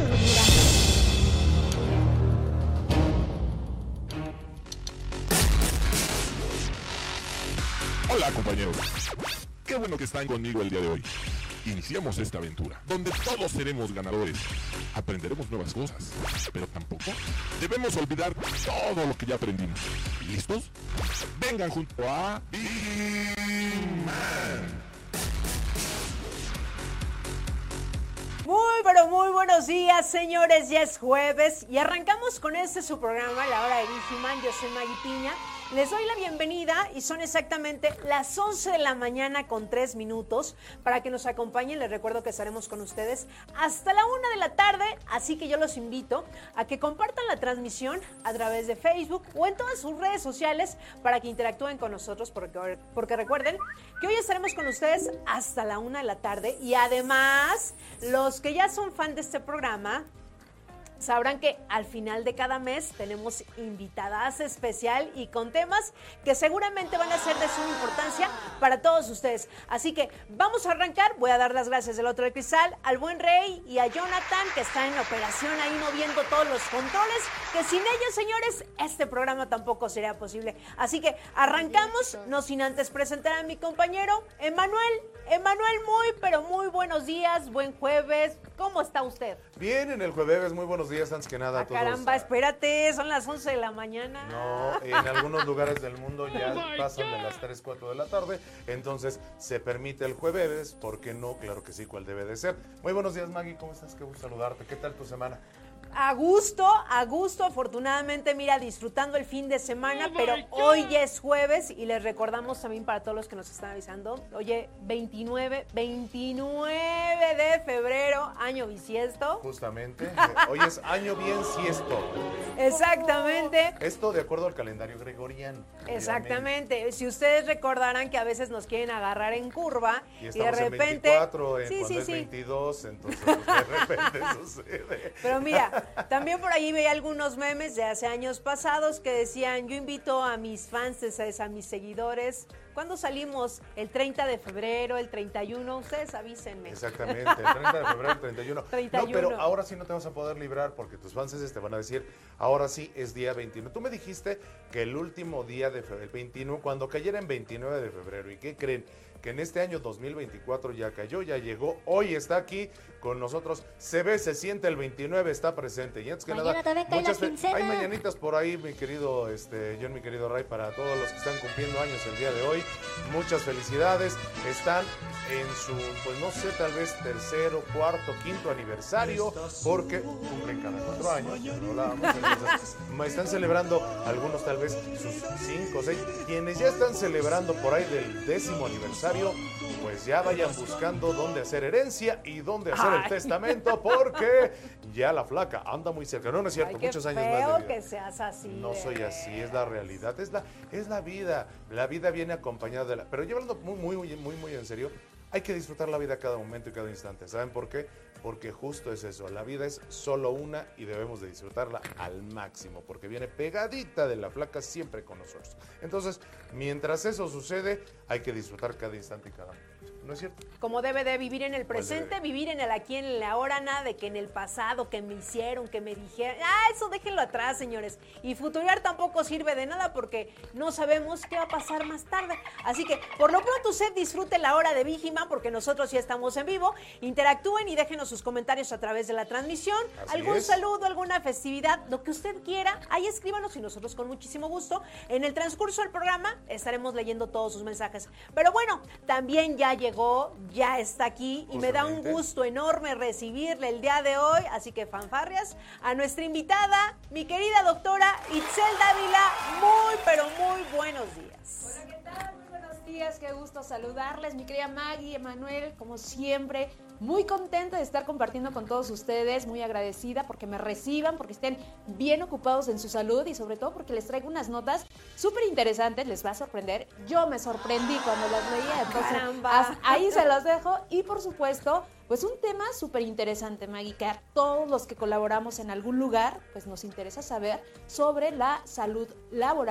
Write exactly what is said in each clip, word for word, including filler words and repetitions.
Hola compañeros, qué bueno que están conmigo el día de hoy. Iniciamos esta aventura, donde todos seremos ganadores. Aprenderemos nuevas cosas, pero tampoco debemos olvidar todo lo que ya aprendimos. ¿Listos? Vengan junto a Big-Man. Muy, pero muy buenos días, señores. Ya es jueves y arrancamos con este su programa, La Hora de Big-Man. Yo soy Maggie Piña. Les doy la bienvenida y son exactamente las once de la mañana con tres minutos para que nos acompañen. Les recuerdo que estaremos con ustedes hasta la una de la tarde, así que yo los invito a que compartan la transmisión a través de Facebook o en todas sus redes sociales para que interactúen con nosotros, porque, porque recuerden que hoy estaremos con ustedes hasta la una de la tarde y además los que ya son fan de este programa sabrán que al final de cada mes tenemos invitadas especial y con temas que seguramente van a ser de suma importancia para todos ustedes. Así que vamos a arrancar. Voy a dar las gracias del otro del cristal al buen Rey y a Jonathan, que está en la operación ahí moviendo todos los controles, que sin ellos, señores, este programa tampoco sería posible. Así que arrancamos, no sin antes presentar a mi compañero Emanuel. Emanuel, muy, pero muy buenos días, buen jueves. ¿Cómo está usted? Bien, en el jueves, muy buenos días, antes que nada a ah, todos. Caramba, espérate, son las once de la mañana. No, en algunos lugares del mundo ya oh pasan God. de las tres, cuatro de la tarde, entonces se permite el jueves, ¿por qué no? Claro que sí, cuál debe de ser. Muy buenos días, Maggie, ¿cómo estás? Qué gusto saludarte, ¿qué tal tu semana? A gusto, a gusto, afortunadamente, mira, disfrutando el fin de semana, oh pero hoy ya es jueves y les recordamos también para todos los que nos están avisando, oye, veintinueve, veintinueve de febrero, año bisiesto. Justamente, hoy es año bien siesto. Exactamente. Esto de acuerdo al calendario gregoriano. Exactamente, si ustedes recordarán que a veces nos quieren agarrar en curva y, y de repente... en veinticuatro, en sí, cuando sí, es sí. veintidós, entonces pues, de repente sucede. Pero mira, también por ahí veía algunos memes de hace años pasados que decían, yo invito a mis fans, a mis seguidores, ¿cuándo salimos? El treinta de febrero, el treinta y uno, ustedes avísenme. Exactamente, el treinta de febrero, el treinta y uno. treinta y uno. No, pero ahora sí no te vas a poder librar porque tus fans te van a decir, ahora sí es día veintiuno. Tú me dijiste que el último día de febrero, el veintiuno, cuando cayera en veintinueve de febrero, ¿y qué creen? Que en este año dos mil veinticuatro ya cayó, ya llegó, hoy está aquí con nosotros, se ve, se siente, el veintinueve está presente. Y antes que Mañana nada, muchas fe- hay mañanitas por ahí, mi querido este, John, mi querido Ray, para todos los que están cumpliendo años el día de hoy. Muchas felicidades, están en su, pues no sé, tal vez tercero, cuarto, quinto aniversario, porque cumplen cada cuatro años, ya lo hablábamos, entonces, están celebrando algunos tal vez sus cinco, seis, quienes ya están celebrando por ahí del décimo aniversario, pues ya vayan buscando dónde hacer herencia y dónde hacer Ay. el testamento, porque ya la flaca anda muy cerca. No, no es cierto, Ay, muchos qué años feo más de vida. que seas así. No de... soy así, es la realidad, es la, es la vida. La vida viene acompañada de la... Pero yo hablando muy, muy, muy, muy, muy en serio, hay que disfrutar la vida cada momento y cada instante. ¿Saben por qué? Porque justo es eso, la vida es solo una y debemos de disfrutarla al máximo, porque viene pegadita de la flaca siempre con nosotros. Entonces, mientras eso sucede, hay que disfrutar cada instante y cada momento. ¿No es cierto? Como debe de vivir en el presente, vivir en el aquí, en el ahora, nada de que en el pasado, que me hicieron, que me dijeron. Ah, eso déjenlo atrás, señores. Y futurear tampoco sirve de nada porque no sabemos qué va a pasar más tarde. Así que, por lo pronto, usted disfrute la hora de Big-Man porque nosotros ya estamos en vivo. Interactúen y déjenos sus comentarios a través de la transmisión. Así Algún es. saludo, alguna festividad, lo que usted quiera. Ahí escríbanos y nosotros con muchísimo gusto. En el transcurso del programa estaremos leyendo todos sus mensajes. Pero bueno, también ya llegó. Ya está aquí y me da un gusto enorme recibirle el día de hoy, así que fanfarrias, a nuestra invitada, mi querida doctora Itzel Dávila. Muy, pero muy buenos días. Hola, ¿qué tal? Muy buenos días, qué gusto saludarles, mi querida Maggie, Emanuel, como siempre, muy contenta de estar compartiendo con todos ustedes, muy agradecida porque me reciban, porque estén bien ocupados en su salud y sobre todo porque les traigo unas notas súper interesantes, les va a sorprender. Yo me sorprendí cuando las leía, entonces Caramba. ahí se los dejo y por supuesto, pues un tema súper interesante, Maggie, que a todos los que colaboramos en algún lugar, pues nos interesa saber sobre la salud laboral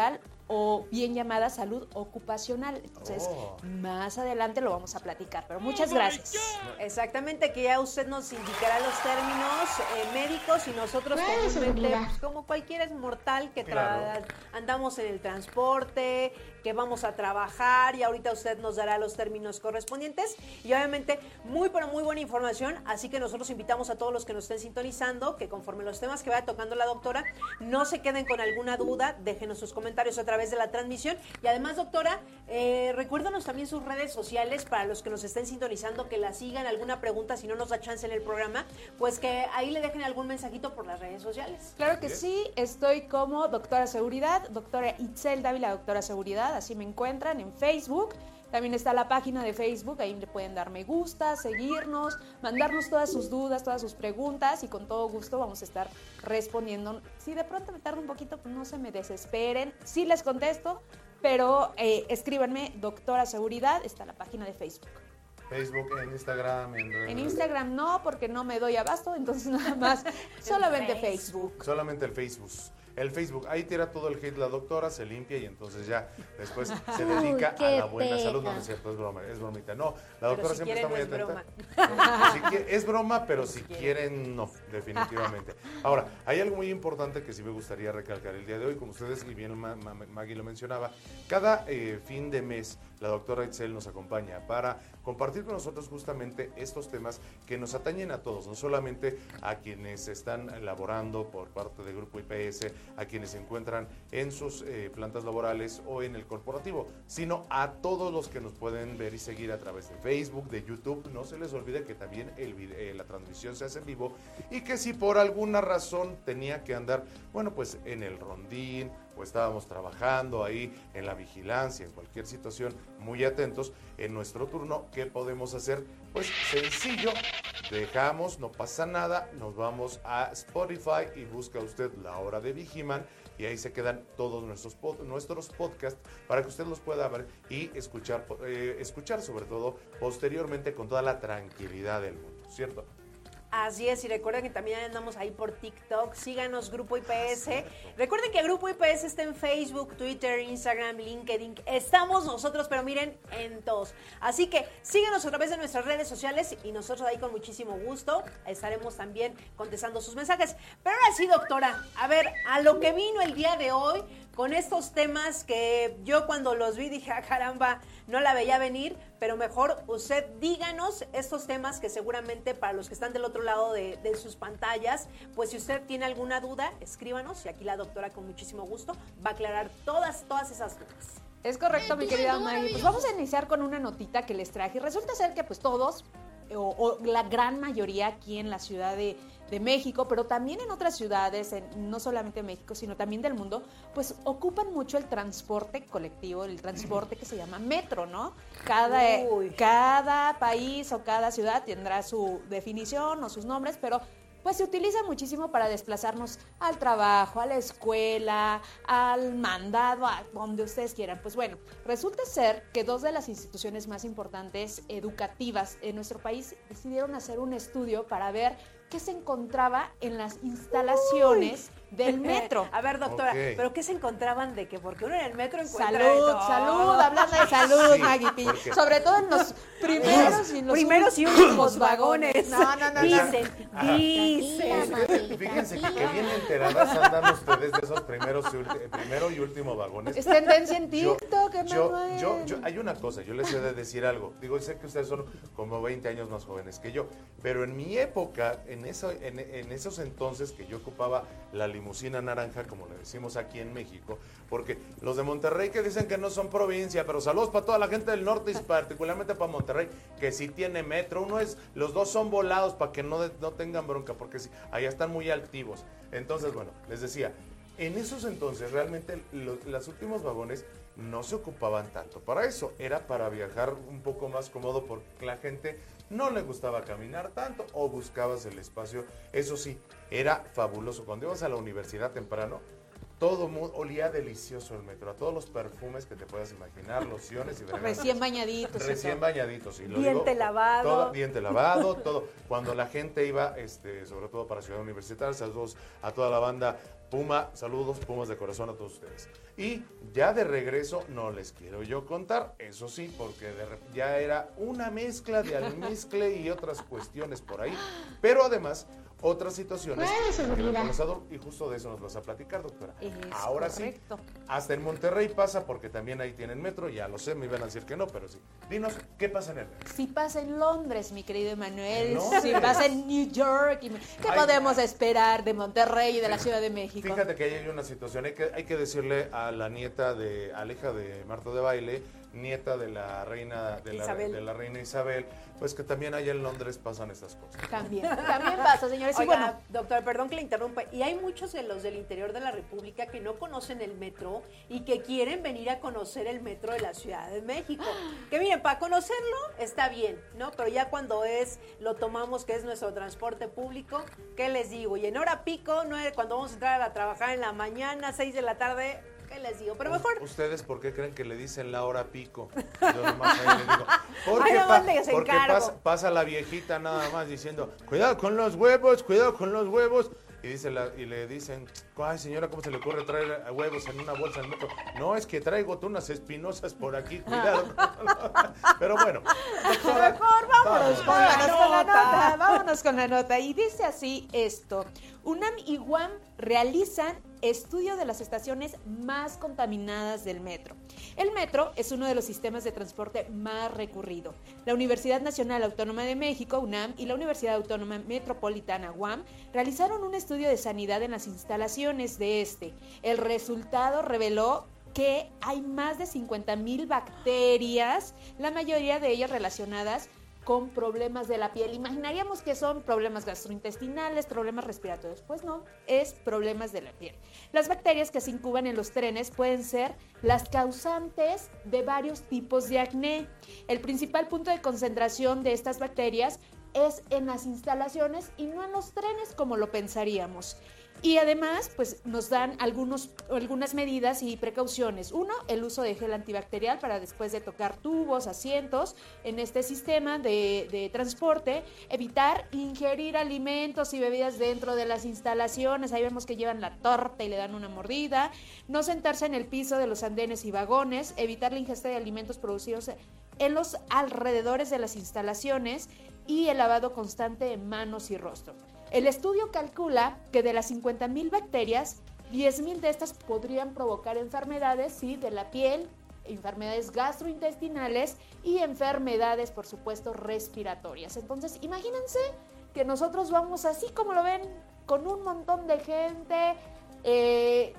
o bien llamada salud ocupacional. Entonces, Oh. más adelante lo vamos a platicar, pero muchas gracias. Exactamente, que ya usted nos indicará los términos eh, médicos y nosotros comúnmente, pues, como cualquier mortal que tra- Claro. andamos en el transporte, que vamos a trabajar y ahorita usted nos dará los términos correspondientes y obviamente muy pero muy buena información, así que nosotros invitamos a todos los que nos estén sintonizando que conforme los temas que vaya tocando la doctora, no se queden con alguna duda, déjenos sus comentarios a través de la transmisión y además, doctora, eh, recuérdanos también sus redes sociales para los que nos estén sintonizando, que la sigan, alguna pregunta, si no nos da chance en el programa, pues que ahí le dejen algún mensajito por las redes sociales. Claro que sí, estoy como doctora Seguridad, doctora Itzel Dávila, doctora Seguridad, así me encuentran en Facebook. También está la página de Facebook, ahí le pueden dar me gusta, seguirnos, mandarnos todas sus dudas, todas sus preguntas y con todo gusto vamos a estar respondiendo. Si de pronto me tarda un poquito, pues no se me desesperen, sí les contesto, pero eh, escríbanme doctora Seguridad, está la página de Facebook. Facebook, en Instagram, en, En Instagram no, porque no me doy abasto, entonces nada más, solamente Facebook. Facebook. Solamente el Facebook. El Facebook, ahí tira todo el hate la doctora, se limpia y entonces ya después se dedica Uy, a qué la buena pena. salud. No, no es cierto, es broma, es bromita. No, la Pero doctora si siempre quieren, está muy no es atenta. Si quiere- es broma, pero si, Si quieren, no, definitivamente. Ahora, hay algo muy importante que sí me gustaría recalcar el día de hoy, como ustedes y bien Ma- Ma- Maggie lo mencionaba, cada eh, fin de mes la doctora Itzel nos acompaña para compartir con nosotros justamente estos temas que nos atañen a todos, no solamente a quienes están laborando por parte del Grupo I P S, a quienes se encuentran en sus eh, plantas laborales o en el corporativo, sino a todos los que nos pueden ver y seguir a través de Facebook, de YouTube. No se les olvide que también el vide- eh, la transmisión se hace en vivo y que si por alguna razón tenía que andar, bueno, pues en el rondín o estábamos trabajando ahí en la vigilancia, en cualquier situación, muy atentos, en nuestro turno, ¿qué podemos hacer? Pues sencillo, dejamos, no pasa nada, nos vamos a Spotify y busca usted La Hora de Vigiman y ahí se quedan todos nuestros, pod- nuestros podcasts para que usted los pueda ver y escuchar, eh, escuchar sobre todo posteriormente con toda la tranquilidad del mundo, ¿cierto? Así es, y recuerden que también andamos ahí por TikTok, síganos Grupo I P S. Recuerden que Grupo I P S está en Facebook, Twitter, Instagram, LinkedIn. Estamos nosotros, pero miren, en todos. Así que síganos a través de nuestras redes sociales y nosotros ahí con muchísimo gusto estaremos también contestando sus mensajes. Pero ahora sí, doctora, a ver, a lo que vino el día de hoy con estos temas que yo cuando los vi dije, ah, caramba, no la veía venir, pero mejor usted díganos estos temas que seguramente para los que están del otro lado de, de sus pantallas, pues si usted tiene alguna duda, escríbanos y aquí la doctora con muchísimo gusto va a aclarar todas, todas esas dudas. Es correcto, mi querida Maggie. Pues vamos a iniciar con una notita que les traje. Resulta ser que pues todos, o, o la gran mayoría aquí en la Ciudad de, de México, pero también en otras ciudades, en, no solamente en México, sino también del mundo, pues ocupan mucho el transporte colectivo, el transporte que se llama metro, ¿no? Cada, Uy. cada país o cada ciudad tendrá su definición o sus nombres, pero pues se utiliza muchísimo para desplazarnos al trabajo, a la escuela, al mandado, a donde ustedes quieran. Pues bueno, resulta ser que dos de las instituciones más importantes educativas en nuestro país decidieron hacer un estudio para ver qué se encontraba en las instalaciones del metro. A ver, doctora, Ok. ¿pero qué se encontraban de qué? Porque uno en el metro encuentra de Salud, todo. salud, hablando de salud, Sí, Maggie Piña. porque- Sobre todo en los primeros y en los Primeros y últimos últimos vagones. No, no, no, no. Dicen, Ajá. dicen. Fíjense, fíjense que, que bien enteradas andan ustedes de esos primeros y ulti- primero y último vagones. Es tendencia en Yo- TikTok, yo, Emanuel. yo, yo- hay una cosa, yo les he de decir algo. Digo, sé que ustedes son como veinte años más jóvenes que yo, pero en mi época, en, eso, en, en esos entonces que yo ocupaba la limusina naranja, como le decimos aquí en México, porque los de Monterrey que dicen que no son provincia, pero saludos para toda la gente del norte y particularmente para Monterrey, que sí tiene metro. Uno es, los dos son volados para que no, de- no tengan bronca, porque sí, allá están muy altivos. Entonces, bueno, les decía, en esos entonces realmente lo- los últimos vagones no se ocupaban tanto para eso, era para viajar un poco más cómodo porque la gente no le gustaba caminar tanto o buscabas el espacio. Eso sí, era fabuloso. Cuando ibas a la universidad temprano, todo mundo, olía delicioso el metro, a todos los perfumes que te puedas imaginar, lociones y fragancias. Recién bañaditos. Recién eso. bañaditos. Y lo Diente digo, lavado. Todo, diente lavado, todo. Cuando la gente iba, este, sobre todo para Ciudad Universitaria, saludos a toda la banda Puma, saludos, Pumas de corazón a todos ustedes. Y ya de regreso, no les quiero yo contar, eso sí, porque de, ya era una mezcla de almizcle y otras cuestiones por ahí, pero además otras situaciones y justo de eso nos vas a platicar, doctora. Es Ahora correcto. sí, hasta en Monterrey pasa, porque también ahí tienen metro, ya lo sé, me iban a decir que no, pero sí. Dinos, ¿qué pasa en el metro? Si pasa en Londres, mi querido Emanuel, ¿Londres? si pasa en New York, y me- ¿qué Ay, podemos esperar de Monterrey y de la Ciudad de México? Fíjate que ahí hay una situación, hay que, hay que decirle a la nieta de, a la hija de Marta de Baile, nieta de la reina de la, Isabel. de la reina Isabel, pues que también allá en Londres pasan estas cosas. También, también pasa, señores. Y Oiga, bueno, doctor, perdón que le interrumpa. Y hay muchos de los del interior de la República que no conocen el metro y que quieren venir a conocer el metro de la Ciudad de México. Que miren, para conocerlo está bien, ¿no? Pero ya cuando es, lo tomamos que es nuestro transporte público, ¿qué les digo? Y en hora pico, no es cuando vamos a entrar a trabajar en la mañana, seis de la tarde, ¿qué les digo? Pero mejor... ¿Ustedes por qué creen que le dicen la hora pico? Yo nomás ahí les digo. Porque, Ay, no, pa- mándeles porque encargo. pasa, pasa la viejita nada más diciendo, cuidado con los huevos, cuidado con los huevos. Y, dice la, y le dicen, ay señora, ¿cómo se le ocurre traer huevos en una bolsa al metro? No, es que traigo unas espinosas por aquí, cuidado. Pero bueno, doctora, Mejor vámonos con la vámonos con la nota. nota, vámonos con la nota. Y dice así esto: UNAM y UAM realizan estudio de las estaciones más contaminadas del metro. El metro es uno de los sistemas de transporte más recurrido. La Universidad Nacional Autónoma de México, UNAM, y la Universidad Autónoma Metropolitana, UAM, realizaron un estudio de sanidad en las instalaciones de este. El resultado reveló que hay más de cincuenta mil bacterias, la mayoría de ellas relacionadas con problemas de la piel. Imaginaríamos que son problemas gastrointestinales, problemas respiratorios. Pues no, es problemas de la piel. Las bacterias que se incuban en los trenes pueden ser las causantes de varios tipos de acné. El principal punto de concentración de estas bacterias es en las instalaciones y no en los trenes como lo pensaríamos. Y además, pues nos dan algunos, algunas medidas y precauciones. Uno, el uso de gel antibacterial para después de tocar tubos, asientos en este sistema de, de transporte. Evitar ingerir alimentos y bebidas dentro de las instalaciones. Ahí vemos que llevan la torta y le dan una mordida. No sentarse en el piso de los andenes y vagones. Evitar la ingesta de alimentos producidos en los alrededores de las instalaciones. Y el lavado constante de manos y rostro. El estudio calcula que de las cincuenta mil bacterias, diez mil de estas podrían provocar enfermedades, sí, de la piel, enfermedades gastrointestinales y enfermedades, por supuesto, respiratorias. Entonces, imagínense que nosotros vamos así como lo ven, con un montón de gente, eh,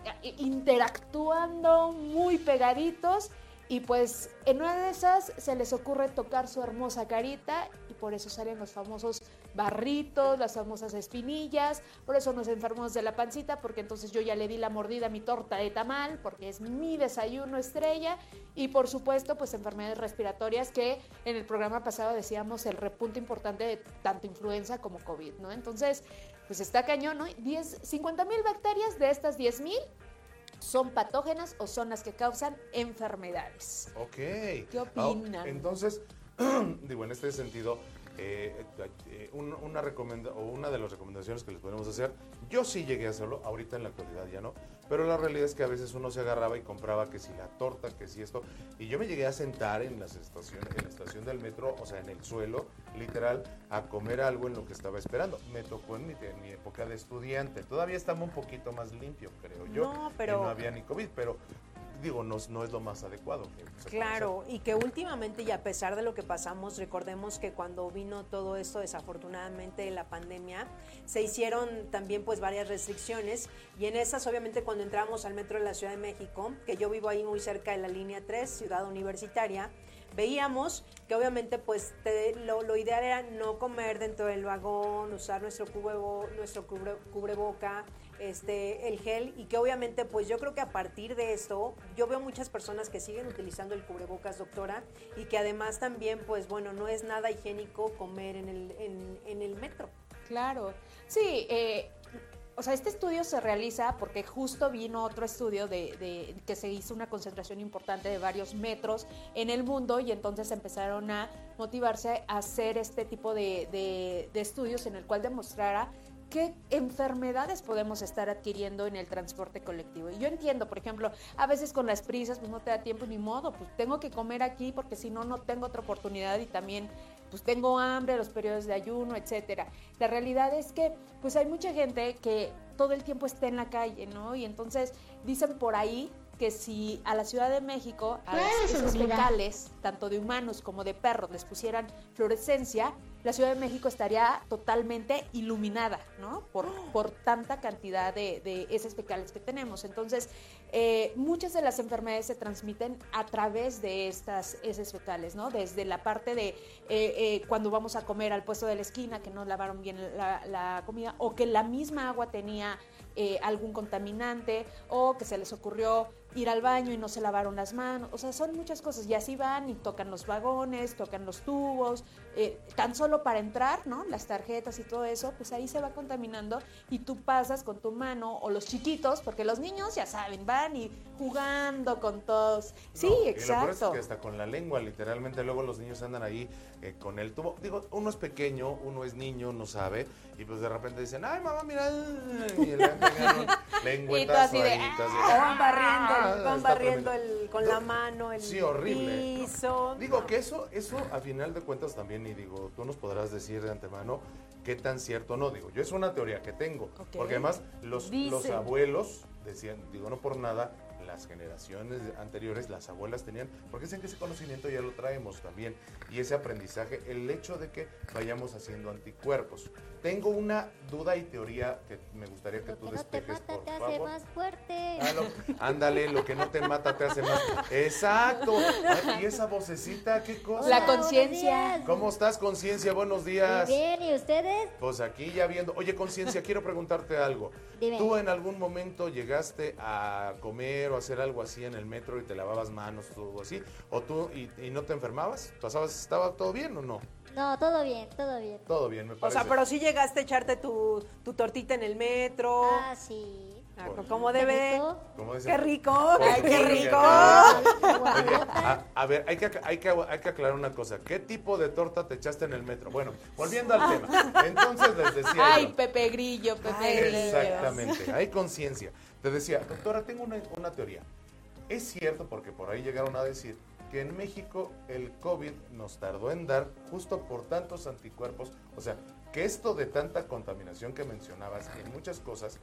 interactuando, muy pegaditos. Y pues en una de esas se les ocurre tocar su hermosa carita y por eso salen los famosos barritos, las famosas espinillas, por eso nos enfermamos de la pancita, porque entonces yo ya le di la mordida a mi torta de tamal, porque es mi desayuno estrella, y por supuesto pues enfermedades respiratorias que en el programa pasado decíamos el repunte importante de tanto influenza como COVID, ¿no? Entonces pues está cañón, ¿no? diez, cincuenta mil bacterias de estas diez mil son patógenas o son las que causan enfermedades. ok. ¿Qué opinan? Ah, entonces, digo, en este sentido, eh, eh, un- una, recomenda o una de las recomendaciones que les podemos hacer, yo sí llegué a hacerlo, ahorita en la actualidad ya no, pero la realidad es que a veces uno se agarraba y compraba que si la torta, que si esto, y yo me llegué a sentar en las estaciones, en la estación del metro, o sea, en el suelo, literal, a comer algo en lo que estaba esperando. Me tocó en mi, en mi época de estudiante, todavía estaba un poquito más limpio, creo yo, No, pero- y no había ni COVID, pero digo, no, no es lo más adecuado. Que se puede Claro, y que últimamente y a pesar de lo que pasamos, recordemos que cuando vino todo esto, desafortunadamente la pandemia, se hicieron también pues varias restricciones y en esas obviamente cuando entramos al metro de la Ciudad de México, que yo vivo ahí muy cerca de la línea tres, Ciudad Universitaria, veíamos que obviamente pues te- lo, lo ideal era no comer dentro del vagón, usar nuestro, cubrebo, nuestro cubre, cubreboca, este, el gel, y que obviamente pues yo creo que a partir de esto yo veo muchas personas que siguen utilizando el cubrebocas, doctora, y que además también pues bueno, no es nada higiénico comer en el, en, en el metro. Claro, sí, eh, o sea, este estudio se realiza porque justo vino otro estudio de, de que se hizo una concentración importante de varios metros en el mundo y entonces empezaron a motivarse a hacer este tipo de, de, de estudios en el cual demostrara qué enfermedades podemos estar adquiriendo en el transporte colectivo. Y yo entiendo, por ejemplo, a veces con las prisas pues no te da tiempo ni modo, pues tengo que comer aquí porque si no, no tengo otra oportunidad y también pues tengo hambre, los periodos de ayuno, etcétera. La realidad es que pues hay mucha gente que todo el tiempo está en la calle, ¿no? Y entonces dicen por ahí que si a la Ciudad de México, a las heces fecales, tanto de humanos como de perros, les pusieran fluorescencia, la Ciudad de México estaría totalmente iluminada, ¿no? Por, por tanta cantidad de, de heces fecales que tenemos. Entonces, eh, muchas de las enfermedades se transmiten a través de estas heces fecales, ¿no? Desde la parte de eh, eh, cuando vamos a comer al puesto de la esquina, que no lavaron bien la, la comida, o que la misma agua tenía eh, algún contaminante, o que se les ocurrió ir al baño y no se lavaron las manos. O sea, son muchas cosas. Y así van y tocan los vagones, tocan los tubos, eh, tan solo para entrar, ¿no? Las tarjetas y todo eso, pues ahí se va contaminando y tú pasas con tu mano, o los chiquitos, porque los niños ya saben, van y jugando con todos. Sí, no, exacto. Y lo peor es que hasta con la lengua, literalmente, luego los niños andan ahí eh, con el tubo. Digo, uno es pequeño, uno es niño, no sabe, y pues de repente dicen, ay, mamá, mira, y le han pegado lengüetazo ahí. Van barriendo, van barriendo el, con la mano el sí, horrible. piso. Digo que eso, eso a final de cuentas también, y digo, tú nos podrás decir de antemano qué tan cierto o no. Digo, yo es una teoría que tengo, okay. Porque además los, los abuelos decían, digo, no por nada, las generaciones anteriores, las abuelas tenían, porque dicen que ese conocimiento ya lo traemos también, y ese aprendizaje, el hecho de que vayamos haciendo anticuerpos. Tengo una duda y teoría que me gustaría que lo tú que despejes, no te mata, por te favor. hace más fuerte. Ah, no, ándale, lo que no te mata te hace más. Exacto. Ay, y esa vocecita, qué cosa. La conciencia. ¿Cómo estás, conciencia? Buenos días. Muy bien, ¿y ustedes? Pues aquí ya viendo. Oye, conciencia, quiero preguntarte algo. Dime. ¿Tú en algún momento llegaste a comer o hacer algo así en el metro y te lavabas manos o algo así? ¿O tú y, y no te enfermabas? ¿Pasabas, estaba todo bien o no? No, todo bien, todo bien. Todo bien, me parece. O sea, pero sí llegaste a echarte tu, tu tortita en el metro. Ah, sí. Ah, ¿cómo debe? ¿Cómo ¡Qué rico! ¡Ay, qué rico! Oye, a, a ver, hay que, hay, que, hay que aclarar una cosa. ¿Qué tipo de torta te echaste en el metro? Bueno, volviendo al tema. Entonces les decía Ay, yo, Pepe Grillo, Pepe Ay, Grillo. exactamente, hay conciencia. Te decía, doctora, tengo una, una teoría. Es cierto, porque por ahí llegaron a decir que en México el COVID nos tardó en dar justo por tantos anticuerpos. O sea, que esto de tanta contaminación que mencionabas en muchas cosas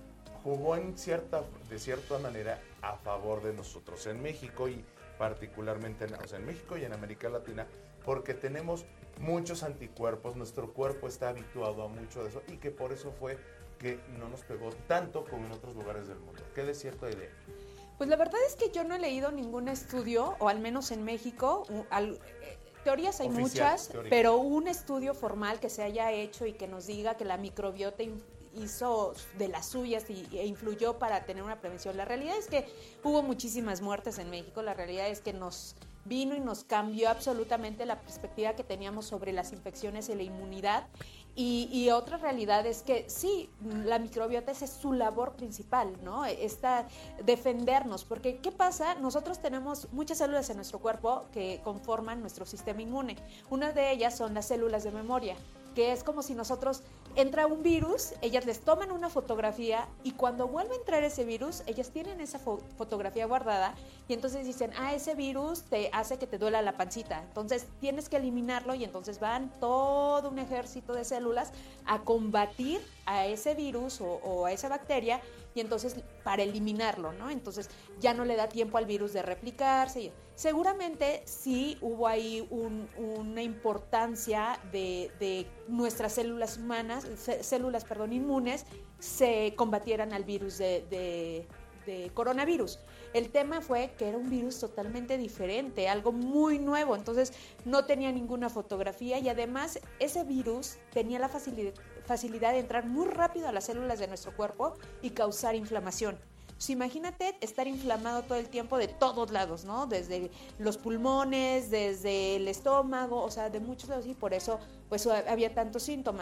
jugó en cierta, de cierta manera a favor de nosotros en México y particularmente en, o sea, en México y en América Latina, porque tenemos muchos anticuerpos, nuestro cuerpo está habituado a mucho de eso y que por eso fue que no nos pegó tanto como en otros lugares del mundo. ¿Qué de cierto hay de ello? Pues la verdad es que yo no he leído ningún estudio, o al menos en México, un, al, eh, teorías hay Oficial, muchas, teórico. pero un estudio formal que se haya hecho y que nos diga que la microbiota hizo de las suyas y, e influyó para tener una prevención. La realidad es que hubo muchísimas muertes en México, la realidad es que nos vino y nos cambió absolutamente la perspectiva que teníamos sobre las infecciones y la inmunidad. Y, y otra realidad es que sí, la microbiota esa es su labor principal, ¿no? Esta, defendernos, porque ¿qué pasa? Nosotros tenemos muchas células en nuestro cuerpo que conforman nuestro sistema inmune. Una de ellas son las células de memoria, que es como si nosotros entra un virus, ellas les toman una fotografía y cuando vuelve a entrar ese virus, ellas tienen esa fo- fotografía guardada y entonces dicen, ah, ese virus te hace que te duela la pancita, entonces tienes que eliminarlo y entonces van todo un ejército de células a combatir a ese virus o, o a esa bacteria y entonces para eliminarlo, ¿no? Entonces ya no le da tiempo al virus de replicarse. Seguramente sí hubo ahí un, una importancia de, de nuestras células humanas, c- células, perdón, inmunes, se combatieran al virus de, de, de coronavirus. El tema fue que era un virus totalmente diferente, algo muy nuevo, entonces no tenía ninguna fotografía y además ese virus tenía la facilidad, facilidad de entrar muy rápido a las células de nuestro cuerpo y causar inflamación. Pues imagínate estar inflamado todo el tiempo de todos lados, ¿no? Desde los pulmones, desde el estómago, o sea, de muchos lados y por eso pues había tantos síntomas.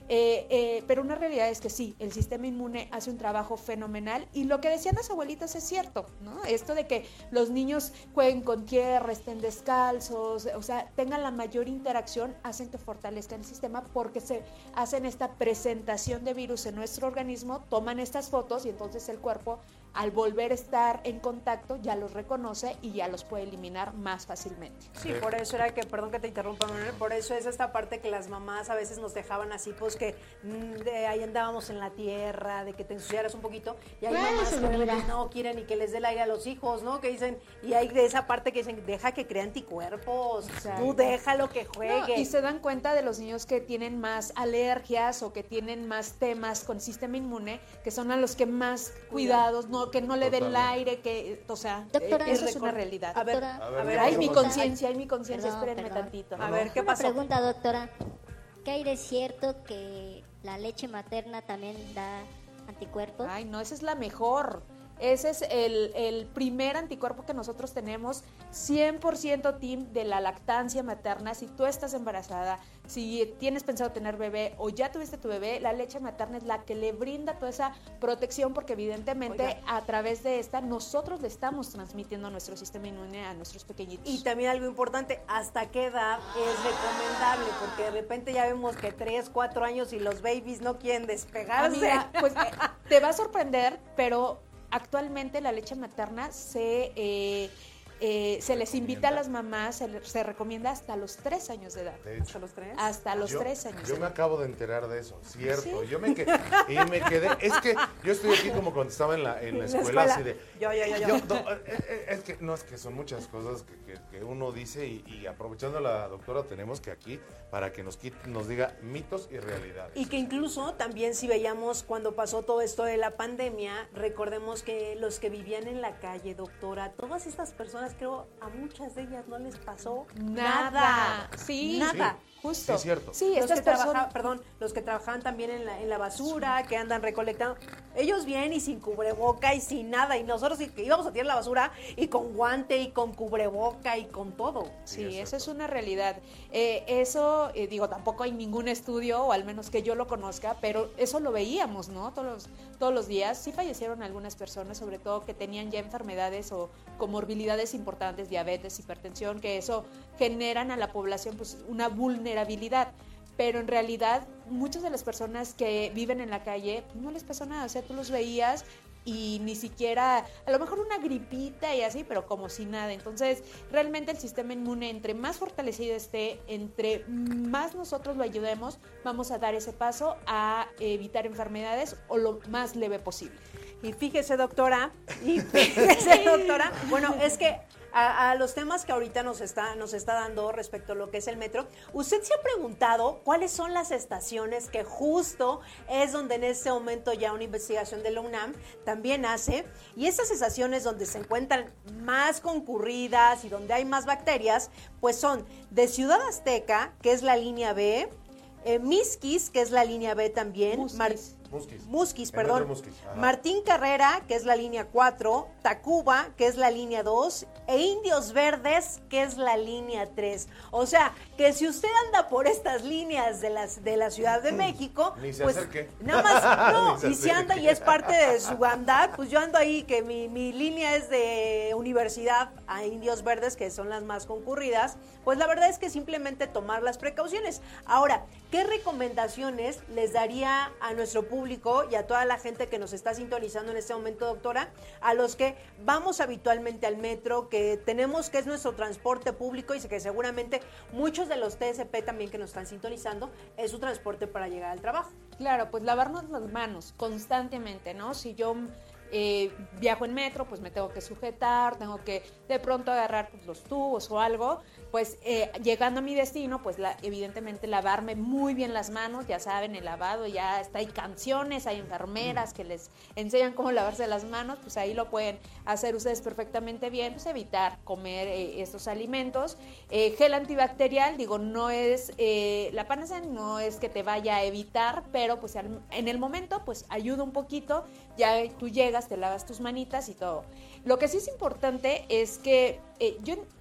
Eh, eh, pero una realidad es que sí, el sistema inmune hace un trabajo fenomenal y lo que decían las abuelitas es cierto, ¿no? Esto de que los niños jueguen con tierra, estén descalzos, o sea, tengan la mayor interacción, hacen que fortalezca el sistema porque se hacen esta presentación de virus en nuestro organismo, toman estas fotos y entonces el cuerpo al volver a estar en contacto ya los reconoce y ya los puede eliminar más fácilmente. Sí, por eso era que, perdón que te interrumpa, Manuel, por eso es esta parte que las mamás a veces nos dejaban así, pues que mm, de ahí andábamos en la tierra, de que te ensuciaras un poquito, y hay Claro, mamás que señora. obviamente no quieren ni que les dé el aire a los hijos, ¿no? Que dicen, y hay de esa parte que dicen, deja que crea anticuerpos, Exacto. tú déjalo que No, juegue. y se dan cuenta de los niños que tienen más alergias o que tienen más temas con sistema inmune, que son a los que más cuidados, no, que no le den el aire, que, o sea, Doctora, eso el es una recor- realidad. A ver, Doctora, A ver, a ver, Ay, ¿qué mi pasó? conciencia, ay, mi conciencia, Perdón, espérenme perdón. tantito. a ver, ¿qué Una pasó? pregunta, doctora. ¿Qué hay de cierto que la leche materna también da anticuerpos? Ay, no, esa es la mejor. Ese es el, el primer anticuerpo que nosotros tenemos, cien por ciento team de la lactancia materna. Si tú estás embarazada, si tienes pensado tener bebé o ya tuviste tu bebé, la leche materna es la que le brinda toda esa protección porque evidentemente Oiga. a través de esta nosotros le estamos transmitiendo nuestro sistema inmune a nuestros pequeñitos. Y también algo importante, ¿hasta qué edad es recomendable? Porque de repente ya vemos que tres, cuatro años y los babies no quieren despegarse. Amiga, pues eh, te va a sorprender, pero actualmente la leche materna se, eh, eh, se les invita a las mamás, se, le- se recomienda hasta los tres años de edad. De hecho, ¿Hasta los tres? Hasta los yo, tres años yo de me edad. acabo de enterar de eso, cierto. ¿Sí? Yo me quedé, y me quedé, es que yo estoy aquí como cuando estaba en la, en la En la escuela, escuela. así de... Yo, yo, yo, yo. yo, no, eh, eh, es que, no, es que son muchas cosas que, que- que uno dice y, y aprovechando a la doctora tenemos que aquí para que nos, quite, nos diga mitos y realidades. Y que incluso también si veíamos cuando pasó todo esto de la pandemia, recordemos que los que vivían en la calle, doctora, todas estas personas, creo, a muchas de ellas no les pasó Nada. nada. Sí. Nada. Sí, Justo. sí es cierto. Sí, Los estas que trabajan, personas. perdón, los que trabajaban también en la, en la basura, que andan recolectando, ellos bien y sin cubreboca y sin nada, y nosotros sí que íbamos a tirar la basura y con guante y con cubreboca y con todo. Sí, Sí, es esa es una realidad. Eh, eso, eh, digo, tampoco hay ningún estudio, o al menos que yo lo conozca, pero eso lo veíamos, ¿no? Todos los, todos los días. Sí fallecieron algunas personas, sobre todo que tenían ya enfermedades o comorbilidades importantes, diabetes, hipertensión, que eso generan a la población pues una vulnerabilidad. Pero en realidad muchas de las personas que viven en la calle no les pasó nada, o sea, tú los veías y ni siquiera, a lo mejor una gripita y así, pero como si nada. Entonces, realmente el sistema inmune, entre más fortalecido esté, entre más nosotros lo ayudemos, vamos a dar ese paso a evitar enfermedades o lo más leve posible. Y fíjese, doctora, y fíjese, doctora, bueno, es que a, a los temas que ahorita nos está, nos está dando respecto a lo que es el metro, ¿usted se ha preguntado cuáles son las estaciones que justo es donde en este momento ya una investigación de la UNAM también hace? Y esas estaciones donde se encuentran más concurridas y donde hay más bacterias, pues son de Ciudad Azteca, que es la línea B, eh, Misquis, que es la línea B también, Musquis. Mar- Musquis. Musquis, El perdón. metro Musquis, ajá. Martín Carrera, que es la línea cuatro, Tacuba, que es la línea dos, e Indios Verdes, que es la línea tres. O sea, que si usted anda por estas líneas de, las, de la Ciudad de México, Ni se pues acerque. nada más, no, Ni se y si anda acerque. y es parte de su andar, pues yo ando ahí, que mi, mi línea es de Universidad a Indios Verdes, que son las más concurridas, pues la verdad es que simplemente tomar las precauciones. Ahora, ¿qué recomendaciones les daría a nuestro público y a toda la gente que nos está sintonizando en este momento, doctora, a los que vamos habitualmente al metro, que tenemos que es nuestro transporte público y que seguramente muchos de los T S P también que nos están sintonizando es su transporte para llegar al trabajo? Claro, pues lavarnos las manos constantemente, ¿no? Si yo eh, viajo en metro, pues me tengo que sujetar, tengo que de pronto agarrar pues, los tubos o algo, pues eh, llegando a mi destino, pues la, evidentemente lavarme muy bien las manos, ya saben, el lavado, ya está, hay canciones, hay enfermeras que les enseñan cómo lavarse las manos, pues ahí lo pueden hacer ustedes perfectamente bien, pues evitar comer eh, estos alimentos. Eh, gel antibacterial, digo, no es, eh, la panacea no es que te vaya a evitar, pero pues al, en el momento, pues ayuda un poquito, ya tú llegas, te lavas tus manitas y todo. Lo que sí es importante es que eh, yo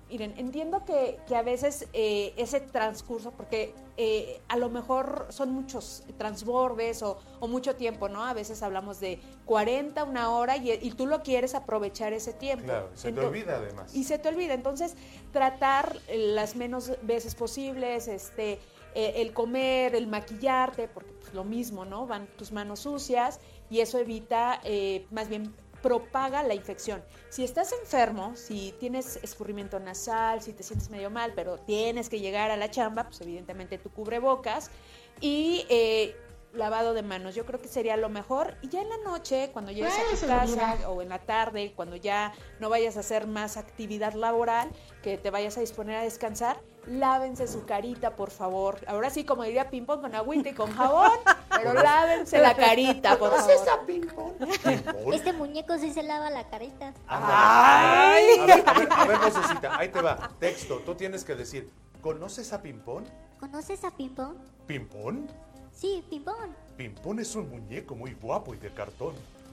Miren, entiendo que, que a veces eh, ese transcurso, porque eh, a lo mejor son muchos transbordes o, o mucho tiempo, ¿no? A veces hablamos de cuarenta, una hora y, y tú lo quieres aprovechar ese tiempo. Claro, se te Ento- olvida además. Y se te olvida, entonces tratar las menos veces posibles, este, eh, el comer, el maquillarte, porque pues, lo mismo, ¿no? Van tus manos sucias y eso evita, eh, más bien propaga la infección. Si estás enfermo, si tienes escurrimiento nasal, si te sientes medio mal, pero tienes que llegar a la chamba, pues evidentemente tu cubrebocas y eh, lavado de manos. Yo creo que sería lo mejor. Y ya en la noche, cuando llegues a tu casa o en la tarde, cuando ya no vayas a hacer más actividad laboral, que te vayas a disponer a descansar, lávense su carita, por favor. Ahora sí, como diría Pimpón, con agüita y con jabón, pero lávense la carita, por favor. esa Pimpón? ¿Pimpón? Este muñeco sí se lava la carita. Ándale. A ver, a ver, a ver, vocecita, ahí te va. Texto, tú tienes que decir, ¿conoces a Pimpón? ¿Conoces a Pimpón? ¿Pimpón? Sí, Pimpón. Pimpón es un muñeco muy guapo y de cartón.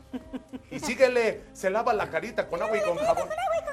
Y síguele, se lava la carita con agua y con jabón.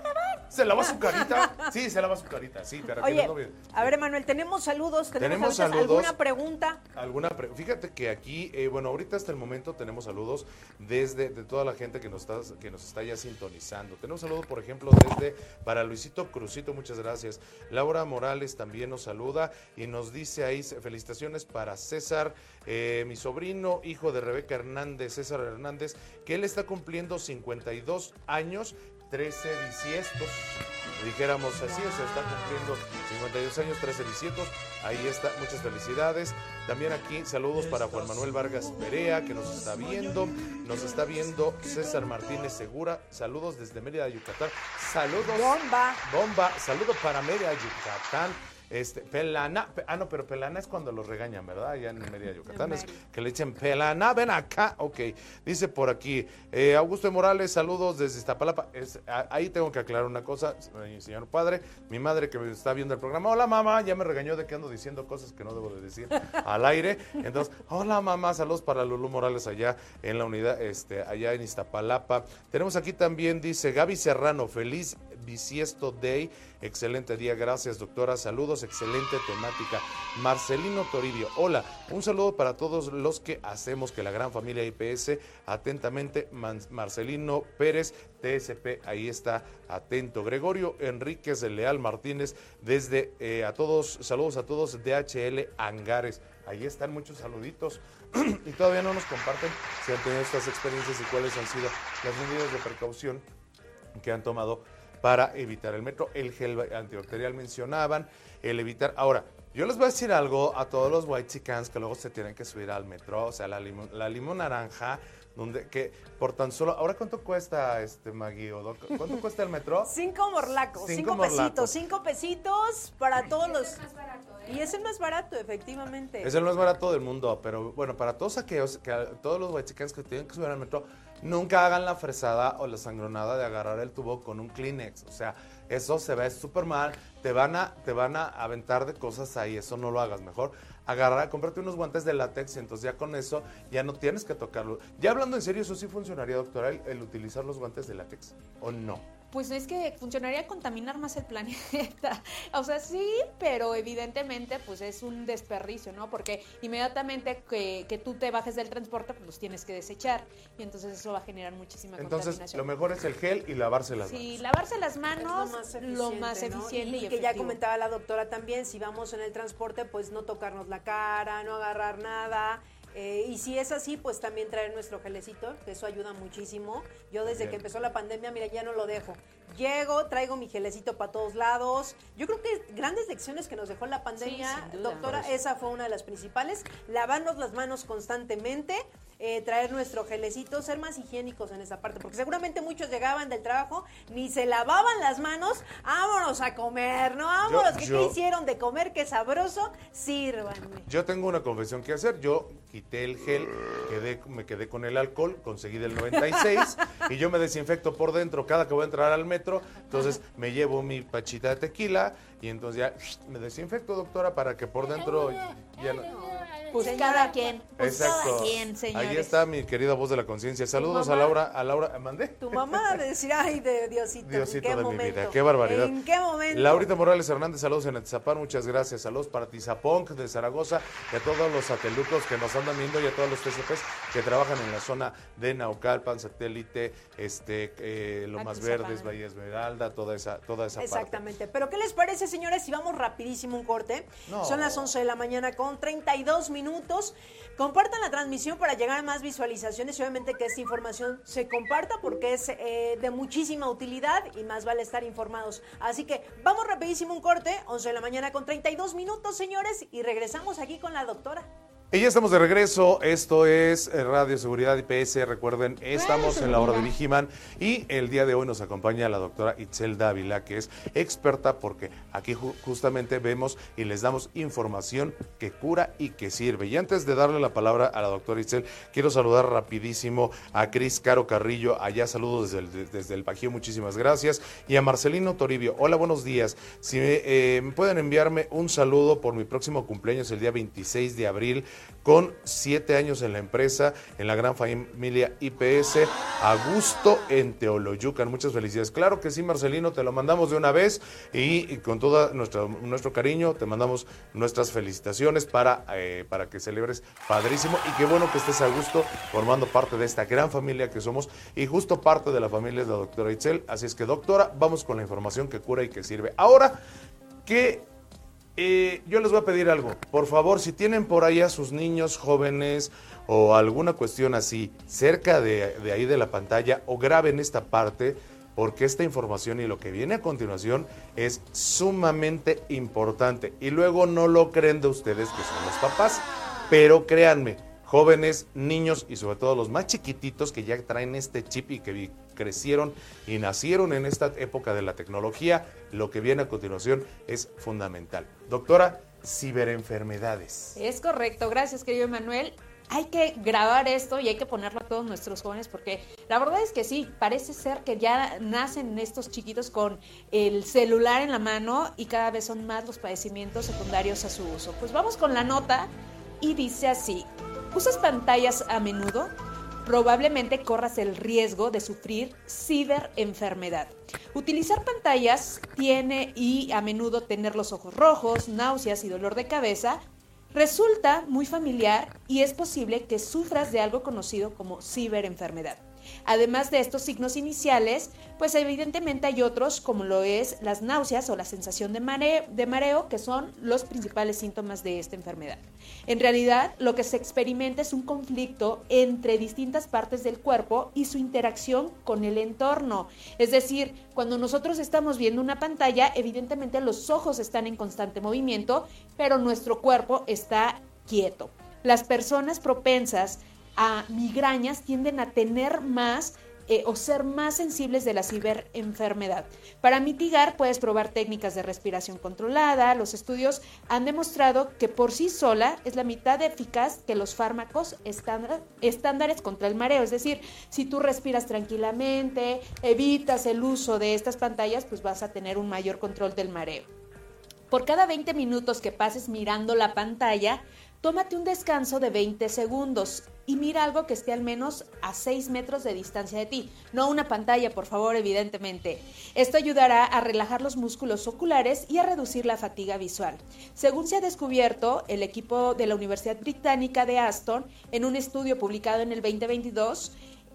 ¿Se lava su carita? Sí, se lava su carita, sí, pero que Oye, no me- a ver, Emanuel, tenemos saludos, tenemos, Tenemos a veces saludos. alguna pregunta. Alguna pre- Fíjate que aquí, eh, bueno, ahorita hasta el momento tenemos saludos desde de toda la gente que nos está que nos está ya sintonizando. Tenemos saludos, por ejemplo, desde para Luisito Crucito, muchas gracias. Laura Morales también nos saluda y nos dice ahí felicitaciones para César, eh, mi sobrino, hijo de Rebeca Hernández, César Hernández, que él está cumpliendo cincuenta y dos años, trece bisiestos. Dijéramos así, o sea, está cumpliendo cincuenta y dos años, trece bisiestos. Ahí está, muchas felicidades. También aquí saludos para Juan Manuel Vargas Perea, que nos está viendo. Nos está viendo César Martínez Segura. Saludos desde Mérida, Yucatán. Saludos. Bomba. Bomba. Saludos para Mérida, Yucatán. Este, pelana, pe- ah no, pero pelana es cuando los regañan, ¿verdad? Allá en Mérida, Yucatán, es que le echen pelana, ven acá, ok. Dice por aquí, eh, Augusto de Morales, saludos desde Iztapalapa. Es, a- ahí tengo que aclarar una cosa, eh, señor padre, mi madre que me está viendo el programa, hola mamá, ya me regañó de que ando diciendo cosas que no debo de decir al aire. Entonces, hola mamá, saludos para Lulú Morales allá en la unidad, este, allá en Iztapalapa. Tenemos aquí también, dice Gaby Serrano, feliz bisiesto day, excelente día, gracias doctora, saludos, excelente temática. Marcelino Toribio, hola, un saludo para todos los que hacemos que la gran familia I P S, atentamente Man- Marcelino Pérez, T S P, ahí está, atento. Gregorio Enríquez de Leal Martínez, desde eh, a todos, saludos a todos, D H L Angares, ahí están muchos saluditos. Y todavía no nos comparten si han tenido estas experiencias y cuáles han sido las medidas de precaución que han tomado para evitar el metro. El gel antibacterial mencionaban, el evitar. Ahora, yo les voy a decir algo a todos los white chicans que luego se tienen que subir al metro, o sea, la limón, la limón naranja, donde que por tan solo, ¿ahora cuánto cuesta este Magui o Doc? ¿Cuánto cuesta el metro? Cinco morlacos, Cinco cinco, morlacos. pesitos, cinco pesitos para todos los... Y es el más barato, efectivamente. Es el más barato del mundo, pero bueno, para todos aquellos, que todos los white chicans que tienen que subir al metro, nunca hagan la fresada o la sangronada de agarrar el tubo con un Kleenex, o sea, eso se ve súper mal, te van a te van a aventar de cosas ahí, eso no lo hagas, mejor agarrar, cómprate unos guantes de látex y entonces ya con eso ya no tienes que tocarlo. Ya hablando en serio, ¿eso sí funcionaría, doctora, el, el utilizar los guantes de látex o no? Pues es que funcionaría contaminar más el planeta. O sea, sí, pero evidentemente pues es un desperdicio, ¿no? Porque inmediatamente que, que tú te bajes del transporte, pues los tienes que desechar. Y entonces eso va a generar muchísima Entonces, contaminación. lo mejor es el gel y lavarse las Sí, manos. lavarse las Es manos, lo más ¿no? eficiente y, y que ya efectivo. comentaba la doctora también, si vamos en el transporte, pues no tocarnos la cara, no agarrar nada. Eh, y si es así, pues también traer nuestro gelecito, que eso ayuda muchísimo. Yo desde Bien. que empezó la pandemia, mira, ya no lo dejo. Llego, traigo mi gelecito para todos lados. Yo creo que grandes lecciones que nos dejó la pandemia, Sí, sin duda. doctora, esa fue una de las principales. Lavarnos las manos constantemente, eh, traer nuestro gelecito, ser más higiénicos en esa parte, porque seguramente muchos llegaban del trabajo, ni se lavaban las manos, vámonos a comer, ¿no? Vámonos, Yo- ¿qué, yo- qué hicieron de comer? Qué sabroso, sírvanme. Yo tengo una confesión que hacer. Yo quité el gel, quedé, me quedé con el alcohol, conseguí del noventa y seis y yo me desinfecto por dentro cada que voy a entrar al metro. Entonces me llevo mi pachita de tequila y entonces ya me desinfecto, doctora, para que por dentro ya no... Pues Señora, cada quien, pues Exacto. cada quien, señores. Ahí está mi querida voz de la conciencia. Saludos a mamá. Laura, a Laura, ¿mandé? Tu mamá de decir, ay, de Diosito, Diosito ¿en qué de momento? mi vida, qué barbaridad. ¿En qué momento? Laurita Morales Hernández, saludos en Atizapán, muchas gracias. Saludos para Tizapón de Zaragoza y a todos los satelucos que nos andan viendo y a todos los T C Ps que trabajan en la zona de Naucalpan, Satélite, este, eh, Lomas Atizapán. Verdes, Valle Esmeralda, toda esa, toda esa parte. Exactamente. Pero ¿qué les parece, señores? Si vamos rapidísimo un corte. No. Son las once de la mañana con treinta y dos minutos. Compartan la transmisión para llegar a más visualizaciones y obviamente que esta información se comparta porque es eh, de muchísima utilidad y más vale estar informados. Así que vamos rapidísimo un corte, once de la mañana con treinta y dos minutos, señores, y regresamos aquí con la doctora. Y ya estamos de regreso, esto es eh, Radio Seguridad I P S, recuerden, estamos en la hora de Vigiman y el día de hoy nos acompaña la doctora Itzel Dávila, que es experta porque aquí ju- justamente vemos y les damos información que cura y que sirve. Y antes de darle la palabra a la doctora Itzel, quiero saludar rapidísimo a Cris Caro Carrillo, allá saludos desde el, desde el Bajío, muchísimas gracias, y a Marcelino Toribio, hola, buenos días, si me, eh, me pueden enviarme un saludo por mi próximo cumpleaños el día veintiséis de abril, con siete años en la empresa, en la gran familia I P S, a gusto en Teoloyucan. Muchas felicidades. Claro que sí, Marcelino, te lo mandamos de una vez y, y con todo nuestro, nuestro cariño te mandamos nuestras felicitaciones para, eh, para que celebres padrísimo y qué bueno que estés a gusto formando parte de esta gran familia que somos y justo parte de la familia es la doctora Itzel. Así es que, doctora, vamos con la información que cura y que sirve. Ahora, ¿qué? Eh, yo les voy a pedir algo, por favor, si tienen por ahí a sus niños jóvenes o alguna cuestión así cerca de, de ahí de la pantalla, o graben esta parte porque esta información y lo que viene a continuación es sumamente importante y luego no lo creen de ustedes que son los papás, pero créanme, jóvenes, niños y sobre todo los más chiquititos que ya traen este chip y que vi- crecieron y nacieron en esta época de la tecnología, lo que viene a continuación es fundamental. Doctora, ciberenfermedades. Es correcto, gracias querido Emanuel. Hay que grabar esto y hay que ponerlo a todos nuestros jóvenes porque la verdad es que sí, parece ser que ya nacen estos chiquitos con el celular en la mano y cada vez son más los padecimientos secundarios a su uso. Pues vamos con la nota y dice así: ¿usas pantallas a menudo? Probablemente corras el riesgo de sufrir ciberenfermedad. Utilizar pantallas tiene y a menudo tener los ojos rojos, náuseas y dolor de cabeza resulta muy familiar y es posible que sufras de algo conocido como ciberenfermedad. Además de estos signos iniciales, pues evidentemente hay otros como lo es las náuseas o la sensación de mareo, de mareo, que son los principales síntomas de esta enfermedad. En realidad, lo que se experimenta es un conflicto entre distintas partes del cuerpo y su interacción con el entorno. Es decir, cuando nosotros estamos viendo una pantalla, evidentemente los ojos están en constante movimiento, pero nuestro cuerpo está quieto. Las personas propensas a migrañas tienden a tener más eh, o ser más sensibles de la ciberenfermedad. Para mitigar puedes probar técnicas de respiración controlada. Los estudios han demostrado que por sí sola es la mitad de eficaz que los fármacos estándar, estándares contra el mareo. Es decir, si tú respiras tranquilamente, evitas el uso de estas pantallas, pues vas a tener un mayor control del mareo. Por cada veinte minutos que pases mirando la pantalla, tómate un descanso de veinte segundos y mira algo que esté al menos a seis metros de distancia de ti. No una pantalla, por favor, evidentemente. Esto ayudará a relajar los músculos oculares y a reducir la fatiga visual. Según se ha descubierto, el equipo de la Universidad Británica de Aston, en un estudio publicado en el veinte veintidós,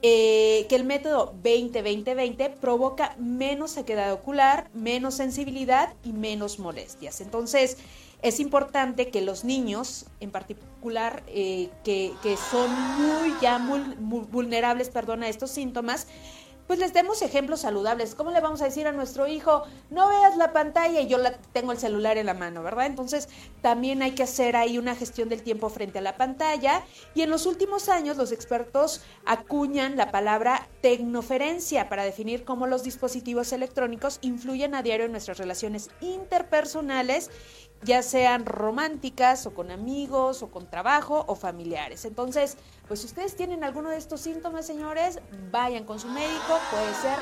Eh, que el método veinte veinte veinte provoca menos sequedad ocular, menos sensibilidad y menos molestias. Entonces, es importante que los niños, en particular, eh, que, que son muy ya muy, muy vulnerables, perdón, a estos síntomas, pues les demos ejemplos saludables. ¿Cómo le vamos a decir a nuestro hijo, no veas la pantalla y yo la tengo el celular en la mano, ¿verdad? Entonces, también hay que hacer ahí una gestión del tiempo frente a la pantalla. Y en los últimos años, los expertos acuñan la palabra tecnoferencia para definir cómo los dispositivos electrónicos influyen a diario en nuestras relaciones interpersonales, ya sean románticas o con amigos o con trabajo o familiares. Entonces, pues si ustedes tienen alguno de estos síntomas, señores, vayan con su médico, puede ser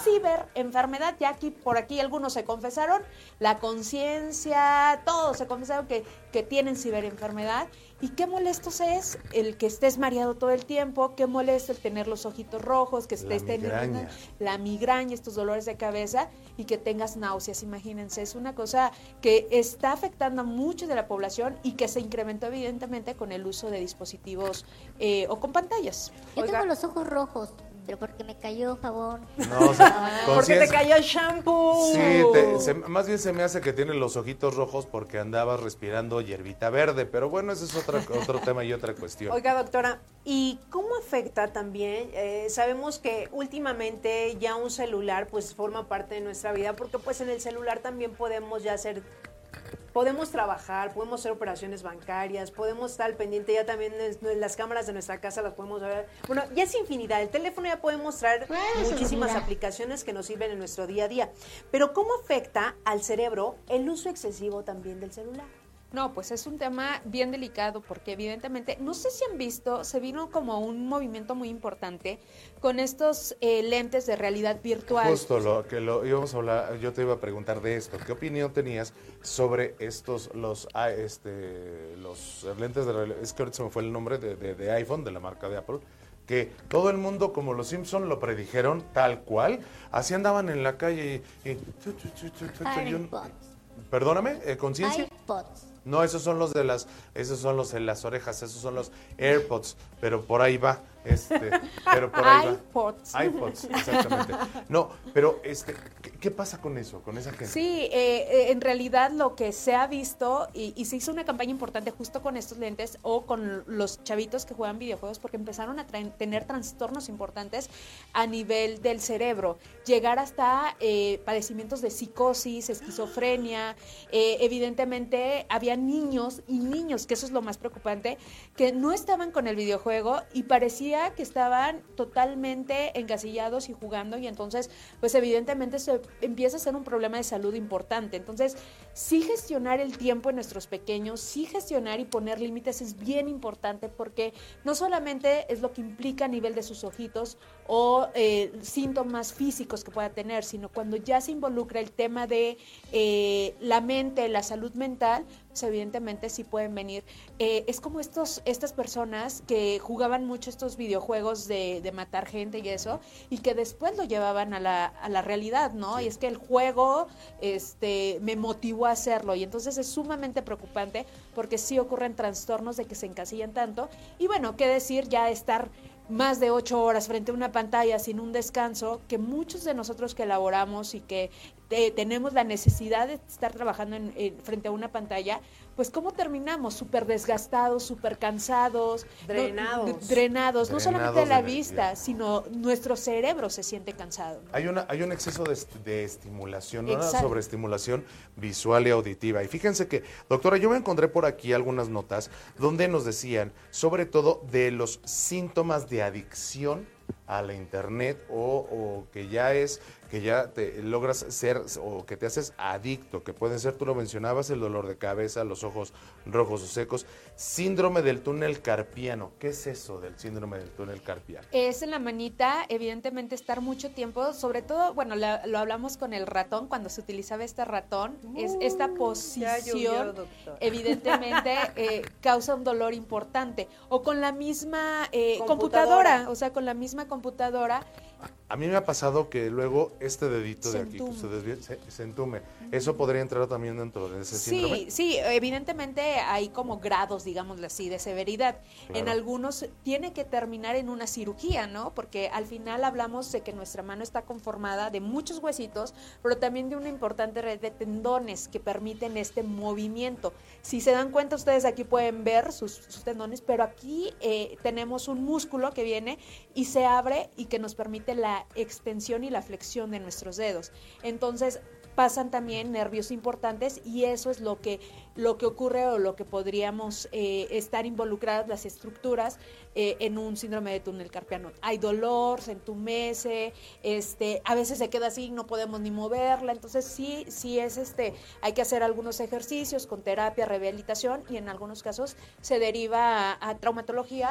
ciberenfermedad, ya aquí por aquí algunos se confesaron, la conciencia, todos se confesaron que, que tienen ciberenfermedad. Y qué molestos es el que estés mareado todo el tiempo, qué molesto el tener los ojitos rojos, que estés teniendo la migraña, estos dolores de cabeza y que tengas náuseas, imagínense, es una cosa que está afectando a mucho de la población y que se incrementó evidentemente con el uso de dispositivos eh, o con pantallas. Yo Oiga. tengo los ojos rojos, pero porque me cayó jabón. No, o sea, Porque te cayó el shampoo. Sí, te- se- más bien se me hace que tiene los ojitos rojos porque andabas respirando hierbita verde, pero bueno, ese es otra, otro tema y otra cuestión. Oiga, doctora, ¿y cómo afecta también? Eh, sabemos que últimamente ya un celular pues forma parte de nuestra vida porque pues en el celular también podemos ya hacer, podemos trabajar, podemos hacer operaciones bancarias, podemos estar al pendiente ya también en, en las cámaras de nuestra casa las podemos ver. Bueno, ya es infinidad, el teléfono ya puede mostrar Bueno, muchísimas mira. aplicaciones que nos sirven en nuestro día a día. Pero ¿cómo afecta al cerebro el uso excesivo también del celular? No, pues es un tema bien delicado porque evidentemente, no sé si han visto, se vino como un movimiento muy importante con estos eh, lentes de realidad virtual. Justo lo que lo íbamos a hablar, yo te iba a preguntar de esto. ¿Qué opinión tenías sobre estos los ah, este los lentes de realidad? Es que ahorita se me fue el nombre de, de, de iPhone, de la marca de Apple, que todo el mundo, como los Simpson lo predijeron tal cual, así andaban en la calle y, y tu, tu, tu, tu, tu, tu, y un- AirPods. perdóname, eh, conciencia. AirPods. No, esos son los de las, esos son los de las orejas, esos son los AirPods, pero por ahí va, este, pero por ahí va. iPods. iPods, exactamente. No, pero este, ¿qué, qué pasa con eso, con esa gente? Sí, eh, eh, en realidad lo que se ha visto, y, y se hizo una campaña importante justo con estos lentes o con los chavitos que juegan videojuegos, porque empezaron a tra- tener trastornos importantes a nivel del cerebro, llegar hasta eh, padecimientos de psicosis, esquizofrenia, eh, evidentemente había niños y niños, que eso es lo más preocupante, que no estaban con el videojuego y parecía que estaban totalmente encasillados y jugando, y entonces pues evidentemente se empieza a ser un problema de salud importante. Entonces sí gestionar el tiempo en nuestros pequeños, sí gestionar y poner límites es bien importante, porque no solamente es lo que implica a nivel de sus ojitos o eh, síntomas físicos que pueda tener, sino cuando ya se involucra el tema de eh, la mente, la salud mental, pues evidentemente sí pueden venir. Eh, es como estos, estas personas que jugaban mucho estos videojuegos de, de matar gente y eso, y que después lo llevaban a la, a la realidad, ¿no? Sí. Y es que el juego este, me motivó a hacerlo, y entonces es sumamente preocupante porque sí ocurren trastornos de que se encasillan tanto. Y bueno, qué decir ya estar más de ocho horas frente a una pantalla sin un descanso, que muchos de nosotros que elaboramos y que eh, tenemos la necesidad de estar trabajando en, en- frente a una pantalla, pues ¿cómo terminamos? Súper desgastados, súper cansados, no- Drenados. d- drenados, no solamente de Drenados la de vista, energía. sino nuestro cerebro se siente cansado, ¿no? Hay, una, hay un exceso de, est- de estimulación, ¿no? Una Exacto. sobreestimulación visual y auditiva. Y fíjense que, doctora, yo me encontré por aquí algunas notas donde nos decían, sobre todo, de los síntomas de adicción a la internet o, o que ya es, que ya te logras ser o que te haces adicto, que pueden ser, tú lo mencionabas, el dolor de cabeza, los ojos rojos o secos, síndrome del túnel carpiano. ¿Qué es eso del síndrome del túnel carpiano? Es en la manita, evidentemente estar mucho tiempo, sobre todo, bueno, la- lo hablamos con el ratón, cuando se utilizaba este ratón, es esta Ya llovió, posición, doctor. evidentemente eh, causa un dolor importante. O con la misma eh, Computadora. computadora, o sea, con la misma computadora. A mí me ha pasado que luego este dedito Se de aquí que entume. ustedes ven, se, se entume. ¿Eso podría entrar también dentro de ese síndrome? Sí, sí, evidentemente hay como grados, digámoslo así, de severidad. Claro. En algunos tiene que terminar en una cirugía, ¿no? Porque al final hablamos de que nuestra mano está conformada de muchos huesitos, pero también de una importante red de tendones que permiten este movimiento. Si se dan cuenta, ustedes aquí pueden ver sus, sus tendones, pero aquí eh, tenemos un músculo que viene y se abre y que nos permite la extensión y la flexión de nuestros dedos. Entonces, pasan también nervios importantes, y eso es lo que lo que ocurre o lo que podríamos eh, estar involucradas las estructuras eh, en un síndrome de túnel carpiano. Hay dolor, se entumece, este, a veces se queda así, no podemos ni moverla. Entonces sí, sí es este, hay que hacer algunos ejercicios con terapia, rehabilitación, y en algunos casos se deriva a, a traumatología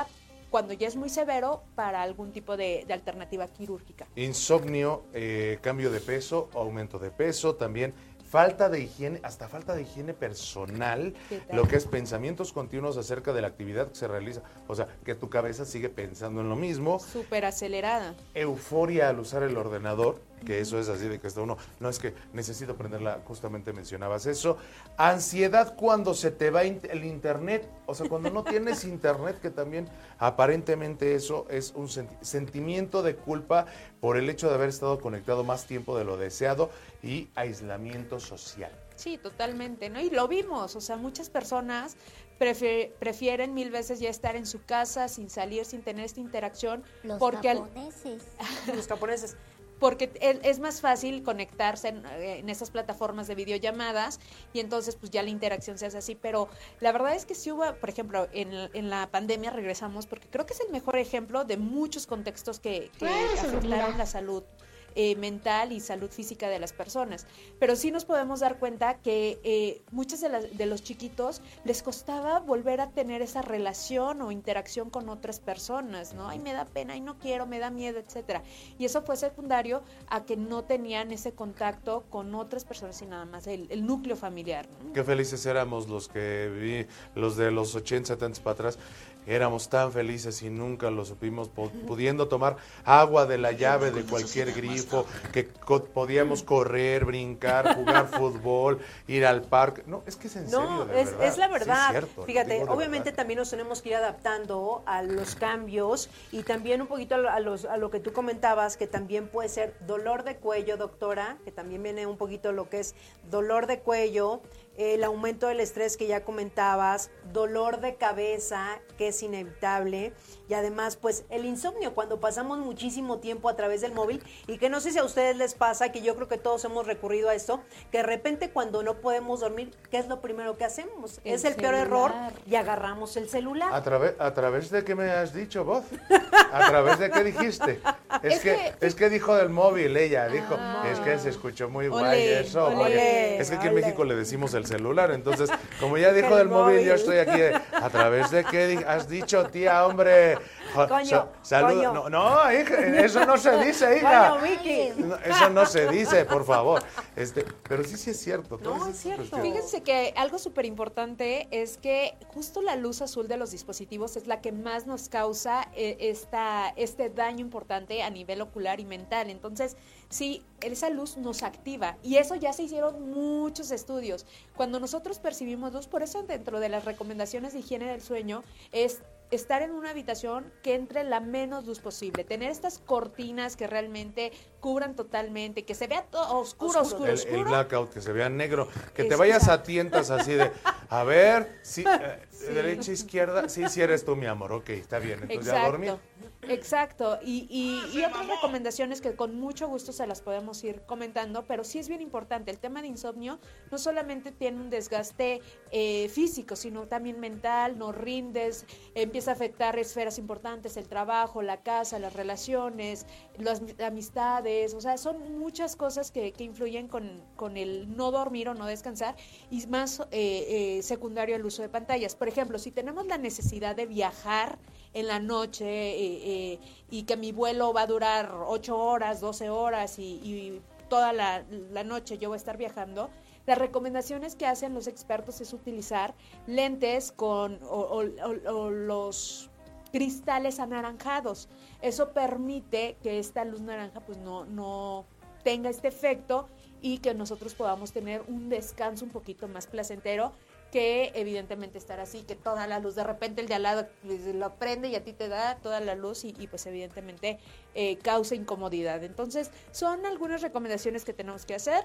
cuando ya es muy severo, para algún tipo de, de alternativa quirúrgica. Insomnio, eh, cambio de peso, aumento de peso, también falta de higiene, hasta falta de higiene personal, lo que es pensamientos continuos acerca de la actividad que se realiza, o sea, que tu cabeza sigue pensando en lo mismo. Súper acelerada. Euforia al usar el ordenador, que eso es así de que está uno, no es que necesito prenderla, justamente mencionabas eso. Ansiedad cuando se te va el internet, o sea, cuando no tienes internet, que también aparentemente eso es un senti- sentimiento de culpa por el hecho de haber estado conectado más tiempo de lo deseado y aislamiento social. Sí, totalmente, ¿no? Y lo vimos, o sea, muchas personas prefier, prefieren mil veces ya estar en su casa, sin salir, sin tener esta interacción. Los porque japoneses. Al, Los japoneses. Porque es más fácil conectarse en, en esas plataformas de videollamadas y entonces pues ya la interacción se hace así, pero la verdad es que sí hubo, por ejemplo, en, en la pandemia regresamos, porque creo que es el mejor ejemplo de muchos contextos que, que afectaron la salud Eh, mental y salud física de las personas, pero sí nos podemos dar cuenta que eh, muchos de, las, de los chiquitos les costaba volver a tener esa relación o interacción con otras personas, ¿no? Ay, me da pena, ay, no quiero, me da miedo, etcétera. Y eso fue secundario a que no tenían ese contacto con otras personas y nada más el, el núcleo familiar, ¿no? Qué felices éramos los que vi, los de los ochenta, setenta para atrás. Éramos tan felices y nunca lo supimos, po- pudiendo tomar agua de la llave de cualquier grifo, que co- podíamos correr, brincar, jugar fútbol, ir al parque. No, es que es en serio, No, de es, verdad. es la Sí, verdad. cierto, lo Fíjate, digo de obviamente verdad. también nos tenemos que ir adaptando a los cambios y también un poquito a lo, a los, a lo que tú comentabas, que también puede ser dolor de cuello, doctora, que también viene un poquito lo que es dolor de cuello, el aumento del estrés que ya comentabas, dolor de cabeza, que es inevitable, y además, pues, el insomnio, cuando pasamos muchísimo tiempo a través del móvil, y que no sé si a ustedes les pasa, que yo creo que todos hemos recurrido a esto, que de repente cuando no podemos dormir, ¿qué es lo primero que hacemos? El es el peor celular. error, y agarramos el celular. ¿A, través, ¿A través de qué me has dicho vos? ¿A través de qué dijiste? Es, Es que, que- es que dijo del móvil ella, dijo, Ah. es que se escuchó muy Ole, guay eso. ole, porque es que aquí en ole. México le decimos el celular, entonces, como ya dijo El del móvil, yo móvil. estoy aquí, de, ¿a través de qué di- has dicho, tía, hombre? Jo- Coño, sa- saluda- coño. No, no, hija, eso no se dice, hija. Coño, Vicky. No, eso no se dice, por favor. Este, pero sí, sí es cierto. todas No, esas es cierto. cuestiones. Fíjense que algo súper importante es que justo la luz azul de los dispositivos es la que más nos causa eh, esta, este daño importante a nivel ocular y mental. Entonces, sí, esa luz nos activa y eso ya se hicieron muchos estudios. Cuando nosotros percibimos luz, por eso dentro de las recomendaciones de higiene del sueño es estar en una habitación que entre la menos luz posible, tener estas cortinas que realmente cubran totalmente, que se vea todo oscuro, oscuro, El, oscuro. el blackout, que se vea negro, que te Exacto. vayas a tientas así de, a ver, sí, eh, derecha, izquierda, sí, sí eres tú, mi amor, ok, está bien, entonces ya a dormir. Exacto, exacto. Y, y, y otras recomendaciones que con mucho gusto se las podemos ir comentando, pero sí es bien importante. El tema de insomnio no solamente tiene un desgaste eh, físico, sino también mental, no rindes, empieza a afectar esferas importantes, el trabajo, la casa, las relaciones, las amistades, o sea, son muchas cosas que, que influyen con, con el no dormir o no descansar y más eh, eh, secundario el uso de pantallas. Por ejemplo, si tenemos la necesidad de viajar en la noche eh, eh, y que mi vuelo va a durar ocho horas, doce horas y, y toda la, la noche yo voy a estar viajando, las recomendaciones que hacen los expertos es utilizar lentes con o, o, o, o los cristales anaranjados. Eso permite que esta luz naranja pues no, no tenga este efecto y que nosotros podamos tener un descanso un poquito más placentero que evidentemente estar así, que toda la luz, de repente el de al lado pues, lo prende y a ti te da toda la luz y, y pues evidentemente eh, causa incomodidad. Entonces son algunas recomendaciones que tenemos que hacer.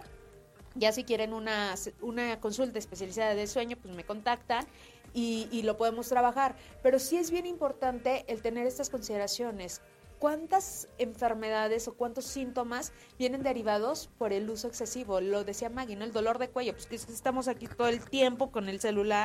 Ya si quieren una, una consulta especializada de sueño, pues me contactan y, y lo podemos trabajar. Pero sí es bien importante el tener estas consideraciones. ¿Cuántas enfermedades o cuántos síntomas vienen derivados por el uso excesivo? Lo decía Maggie, ¿no? El dolor de cuello, pues que es que estamos aquí todo el tiempo con el celular,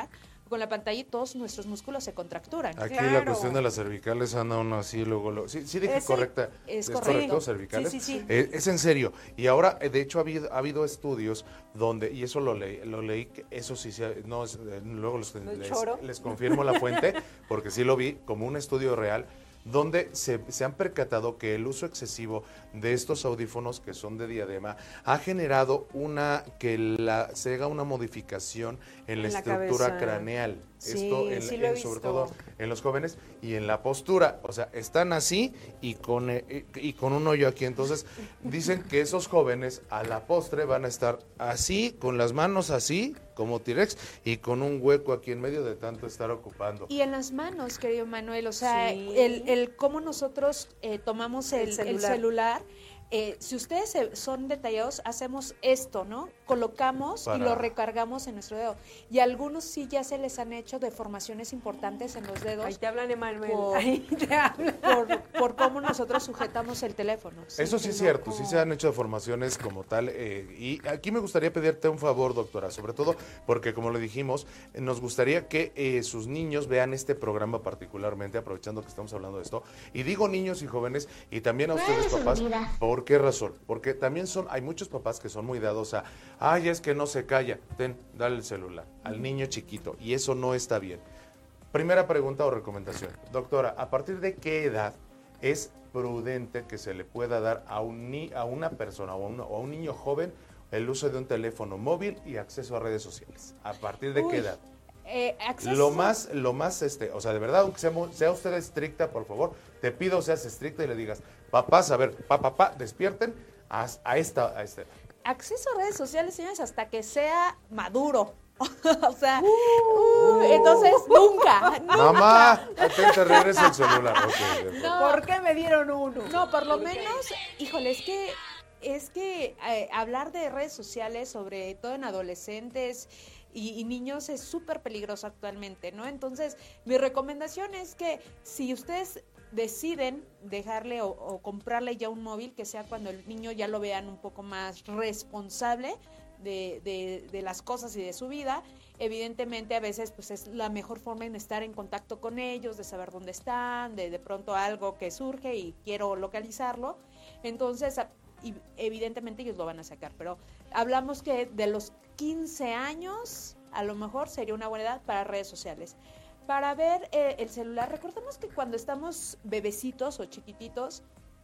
con la pantalla y todos nuestros músculos se contracturan. Aquí Claro. la cuestión de las cervicales anda uno así, luego, luego. Sí, sí dije Eh, sí, correcta. es correcto, correcto. cervicales. Sí, sí, sí. Eh, es en serio. Y ahora, eh, de hecho, ha habido, ha habido estudios donde, y eso lo leí, lo leí, que eso sí, se- no es, eh, luego los- ¿No es les, choro? les confirmo la fuente, porque sí lo vi como un estudio real, donde se, se han percatado que el uso excesivo de estos audífonos que son de diadema ha generado una, que la, se haga una modificación en la, En la estructura cabeza. craneal. Sí, Esto en- sí lo he en- sobre visto. todo en los jóvenes y en la postura, o sea, están así y con, eh, y, y con un hoyo aquí. Entonces, dicen que esos jóvenes a la postre van a estar así, con las manos así, como T-Rex, y con un hueco aquí en medio de tanto estar ocupando. Y en las manos, querido Manuel, o sea, Sí. el, el cómo nosotros eh, tomamos el, El el celular. celular, eh, si ustedes se- son detallados, hacemos esto, ¿no? Colocamos y Para- lo recargamos en nuestro dedo. Y a algunos sí ya se les han hecho deformaciones importantes en los dedos Ahí te hablan, Emanuel. Por- Ahí te hablan. por, por cómo nosotros sujetamos el teléfono. Eso sí qué es cierto, loco. sí se han hecho deformaciones como tal. eh, y aquí me gustaría pedirte un favor, doctora, sobre todo porque, como le dijimos, eh, nos gustaría que eh, sus niños vean este programa particularmente, aprovechando que estamos hablando de esto. Y digo niños y jóvenes, y también a ustedes, papás. ¿Por qué razón? Porque también son, hay muchos papás que son muy dados a, ay, es que no se calla, ten, dale el celular al niño chiquito, y eso no está bien. Primera pregunta o recomendación. Doctora, ¿a partir de qué edad es prudente que se le pueda dar a, un ni- a una persona o a, un- o a un niño joven el uso de un teléfono móvil y acceso a redes sociales? ¿A partir de Uy, qué edad? eh, acceso- Lo más, lo más, este, o sea, de verdad, aunque sea, mu- sea usted estricta, por favor, te pido seas estricta y le digas, papás, a ver, papá, papá, despierten a, a esta, a esta edad. acceso a redes sociales, señores, hasta que sea maduro. O sea, uh, entonces nunca, nunca. Mamá, ¿a qué te regresa el celular? Ok, de acuerdo. ¿Por qué me dieron uno? No, por lo menos, híjole, es que es que eh, hablar de redes sociales, sobre todo en adolescentes y, y niños, es súper peligroso actualmente, ¿no? Entonces, mi recomendación es que si ustedes deciden dejarle o, o comprarle ya un móvil, que sea cuando el niño ya lo vean un poco más responsable de, de, de las cosas y de su vida. Evidentemente a veces pues es la mejor forma en estar en contacto con ellos, de saber dónde están, de de pronto algo que surge y quiero localizarlo. Entonces, a- y evidentemente ellos lo van a sacar, pero hablamos que de los quince años a lo mejor sería una buena edad para redes sociales. Para ver eh, el celular, recordemos que cuando estamos bebecitos o chiquititos,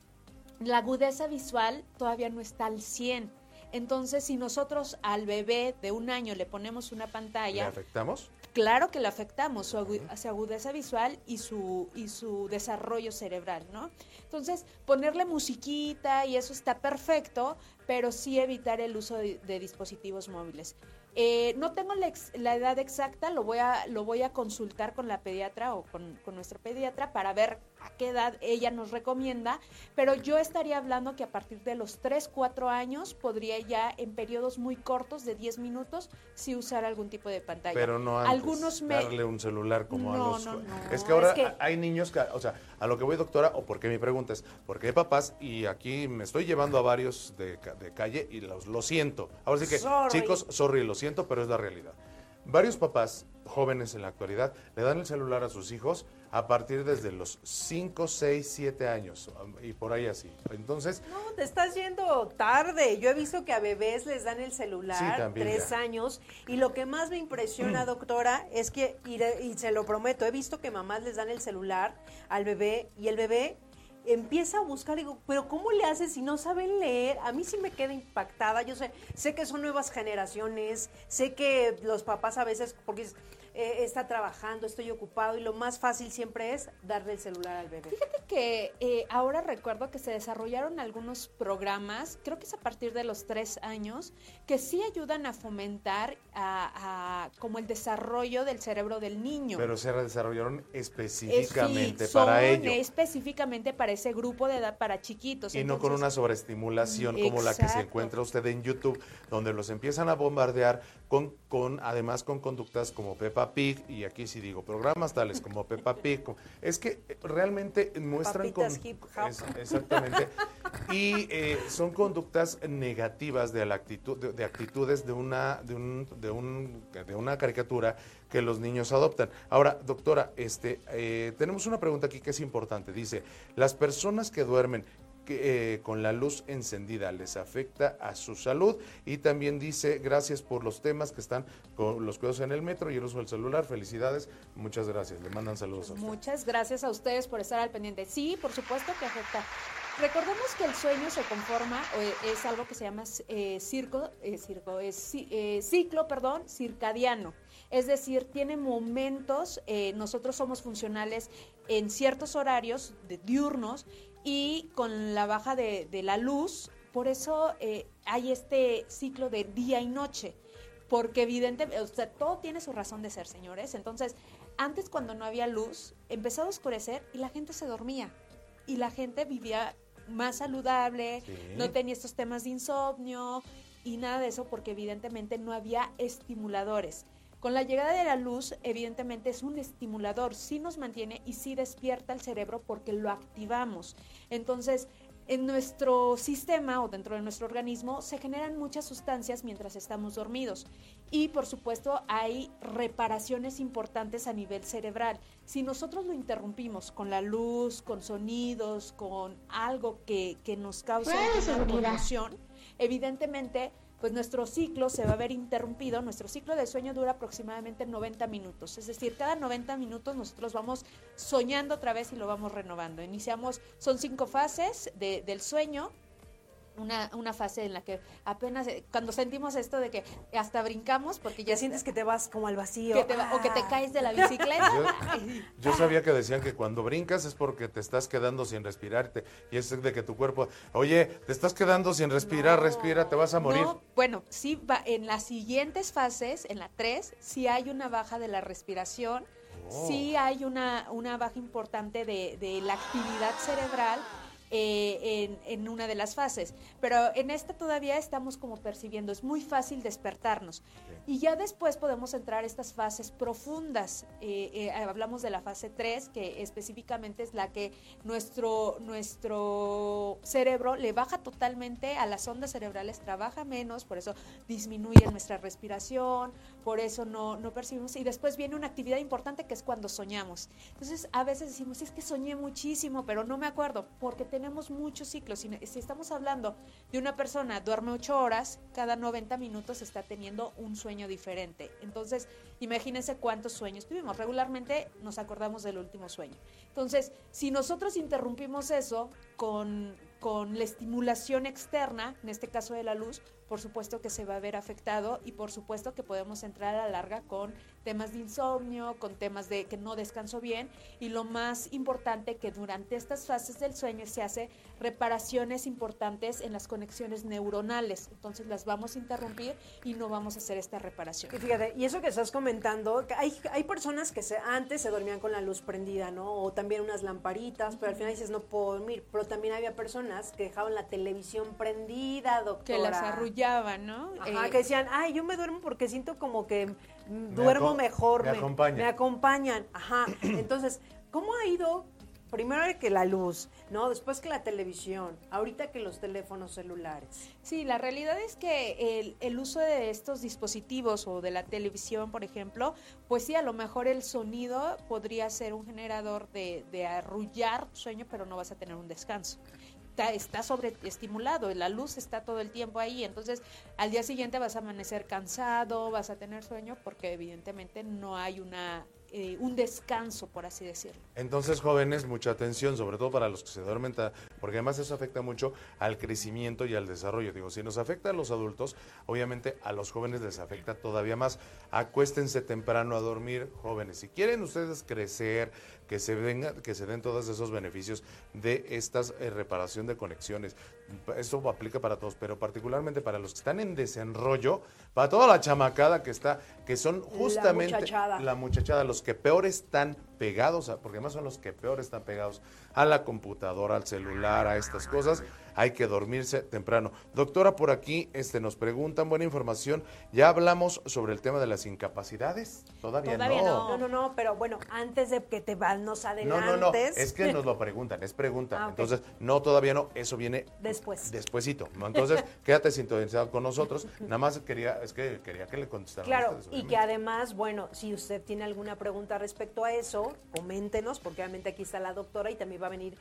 la agudeza visual todavía no está al cien. Entonces, si nosotros al bebé de un año le ponemos una ¿Le pantalla, afectamos? claro que le afectamos su, agu- su agudeza visual y su, y su desarrollo cerebral, ¿no? Entonces, ponerle musiquita y eso está perfecto, pero sí evitar el uso de, de dispositivos móviles. Eh, no tengo la, ex- la edad exacta, lo voy a, lo voy a consultar con la pediatra o con, con nuestra pediatra para ver a qué edad ella nos recomienda, pero yo estaría hablando que a partir de los tres, cuatro años podría ya en periodos muy cortos de diez minutos sí usar algún tipo de pantalla. Pero no antes, Algunos me- darle un celular como No, a los... no, no, es que ahora es que- hay niños que, o sea, a lo que voy, doctora, o por qué mi pregunta es, porque hay papás, y aquí me estoy llevando a varios de, ca- de calle y los, lo siento. Ahora sí que, Sorry. chicos, sorry, lo siento, pero es la realidad. Varios papás jóvenes en la actualidad le dan el celular a sus hijos a partir desde los cinco, seis, siete años y por ahí así. Entonces, No, te estás yendo tarde. Yo he visto que a bebés les dan el Sí, celular, también tres ya. años, y lo que más me impresiona, doctora, es que, y, de- y se lo prometo, he visto que mamás les dan el celular al bebé y el bebé empieza a buscar y digo, pero ¿cómo le haces si no saben leer? A mí sí me queda impactada. Yo sé, sé que son nuevas generaciones, sé que los papás a veces, porque es- eh, está trabajando, estoy ocupado, y lo más fácil siempre es darle el celular al bebé. Fíjate que eh, ahora recuerdo que se desarrollaron algunos programas, creo que es a partir de los tres años, que sí ayudan a fomentar a, a como el desarrollo del cerebro del niño. pero se desarrollaron Eh, específicamente sí, para son ello. específicamente para ese grupo de edad, para chiquitos. Y no con Entonces, una sobreestimulación como la que se Exacto. encuentra usted en YouTube, donde los empiezan a bombardear con, con además con conductas como Peppa Pig, y aquí sí digo, programas tales como Peppa Pig. como- es que eh, realmente muestran con... Papitas Hip Hop. es- exactamente. y eh, son conductas negativas de la actitud, de, de actitudes de una, de un, de un, de una caricatura que los niños adoptan. Ahora, doctora, este, eh, tenemos una pregunta aquí que es importante. Dice, las personas que duermen que, eh, con la luz encendida les afecta a su salud, y también dice, gracias por los temas que están con los cuidados en el metro y el uso del celular. Felicidades, muchas gracias. Le mandan saludos a usted. Muchas gracias a ustedes por estar al pendiente. Sí, por supuesto que afecta. Recordemos que el sueño se conforma, o es algo que se llama eh, circo, eh, circo es, eh, ciclo, perdón, circadiano. Es decir, tiene momentos, eh, nosotros somos funcionales en ciertos horarios de, diurnos, y con la baja de, de la luz, por eso eh, hay este ciclo de día y noche, porque evidentemente, o sea, todo tiene su razón de ser, señores. Entonces, antes cuando no había luz, empezó a oscurecer y la gente se dormía, y la gente vivía más saludable, sí. No tenía estos temas de insomnio y nada de eso, porque evidentemente no había estimuladores. Con la llegada de la luz, evidentemente es un estimulador, sí nos mantiene y sí despierta el cerebro porque lo activamos. Entonces, en nuestro sistema o dentro de nuestro organismo se generan muchas sustancias mientras estamos dormidos, y por supuesto hay reparaciones importantes a nivel cerebral. Si nosotros lo interrumpimos con la luz, con sonidos, con algo que, que nos cause una conmoción, evidentemente pues nuestro ciclo se va a ver interrumpido. Nuestro ciclo de sueño dura aproximadamente noventa minutos, es decir, cada noventa minutos nosotros vamos soñando otra vez y lo vamos renovando. Iniciamos, son cinco fases de, del sueño. Una, una fase en la que apenas, cuando sentimos esto de que hasta brincamos, porque ya te sientes que te vas como al vacío. Que te va, ah. O que te caes de la bicicleta. Yo, yo sabía que decían que cuando brincas es porque te estás quedando sin respirarte, y es de que tu cuerpo, oye, te estás quedando sin respirar, no, respira, te vas a morir. No, bueno, sí, va, en las siguientes fases, en la tres, sí hay una baja de la respiración, oh. sí hay una, una baja importante de, de la actividad cerebral, Eh, en, en una de las fases, pero en esta todavía estamos como percibiendo, es muy fácil despertarnos, okay. Y ya después podemos entrar a estas fases profundas. eh, eh, hablamos de la fase tres, que específicamente es la que nuestro, nuestro cerebro le baja totalmente a las ondas cerebrales, trabaja menos, por eso disminuye nuestra respiración, por eso no, no percibimos, y después viene una actividad importante que es cuando soñamos. Entonces a veces decimos, es que soñé muchísimo, pero no me acuerdo, porque tenemos muchos ciclos. Si, si estamos hablando de una persona duerme ocho horas, cada noventa minutos está teniendo un sueño diferente. Entonces, imagínense cuántos sueños tuvimos. Regularmente nos acordamos del último sueño. Entonces, si nosotros interrumpimos eso con, con la estimulación externa, en este caso de la luz, por supuesto que se va a ver afectado, y por supuesto que podemos entrar a la larga con temas de insomnio, con temas de que no descanso bien, y lo más importante que durante estas fases del sueño se hace reparaciones importantes en las conexiones neuronales. Entonces las vamos a interrumpir y no vamos a hacer esta reparación. Y fíjate, y eso que estás comentando, hay, hay personas que se, antes se dormían con la luz prendida, ¿no? O también unas lamparitas, pero al final dices, no puedo dormir. Pero también había personas que dejaban la televisión prendida, doctora. Que las arrullaban, ¿no? Ajá, eh, que decían, ay, yo me duermo porque siento como que duermo me mejor. Me, me acompañan. Me acompañan, ajá. Entonces, ¿cómo ha ido? Primero que la luz, ¿no? Después que la televisión, ahorita que los teléfonos celulares. Sí, la realidad es que el, el uso de estos dispositivos o de la televisión, por ejemplo, pues sí, a lo mejor el sonido podría ser un generador de, de arrullar tu sueño, pero no vas a tener un descanso. Está, está sobreestimulado, la luz está todo el tiempo ahí, entonces al día siguiente vas a amanecer cansado, vas a tener sueño, porque evidentemente no hay una... Eh, un descanso, por así decirlo. Entonces, jóvenes, mucha atención, sobre todo para los que se duermen, porque además eso afecta mucho al crecimiento y al desarrollo. Digo, si nos afecta a los adultos, obviamente a los jóvenes les afecta todavía más. Acuéstense temprano a dormir, jóvenes. Si quieren ustedes crecer, que se venga, que se den todos esos beneficios de esta eh, reparación de conexiones. Eso aplica para todos, pero particularmente para los que están en desenrollo, para toda la chamacada que está, que son justamente la muchachada, la muchachada los que peor están pegados, a, porque además son los que peor están pegados a la computadora, al celular, a estas cosas. hay que dormirse temprano. Doctora, por aquí este, nos preguntan, buena información, ya hablamos sobre el tema de las incapacidades, todavía, Todavía no. No, no, no, pero bueno, antes de que te va- nos No, adelantes. no, no, es que nos lo preguntan, es pregunta. Ah, ok. Entonces, no, todavía no, eso viene Después. despuesito. Entonces, quédate sintonizado con nosotros. Nada más quería, es que quería que le contestaran Claro, ustedes, y obviamente. que además, bueno, si usted tiene alguna pregunta respecto a eso, coméntenos, porque obviamente aquí está la doctora y también va a venir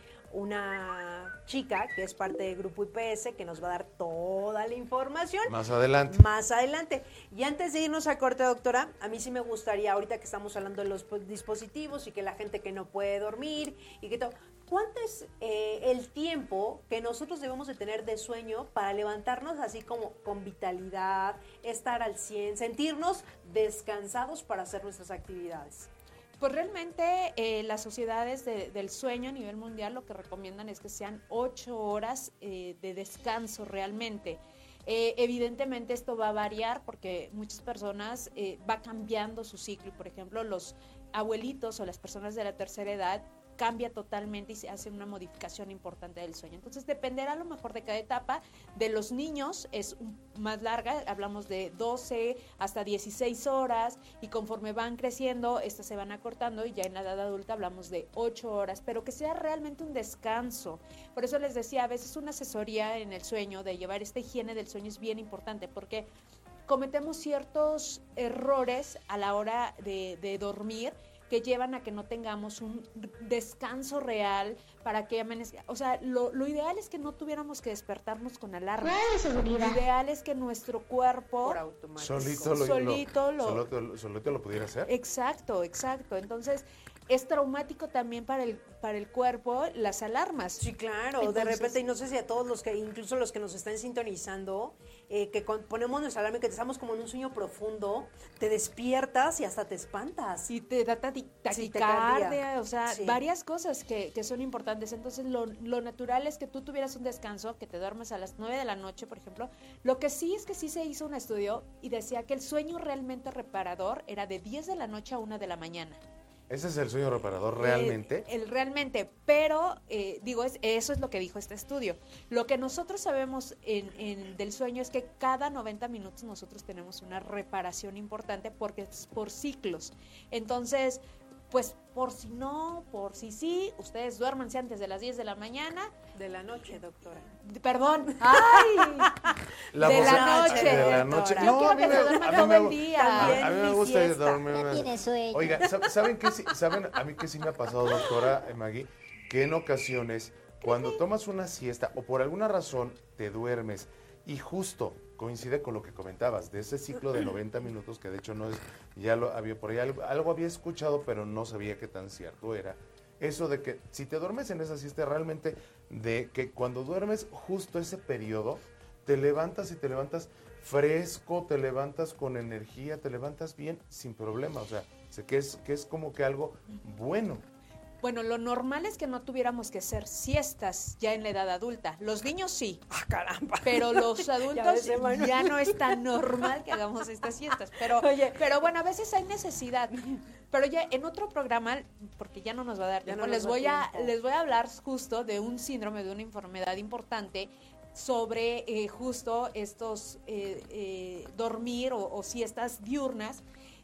una chica que es parte del grupo I P S que nos va a dar toda la información. Más adelante. Más adelante. Y antes de irnos a corte, doctora, a mí sí me gustaría, ahorita que estamos hablando de los pues, dispositivos y que la gente que no puede dormir y que todo, ¿cuánto es eh, el tiempo que nosotros debemos de tener de sueño para levantarnos así como con vitalidad, estar al cien, sentirnos descansados para hacer nuestras actividades? Pues realmente eh, las sociedades de- del sueño a nivel mundial lo que recomiendan es que sean ocho horas eh, de descanso realmente. Eh, evidentemente esto va a variar porque muchas personas eh, va cambiando su ciclo y por ejemplo los abuelitos o las personas de la tercera edad cambia totalmente y se hace una modificación importante del sueño. Entonces dependerá a lo mejor de cada etapa. De los niños es un- más larga, hablamos de doce hasta dieciséis horas y conforme van creciendo, estas se van acortando y ya en la edad adulta hablamos de ocho horas, pero que sea realmente un descanso. Por eso les decía, a veces una asesoría en el sueño, de llevar esta higiene del sueño es bien importante porque cometemos ciertos errores a la hora de, de dormir que llevan a que no tengamos un descanso real para que amanezca. O sea, lo, lo ideal es que no tuviéramos que despertarnos con alarma. Lo ideal es que nuestro cuerpo... Por automático. Solito lo, Solito lo, lo- solito, solito lo pudiera hacer. Exacto, exacto. Entonces, es traumático también para el, para el cuerpo las alarmas. Sí, claro, de Entonces- repente, y no sé si a todos los que, incluso los que nos están sintonizando, eh, que con- ponemos nuestra alarma y que estamos como en un sueño profundo, te despiertas y hasta te espantas. Y te da tati- Sí, taquicardia, taquicardia. o sea, Sí. varias cosas que, que son importantes. Entonces, lo, lo natural es que tú tuvieras un descanso, que te duermes a las nueve de la noche, por ejemplo. Lo que sí es que sí se hizo un estudio y decía que el sueño realmente reparador era de diez de la noche a una de la mañana. Ese es el sueño reparador realmente. El, el realmente, pero eh, digo, es, eso es lo que dijo este estudio. Lo que nosotros sabemos en, en, del sueño es que cada noventa minutos nosotros tenemos una reparación importante porque es por ciclos. Entonces, pues por si no, por si sí, ustedes duérmanse antes de las diez de la mañana. De la noche, doctora. Perdón. ¡Ay! La de voz- la noche. De la noche. Yo Yo quiero a mí que me- se duerman a mí todo me- el día. También. A, a mí me mi gusta siesta. dormir. Ya una- tiene sueño. Oiga, ¿sab- ¿saben qué? sí- ¿Saben a mí qué sí me ha pasado, doctora eh, Maggie? Que en ocasiones, cuando tomas una siesta o por alguna razón te duermes y justo coincide con lo que comentabas, de ese ciclo de noventa minutos, que de hecho no es, ya lo había por ahí, algo, algo había escuchado, pero no sabía qué tan cierto era. Eso de que si te duermes en esa siesta, realmente de que cuando duermes justo ese periodo, te levantas y te levantas fresco, te levantas con energía, te levantas bien, sin problema. O sea, sé que es, que es como que algo bueno. Bueno, lo normal es que no tuviéramos que hacer siestas ya en la edad adulta. Los niños sí. ¡Ah, caramba! Pero los Ya adultos ves, Emanuel. ya no es tan normal que hagamos estas siestas. Pero, Oye. pero bueno, a veces hay necesidad. Pero ya en otro programa, porque ya no nos va a dar Ya tiempo, no nos les da voy a tiempo. les voy a hablar justo de un síndrome, de una enfermedad importante sobre eh, justo estos eh, eh, dormir o, o siestas diurnas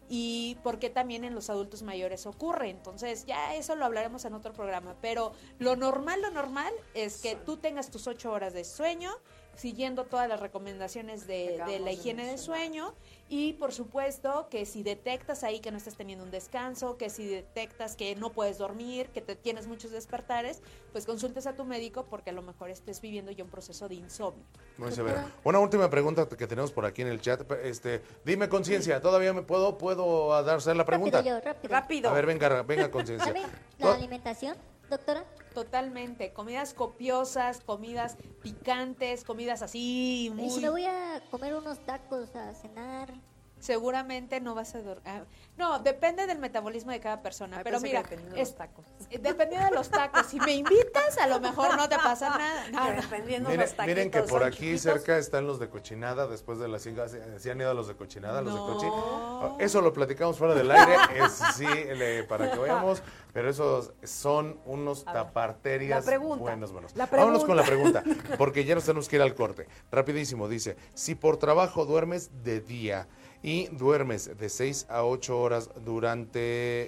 y por qué también en los adultos mayores ocurre. Entonces ya eso lo hablaremos en otro programa, pero lo normal, lo normal es que tú tengas tus ocho horas de sueño, siguiendo todas las recomendaciones de, Acabamos de la de higiene del mencionar. sueño y por supuesto que si detectas ahí que no estás teniendo un descanso, que si detectas que no puedes dormir, que te tienes muchos despertares, pues consultes a tu médico porque a lo mejor estés viviendo ya un proceso de insomnio. Muy severo. Una última pregunta que tenemos por aquí en el chat. Este, dime, Conciencia, ¿todavía me puedo puedo a dar hacer la pregunta? Rápido yo, rápido. Rápido. A ver, venga, venga, Conciencia. ¿Saben To- la alimentación, doctora? Totalmente, comidas copiosas, comidas picantes, comidas así Y muy... si me voy a comer unos tacos a cenar, seguramente no vas a dormir. No, depende del metabolismo de cada persona. Ay, pero pensé mira, que dependiendo de es, los tacos. dependiendo de los tacos. Si me invitas, a lo mejor no te pasa nada. No, no. Dependiendo de Miren, los taquitos. miren que por son aquí chiquitos. cerca están los de cochinada, después de las cinco, ¿sí han ido a los de cochinada, los No. de cochi? Eso lo platicamos fuera del aire, es, sí, le- para que vayamos, pero esos son unos A ver, taparterias la pregunta, buenos, buenos. la Vámonos con la pregunta. pregunta, porque ya nos tenemos que ir al corte. Rapidísimo, dice, si por trabajo duermes de día y duermes de seis a ocho horas durante,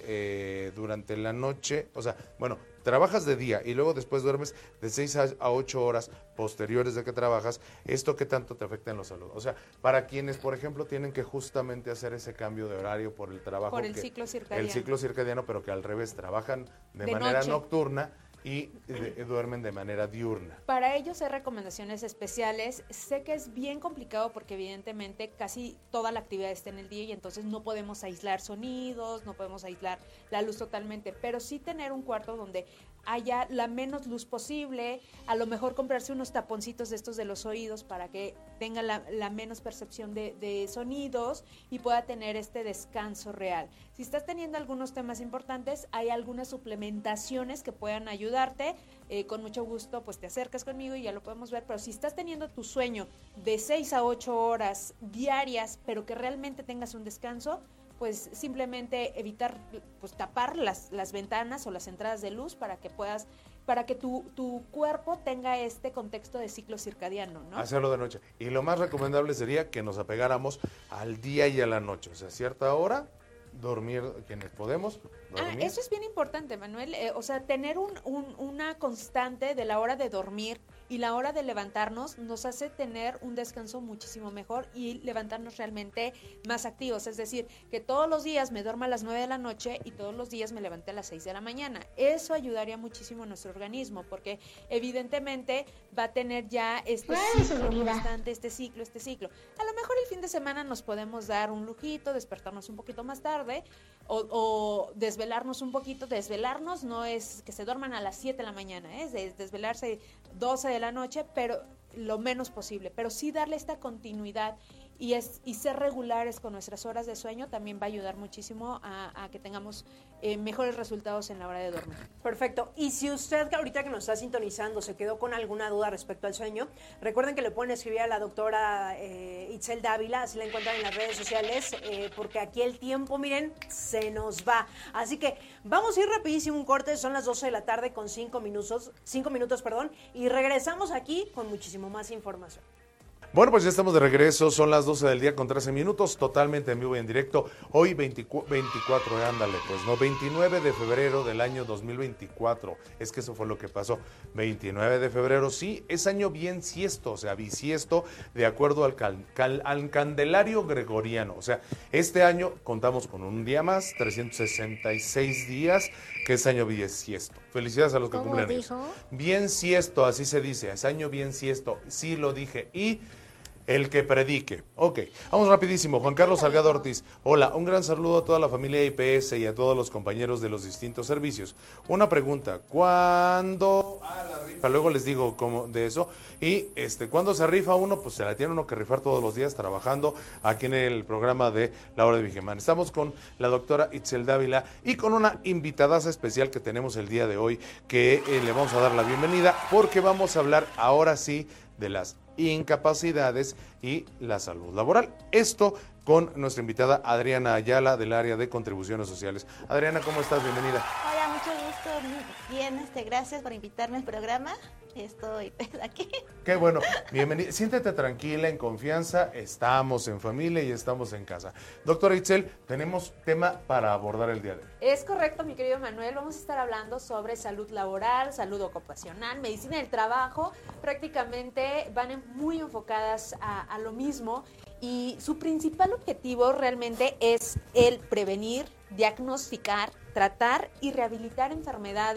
eh, durante la noche, o sea, bueno, trabajas de día y luego después duermes de seis a ocho horas posteriores de que trabajas, ¿esto qué tanto te afecta en la salud? O sea, para quienes, por ejemplo, tienen que justamente hacer ese cambio de horario por el trabajo. Por el que- ciclo circadiano. El ciclo circadiano, pero que al revés, trabajan de, De manera noche. nocturna y eh, duermen de manera diurna. Para ellos hay recomendaciones especiales. Sé que es bien complicado porque evidentemente casi toda la actividad está en el día y entonces no podemos aislar sonidos, no podemos aislar la luz totalmente, pero sí tener un cuarto donde haya la menos luz posible, a lo mejor comprarse unos taponcitos de estos de los oídos para que tenga la, la menos percepción de, de sonidos y pueda tener este descanso real. Si estás teniendo algunos temas importantes, hay algunas suplementaciones que puedan ayudarte, eh, con mucho gusto pues te acercas conmigo y ya lo podemos ver, pero si estás teniendo tu sueño de seis a ocho horas diarias, pero que realmente tengas un descanso, pues simplemente evitar, pues tapar las, las ventanas o las entradas de luz para que puedas, para que tu, tu cuerpo tenga este contexto de ciclo circadiano, ¿no? Hacerlo de noche. Y lo más recomendable sería que nos apegáramos al día y a la noche. O sea, a cierta hora, dormir quienes podemos. Ah, Dormir. eso es bien importante, Manuel. Eh, o sea, tener un, un- una constante de la hora de dormir y la hora de levantarnos nos hace tener un descanso muchísimo mejor y levantarnos realmente más activos. Es decir, que todos los días me duerma a las nueve de la noche y todos los días me levante a las seis de la mañana. Eso ayudaría muchísimo a nuestro organismo porque evidentemente va a tener ya este ciclo constante, este ciclo, este ciclo. A lo mejor el fin de semana nos podemos dar un lujito, despertarnos un poquito más tarde o, o desvelarnos un poquito. Desvelarnos no es que se duerman a las siete de la mañana, ¿eh? es de- desvelarse doce de la noche, pero lo menos posible, pero sí darle esta continuidad y es y ser regulares con nuestras horas de sueño también va a ayudar muchísimo a, a que tengamos eh, mejores resultados en la hora de dormir. Perfecto. Y si usted ahorita que nos está sintonizando se quedó con alguna duda respecto al sueño, recuerden que le pueden escribir a la doctora eh, Itzel Dávila, así la encuentran en las redes sociales, eh, porque aquí el tiempo, miren, se nos va. Así que vamos a ir rapidísimo un corte, son las doce de la tarde con cinco minutos, cinco minutos, perdón, y regresamos aquí con muchísimo más información. Bueno, pues ya estamos de regreso, son las doce del día con trece minutos, totalmente en vivo y en directo. Hoy veinticuatro, veinticuatro, eh, ándale, pues no, veintinueve de febrero del año dos mil veinticuatro. Es que eso fue lo que pasó. veintinueve de febrero, sí, es año bisiesto, o sea, bisiesto de acuerdo al, cal, cal, al candelario gregoriano. O sea, este año contamos con un día más, trescientos sesenta y seis días, que es año bisiesto. Felicidades a los que ¿Cómo cumplen años. dijo? Bisiesto, así se dice, es año bisiesto, sí lo dije. Y el que predique. Ok, vamos rapidísimo. Juan Carlos Salgado Ortiz. Hola, un gran saludo a toda la familia I P S y a todos los compañeros de los distintos servicios. Una pregunta, ¿cuándo? Ah, la rifa. Luego les digo cómo de eso. Y este, ¿cuándo se rifa uno? Pues se la tiene uno que rifar todos los días trabajando aquí en el programa de La Hora de Vigimán. Estamos con la doctora Itzel Dávila y con una invitadaza especial que tenemos el día de hoy, que eh, le vamos a dar la bienvenida porque vamos a hablar ahora sí de las incapacidades y la salud laboral. Esto con nuestra invitada Adriana Ayala del área de contribuciones sociales. Adriana, ¿cómo estás? Bienvenida. Hola, mucho gusto. Bien, este, gracias por invitarme al programa. Estoy aquí. Qué bueno, bienvenida. Siéntete tranquila, en confianza. Estamos en familia y estamos en casa. Doctora Itzel, tenemos tema para abordar el día de hoy. Es correcto, mi querido Manuel. Vamos a estar hablando sobre salud laboral, salud ocupacional, medicina del trabajo. Prácticamente van en- muy enfocadas a, a lo mismo y su principal objetivo realmente es el prevenir, diagnosticar, tratar y rehabilitar enfermedades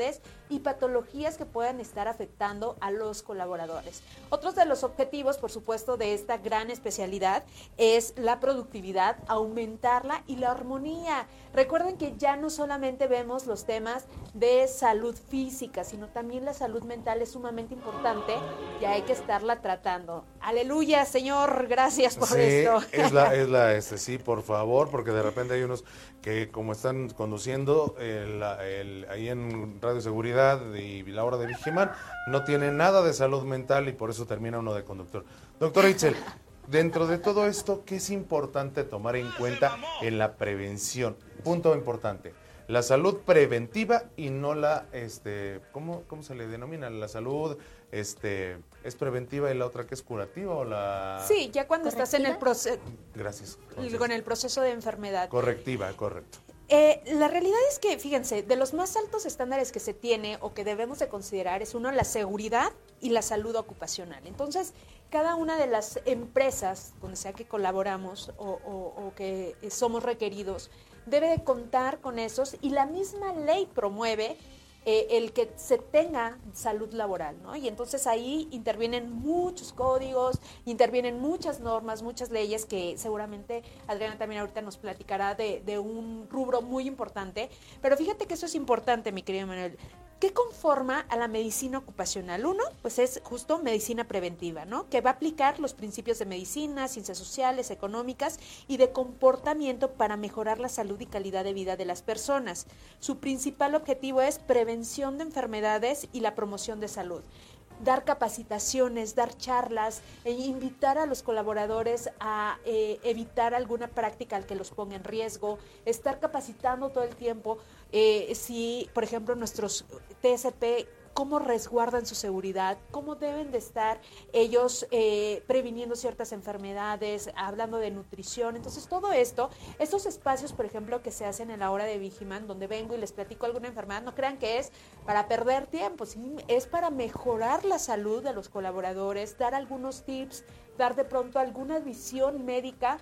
y patologías que puedan estar afectando a los colaboradores. Otros de los objetivos, por supuesto, de esta gran especialidad es la productividad, aumentarla y la armonía. Recuerden que ya no solamente vemos los temas de salud física, sino también la salud mental es sumamente importante y hay que estarla tratando. Aleluya, Señor, gracias por sí, esto. Es la, es la, este, sí, por favor, porque de repente hay unos que como están conduciendo el, el, ahí en Radio Seguridad y la hora de Vigiman, no tienen nada de salud mental y por eso termina uno de conductor. Doctora Itzel, dentro de todo esto, ¿qué es importante tomar en cuenta en la prevención? Punto importante. La salud preventiva y no la, este, ¿cómo, cómo se le denomina? La salud, este, ¿es preventiva y la otra que es curativa o la...? Sí, ya cuando estás en el proceso... Gracias. Con el proceso de enfermedad. Correctiva, correcto. Eh, la realidad es que, fíjense, de los más altos estándares que se tiene o que debemos de considerar es uno, la seguridad y la salud ocupacional. Entonces, cada una de las empresas, donde sea que colaboramos o, o, o que somos requeridos, debe de contar con esos y la misma ley promueve eh, el que se tenga salud laboral, ¿no? Y entonces ahí intervienen muchos códigos, intervienen muchas normas, muchas leyes que seguramente Adriana también ahorita nos platicará de, de un rubro muy importante. Pero fíjate que eso es importante, mi querido Manuel. ¿Qué conforma a la medicina ocupacional? Uno, pues es justo medicina preventiva, ¿no? Que va a aplicar los principios de medicina, ciencias sociales, económicas y de comportamiento para mejorar la salud y calidad de vida de las personas. Su principal objetivo es prevención de enfermedades y la promoción de salud. Dar capacitaciones, dar charlas e invitar a los colaboradores a eh, evitar alguna práctica al que los ponga en riesgo, estar capacitando todo el tiempo, eh, si, por ejemplo, nuestros T S P, cómo resguardan su seguridad, cómo deben de estar ellos eh, previniendo ciertas enfermedades, hablando de nutrición. Entonces, todo esto, estos espacios, por ejemplo, que se hacen en la hora de Vigiman, donde vengo y les platico alguna enfermedad, no crean que es para perder tiempo, ¿sí? Es para mejorar la salud de los colaboradores, dar algunos tips, dar de pronto alguna visión médica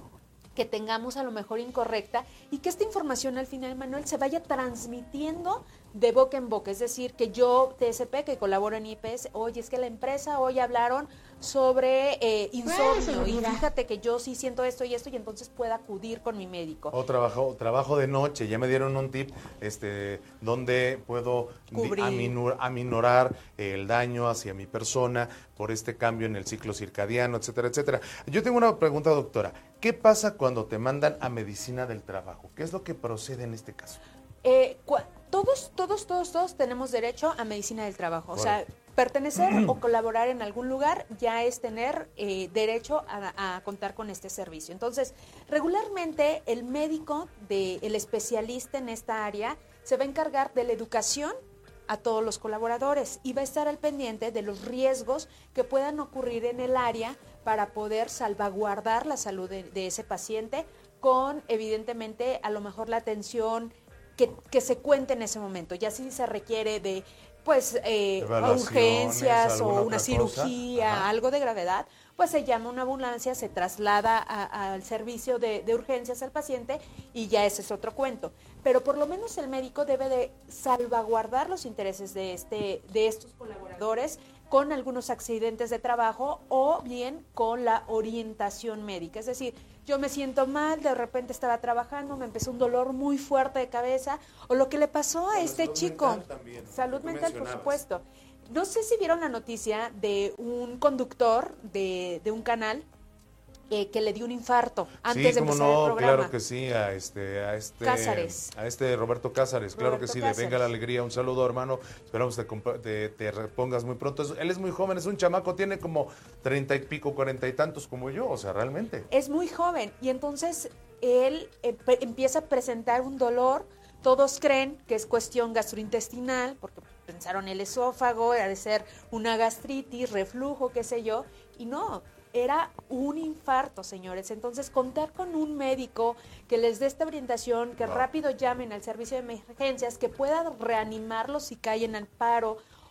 que tengamos a lo mejor incorrecta y que esta información al final, Manuel, se vaya transmitiendo de boca en boca. Es decir, que yo, T S P, que colaboro en I P S, oye, es que la empresa hoy hablaron sobre eh, insomnio y fíjate que yo sí siento esto y esto y entonces pueda acudir con mi médico. O trabajo, trabajo de noche, ya me dieron un tip este, donde puedo aminor, aminorar el daño hacia mi persona por este cambio en el ciclo circadiano, etcétera, etcétera. Yo tengo una pregunta, doctora. ¿Qué pasa cuando te mandan a medicina del trabajo? ¿Qué es lo que procede en este caso? Eh, todos, todos, todos, todos tenemos derecho a medicina del trabajo. Correcto. O sea, pertenecer o colaborar en algún lugar ya es tener eh, derecho a, a contar con este servicio. Entonces, regularmente el médico, de, el especialista en esta área, se va a encargar de la educación a todos los colaboradores y va a estar al pendiente de los riesgos que puedan ocurrir en el área para poder salvaguardar la salud de, de ese paciente con, evidentemente, a lo mejor la atención que, que se cuente en ese momento. Ya si se requiere de pues eh, urgencias o una cirugía, algo de gravedad, pues se llama una ambulancia, se traslada a, al servicio de, de urgencias al paciente y ya ese es otro cuento. Pero por lo menos el médico debe de salvaguardar los intereses de, este, de estos colaboradores con algunos accidentes de trabajo o bien con la orientación médica. Es decir, yo me siento mal, de repente estaba trabajando, me empezó un dolor muy fuerte de cabeza, o lo que le pasó a este chico. También, salud mental, por supuesto. No sé si vieron la noticia de un conductor de, de un canal eh, que le dio un infarto antes sí, de empezar no, el programa. Claro que sí, a este, a este, Cázares. a este Roberto Cázares, claro Roberto que sí, Cázares. de Venga la Alegría, un saludo hermano, esperamos te, te, te repongas muy pronto. Él es muy joven, es un chamaco, tiene como treinta y pico, cuarenta y tantos como yo, o sea, realmente. Es muy joven y entonces él eh, empieza a presentar un dolor, todos creen que es cuestión gastrointestinal, porque pensaron el esófago, ha de ser una gastritis, reflujo, qué sé yo, y no, era un infarto, señores. Entonces, contar con un médico que les dé esta orientación, que no. rápido llamen al servicio de emergencias, que pueda reanimarlos si caen al paro,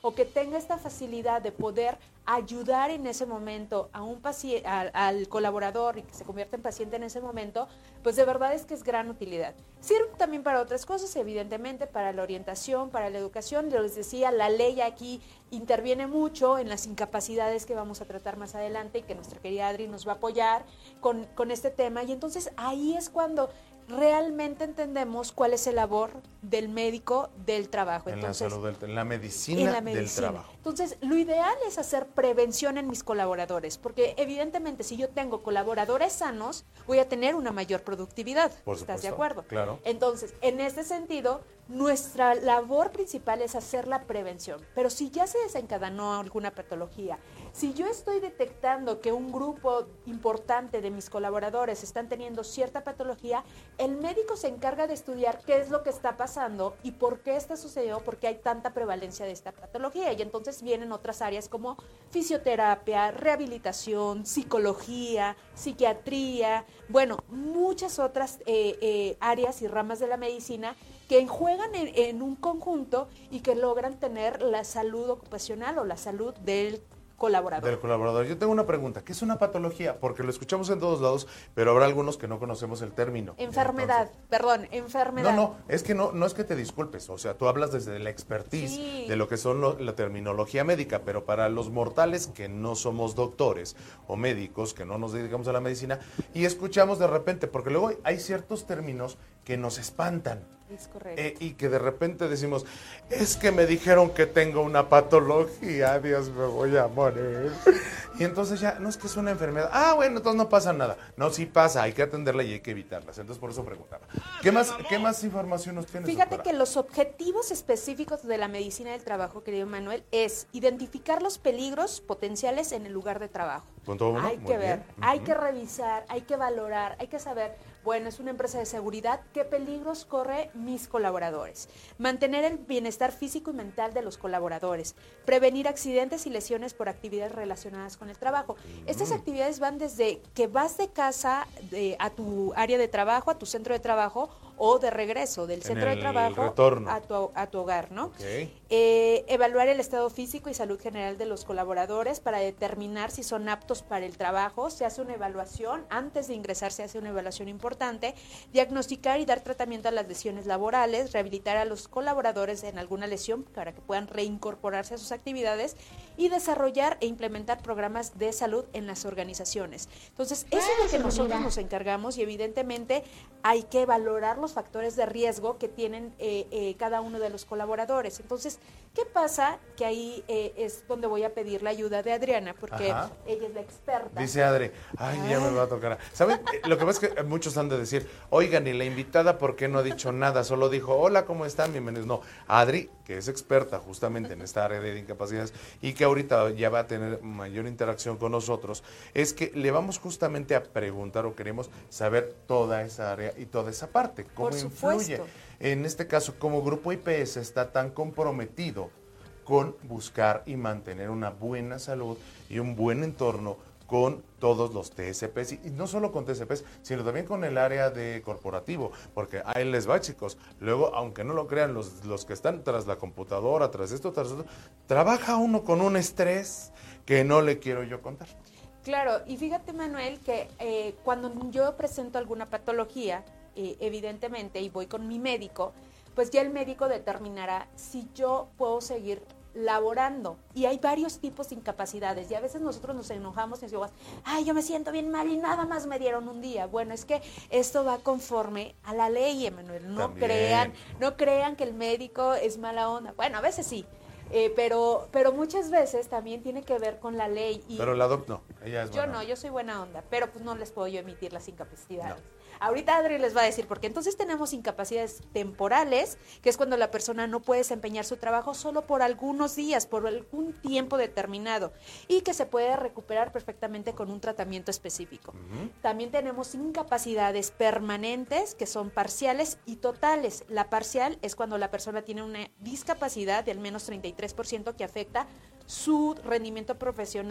o que tenga esta facilidad de poder ayudar en ese momento a un paciente, al colaborador y que se convierta en paciente en ese momento, pues de verdad es que es gran utilidad. Sirve también para otras cosas, evidentemente, para la orientación, para la educación. Les decía, la ley aquí interviene mucho en las incapacidades que vamos a tratar más adelante y que nuestra querida Adri nos va a apoyar con, con este tema. Y entonces ahí es cuando realmente entendemos cuál es el labor del médico del trabajo. En Entonces, la salud, en la medicina, en la del medicina. trabajo. Entonces, lo ideal es hacer prevención en mis colaboradores, porque evidentemente si yo tengo colaboradores sanos, voy a tener una mayor productividad. Por ¿Estás de supuesto, acuerdo? claro. Entonces, en este sentido, nuestra labor principal es hacer la prevención. Pero si ya se desencadenó alguna patología, si yo estoy detectando que un grupo importante de mis colaboradores están teniendo cierta patología, el médico se encarga de estudiar qué es lo que está pasando y por qué está sucediendo, por qué hay tanta prevalencia de esta patología. Y entonces vienen otras áreas como fisioterapia, rehabilitación, psicología, psiquiatría, bueno, muchas otras eh, eh, áreas y ramas de la medicina que juegan en, en un conjunto y que logran tener la salud ocupacional o la salud del colaborador. Del colaborador. Yo tengo una pregunta. ¿Qué es una patología? Porque lo escuchamos en todos lados, pero habrá algunos que no conocemos el término. Enfermedad, Entonces, perdón, enfermedad. No, no, es que no, no es que te disculpes. O sea, tú hablas desde la expertise, Sí. de lo que son lo- la terminología médica, pero para los mortales que no somos doctores o médicos, que no nos dedicamos a la medicina, y escuchamos de repente, porque luego hay ciertos términos que nos espantan. Es correcto. Eh, y que de repente decimos, es que me dijeron que tengo una patología, Dios, me voy a morir. Y entonces ya, no es que es una enfermedad. Ah, bueno, entonces no pasa nada. No, sí pasa, hay que atenderla y hay que evitarlas. Entonces por eso preguntaba. ¿Qué más, qué más información nos tienes? Fíjate doctora? que los objetivos específicos de la medicina del trabajo, querido Manuel, es identificar los peligros potenciales en el lugar de trabajo. Punto uno, Hay muy que ver, bien. hay Ujú. que revisar, hay que valorar, hay que saber, bueno, es una empresa de seguridad, ¿qué peligros corre mis colaboradores? Mantener el bienestar físico y mental de los colaboradores, prevenir accidentes y lesiones por actividades relacionadas con el trabajo. Estas actividades van desde que vas de casa de, a tu área de trabajo, a tu centro de trabajo, o de regreso del En centro de el trabajo retorno. a tu, a tu hogar, ¿no? Ok. Eh, evaluar el estado físico y salud general de los colaboradores para determinar si son aptos para el trabajo. Se hace una evaluación, antes de ingresar se hace una evaluación importante, diagnosticar y dar tratamiento a las lesiones laborales, rehabilitar a los colaboradores en alguna lesión para que puedan reincorporarse a sus actividades y desarrollar e implementar programas de salud en las organizaciones. Entonces, eso es lo que nosotros nos encargamos y evidentemente hay que valorar los factores de riesgo que tienen eh, eh, cada uno de los colaboradores. Entonces, ¿qué pasa? Que ahí eh, es donde voy a pedir la ayuda de Adriana, porque Ajá. ella es la experta. Dice Adri, ay, ya me va a tocar. ¿Saben? Eh, Lo que pasa es que muchos han de decir, oigan, y la invitada, ¿por qué no ha dicho nada? Solo dijo, hola, ¿cómo están? Bienvenidos. No, Adri, que es experta justamente en esta área de incapacidades y que ahorita ya va a tener mayor interacción con nosotros, es que le vamos justamente a preguntar o queremos saber toda esa área y toda esa parte, cómo Por influye. supuesto. En este caso, como Grupo I P S está tan comprometido con buscar y mantener una buena salud y un buen entorno con todos los T S Ps, y no solo con T S Ps, sino también con el área de corporativo, porque ahí les va, chicos. Luego, aunque no lo crean, los, los que están tras la computadora, tras esto, tras esto, trabaja uno con un estrés que no le quiero yo contar. Claro, y fíjate, Manuel, que eh, cuando yo presento alguna patología, eh, evidentemente, y voy con mi médico, pues ya el médico determinará si yo puedo seguir laborando. Y hay varios tipos de incapacidades y a veces nosotros nos enojamos y decimos, ay, yo me siento bien mal y nada más me dieron un día. Bueno, es que esto va conforme a la ley, Emanuel. No También. crean, no crean que el médico es mala onda. Bueno, a veces sí. Eh, pero, pero muchas veces también tiene que ver con la ley. Y Pero la doc no, ella es yo buena. no, yo soy buena onda, pero pues no les puedo yo emitir las incapacidades. Ahorita Adri les va a decir, porque entonces tenemos incapacidades temporales, que es cuando la persona no puede desempeñar su trabajo solo por algunos días, por algún tiempo determinado, y que se puede recuperar perfectamente con un tratamiento específico. Ujú. También tenemos incapacidades permanentes, que son parciales y totales. La parcial es cuando la persona tiene una discapacidad de al menos treinta y tres por ciento que afecta su rendimiento profesional,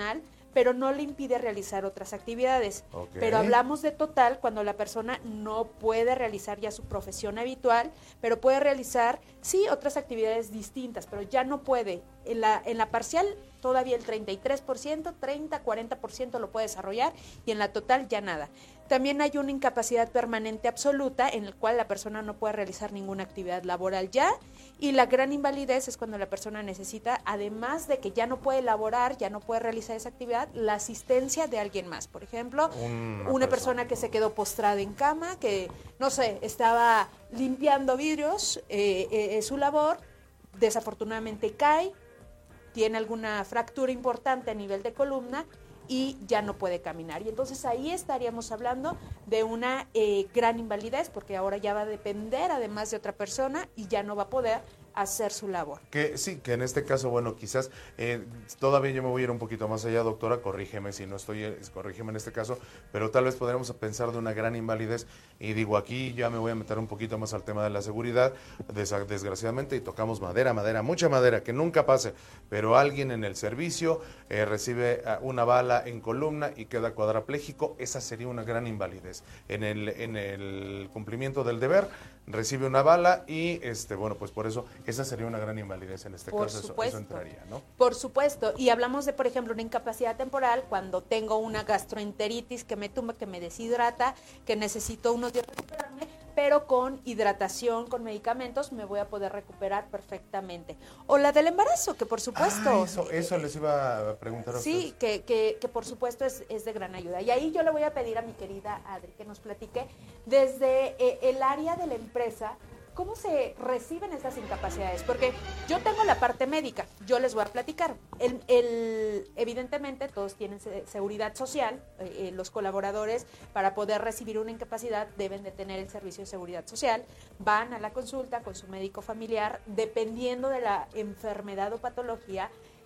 pero no le impide realizar otras actividades. Ok. Pero hablamos de total cuando la persona no puede realizar ya su profesión habitual, pero puede realizar, sí, otras actividades distintas, pero ya no puede. En la, en la parcial todavía el treinta y tres por ciento, treinta, cuarenta por ciento lo puede desarrollar y en la total ya nada. También hay una incapacidad permanente absoluta en la cual la persona no puede realizar ninguna actividad laboral ya, y la gran invalidez es cuando la persona necesita, además de que ya no puede laborar, ya no puede realizar esa actividad, la asistencia de alguien más. Por ejemplo, Una una, persona. persona que se quedó postrada en cama, que, no sé, estaba limpiando vidrios, eh, eh, es su labor, desafortunadamente cae, tiene alguna fractura importante a nivel de columna y ya no puede caminar. Y entonces ahí estaríamos hablando de una eh, gran invalidez, porque ahora ya va a depender además de otra persona y ya no va a poder hacer su labor. Que sí, que en este caso, bueno, quizás eh, todavía yo me voy a ir un poquito más allá, doctora, corrígeme si no estoy, eh, corrígeme en este caso, pero tal vez podríamos pensar de una gran invalidez, y digo, aquí ya me voy a meter un poquito más al tema de la seguridad, des desgraciadamente, y tocamos madera, madera, mucha madera, que nunca pase, pero alguien en el servicio eh, recibe uh, una bala en columna y queda cuadrapléjico, esa sería una gran invalidez. En el, en el cumplimiento del deber, recibe una bala y, este bueno, pues por eso, esa sería una gran invalidez en este Por caso, eso, supuesto. eso entraría, ¿no? Por supuesto, y hablamos de, por ejemplo, una incapacidad temporal cuando tengo una gastroenteritis que me tumba, que me deshidrata, que necesito unos días recuperarme, pero con hidratación, con medicamentos, me voy a poder recuperar perfectamente. O la del embarazo, que por supuesto... Ah, eso, eso les iba a preguntar a Sí, ustedes. que, que, que por supuesto es, es de gran ayuda. Y ahí yo le voy a pedir a mi querida Adri que nos platique desde eh, el área de la empresa, ¿cómo se reciben estas incapacidades? Porque yo tengo la parte médica, yo les voy a platicar. El, el, evidentemente todos tienen se, seguridad social, eh, eh, los colaboradores para poder recibir una incapacidad deben de tener el servicio de seguridad social, van a la consulta con su médico familiar, dependiendo de la enfermedad o patología,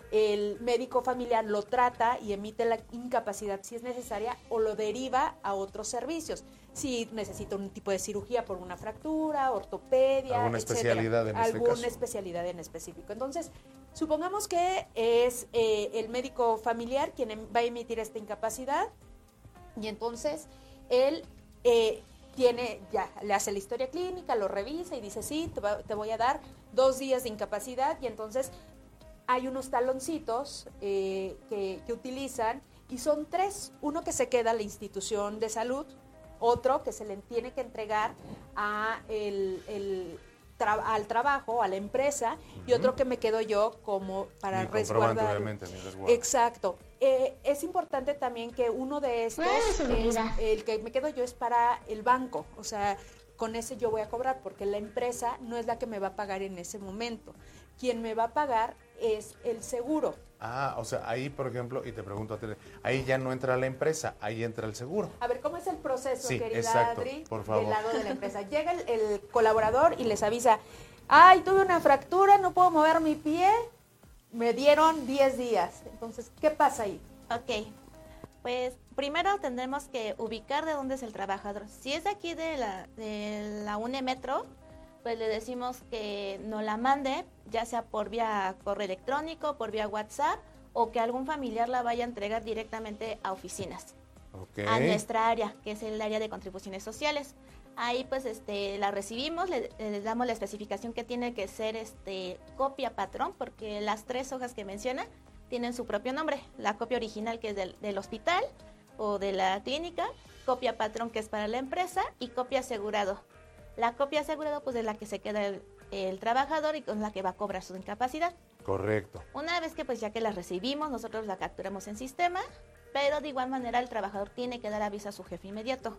el médico familiar lo trata y emite la incapacidad si es necesaria o lo deriva a otros servicios. Si necesita un tipo de cirugía por una fractura, ortopedia, Alguna etcétera. especialidad en este Alguna caso. especialidad en específico. Entonces, supongamos que es eh, el médico familiar quien em- va a emitir esta incapacidad y entonces él eh, tiene, ya le hace la historia clínica, lo revisa y dice, sí, te, va- te voy a dar dos días de incapacidad y entonces hay unos taloncitos eh, que, que utilizan y son tres. Uno que se queda a la institución de salud, otro que se le tiene que entregar a el, el tra al trabajo, a la empresa, uh-huh. y otro que me quedo yo como para mi resguardar. Obviamente, mi resguardo. Exacto. Eh, es importante también que uno de estos, es, el que me quedo yo es para el banco, o sea, con ese yo voy a cobrar porque la empresa no es la que me va a pagar en ese momento. Quien me va a pagar es el seguro. Ah, o sea, ahí, por ejemplo, y te pregunto a ti, ahí ya no entra la empresa, ahí entra el seguro. A ver, ¿cómo es el proceso, sí, querida exacto, Adri, por favor. del lado de la empresa? Llega el, el colaborador y les avisa, ay, tuve una fractura, no puedo mover mi pie, me dieron diez días. Entonces, ¿qué pasa ahí? Ok, pues primero tendremos que ubicar de dónde es el trabajador. Si es de aquí de la, de la UNEmetro, pues le decimos que nos la mande, ya sea por vía correo electrónico, por vía WhatsApp, o que algún familiar la vaya a entregar directamente a oficinas, okay. a nuestra área, que es el área de contribuciones sociales. Ahí pues este la recibimos, le, le damos la especificación que tiene que ser este copia patrón, porque las tres hojas que menciona tienen su propio nombre. La copia original, que es del, del hospital o de la clínica, copia patrón, que es para la empresa, y copia asegurado. La copia asegurado pues es la que se queda el, el trabajador y con la que va a cobrar su incapacidad. Correcto. Una vez que pues ya que la recibimos, nosotros la capturamos en sistema, pero de igual manera el trabajador tiene que dar aviso a su jefe inmediato.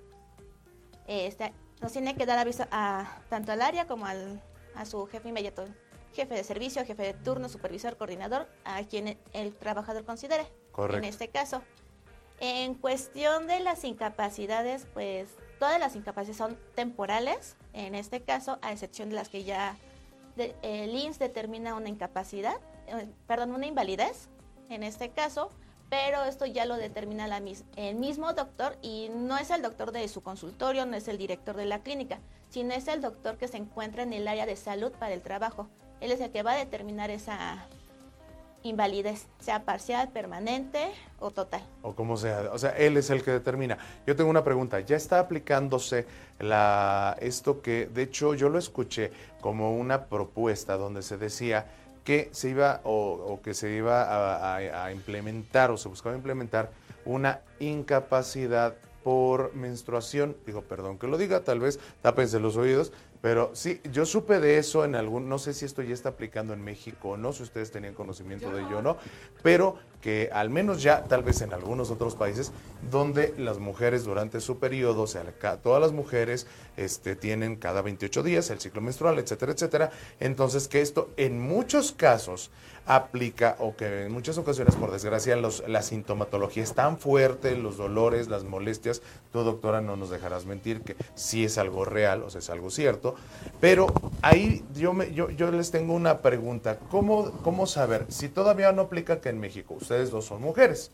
Este, nos tiene que dar aviso a tanto al área como al, a su jefe inmediato, jefe de servicio, jefe de turno, supervisor, coordinador, a quien el trabajador considere. Correcto. En este caso. En cuestión de las incapacidades, pues todas las incapacidades son temporales, en este caso, a excepción de las que ya de, el I M S S determina una incapacidad, eh, perdón, una invalidez, en este caso, pero esto ya lo determina la mis, el mismo doctor, y no es el doctor de su consultorio, no es el director de la clínica, sino es el doctor que se encuentra en el área de salud para el trabajo. Él es el que va a determinar esa, invalidez, sea parcial, permanente o total. O como sea, o sea, él es el que determina. Yo tengo una pregunta, ¿ya está aplicándose la esto que, de hecho, yo lo escuché como una propuesta donde se decía que se iba o, o que se iba a, a, a implementar o se buscaba implementar una incapacidad por menstruación? Digo, perdón que lo diga, tal vez tápense los oídos, pero sí, yo supe de eso en algún, no sé si esto ya está aplicando en México o no, si ustedes tenían conocimiento de ello o no, pero que al menos ya tal vez en algunos otros países donde las mujeres durante su periodo, o sea, todas las mujeres este, tienen cada veintiocho días el ciclo menstrual, etcétera, etcétera, entonces que esto en muchos casos aplica o que en muchas ocasiones, por desgracia, los, la sintomatología es tan fuerte, los dolores, las molestias, tú doctora no nos dejarás mentir que sí es algo real, o sea, es algo cierto, pero ahí yo, me, yo, yo les tengo una pregunta, ¿cómo, cómo saber? Si todavía no aplica que en México, ustedes dos son mujeres,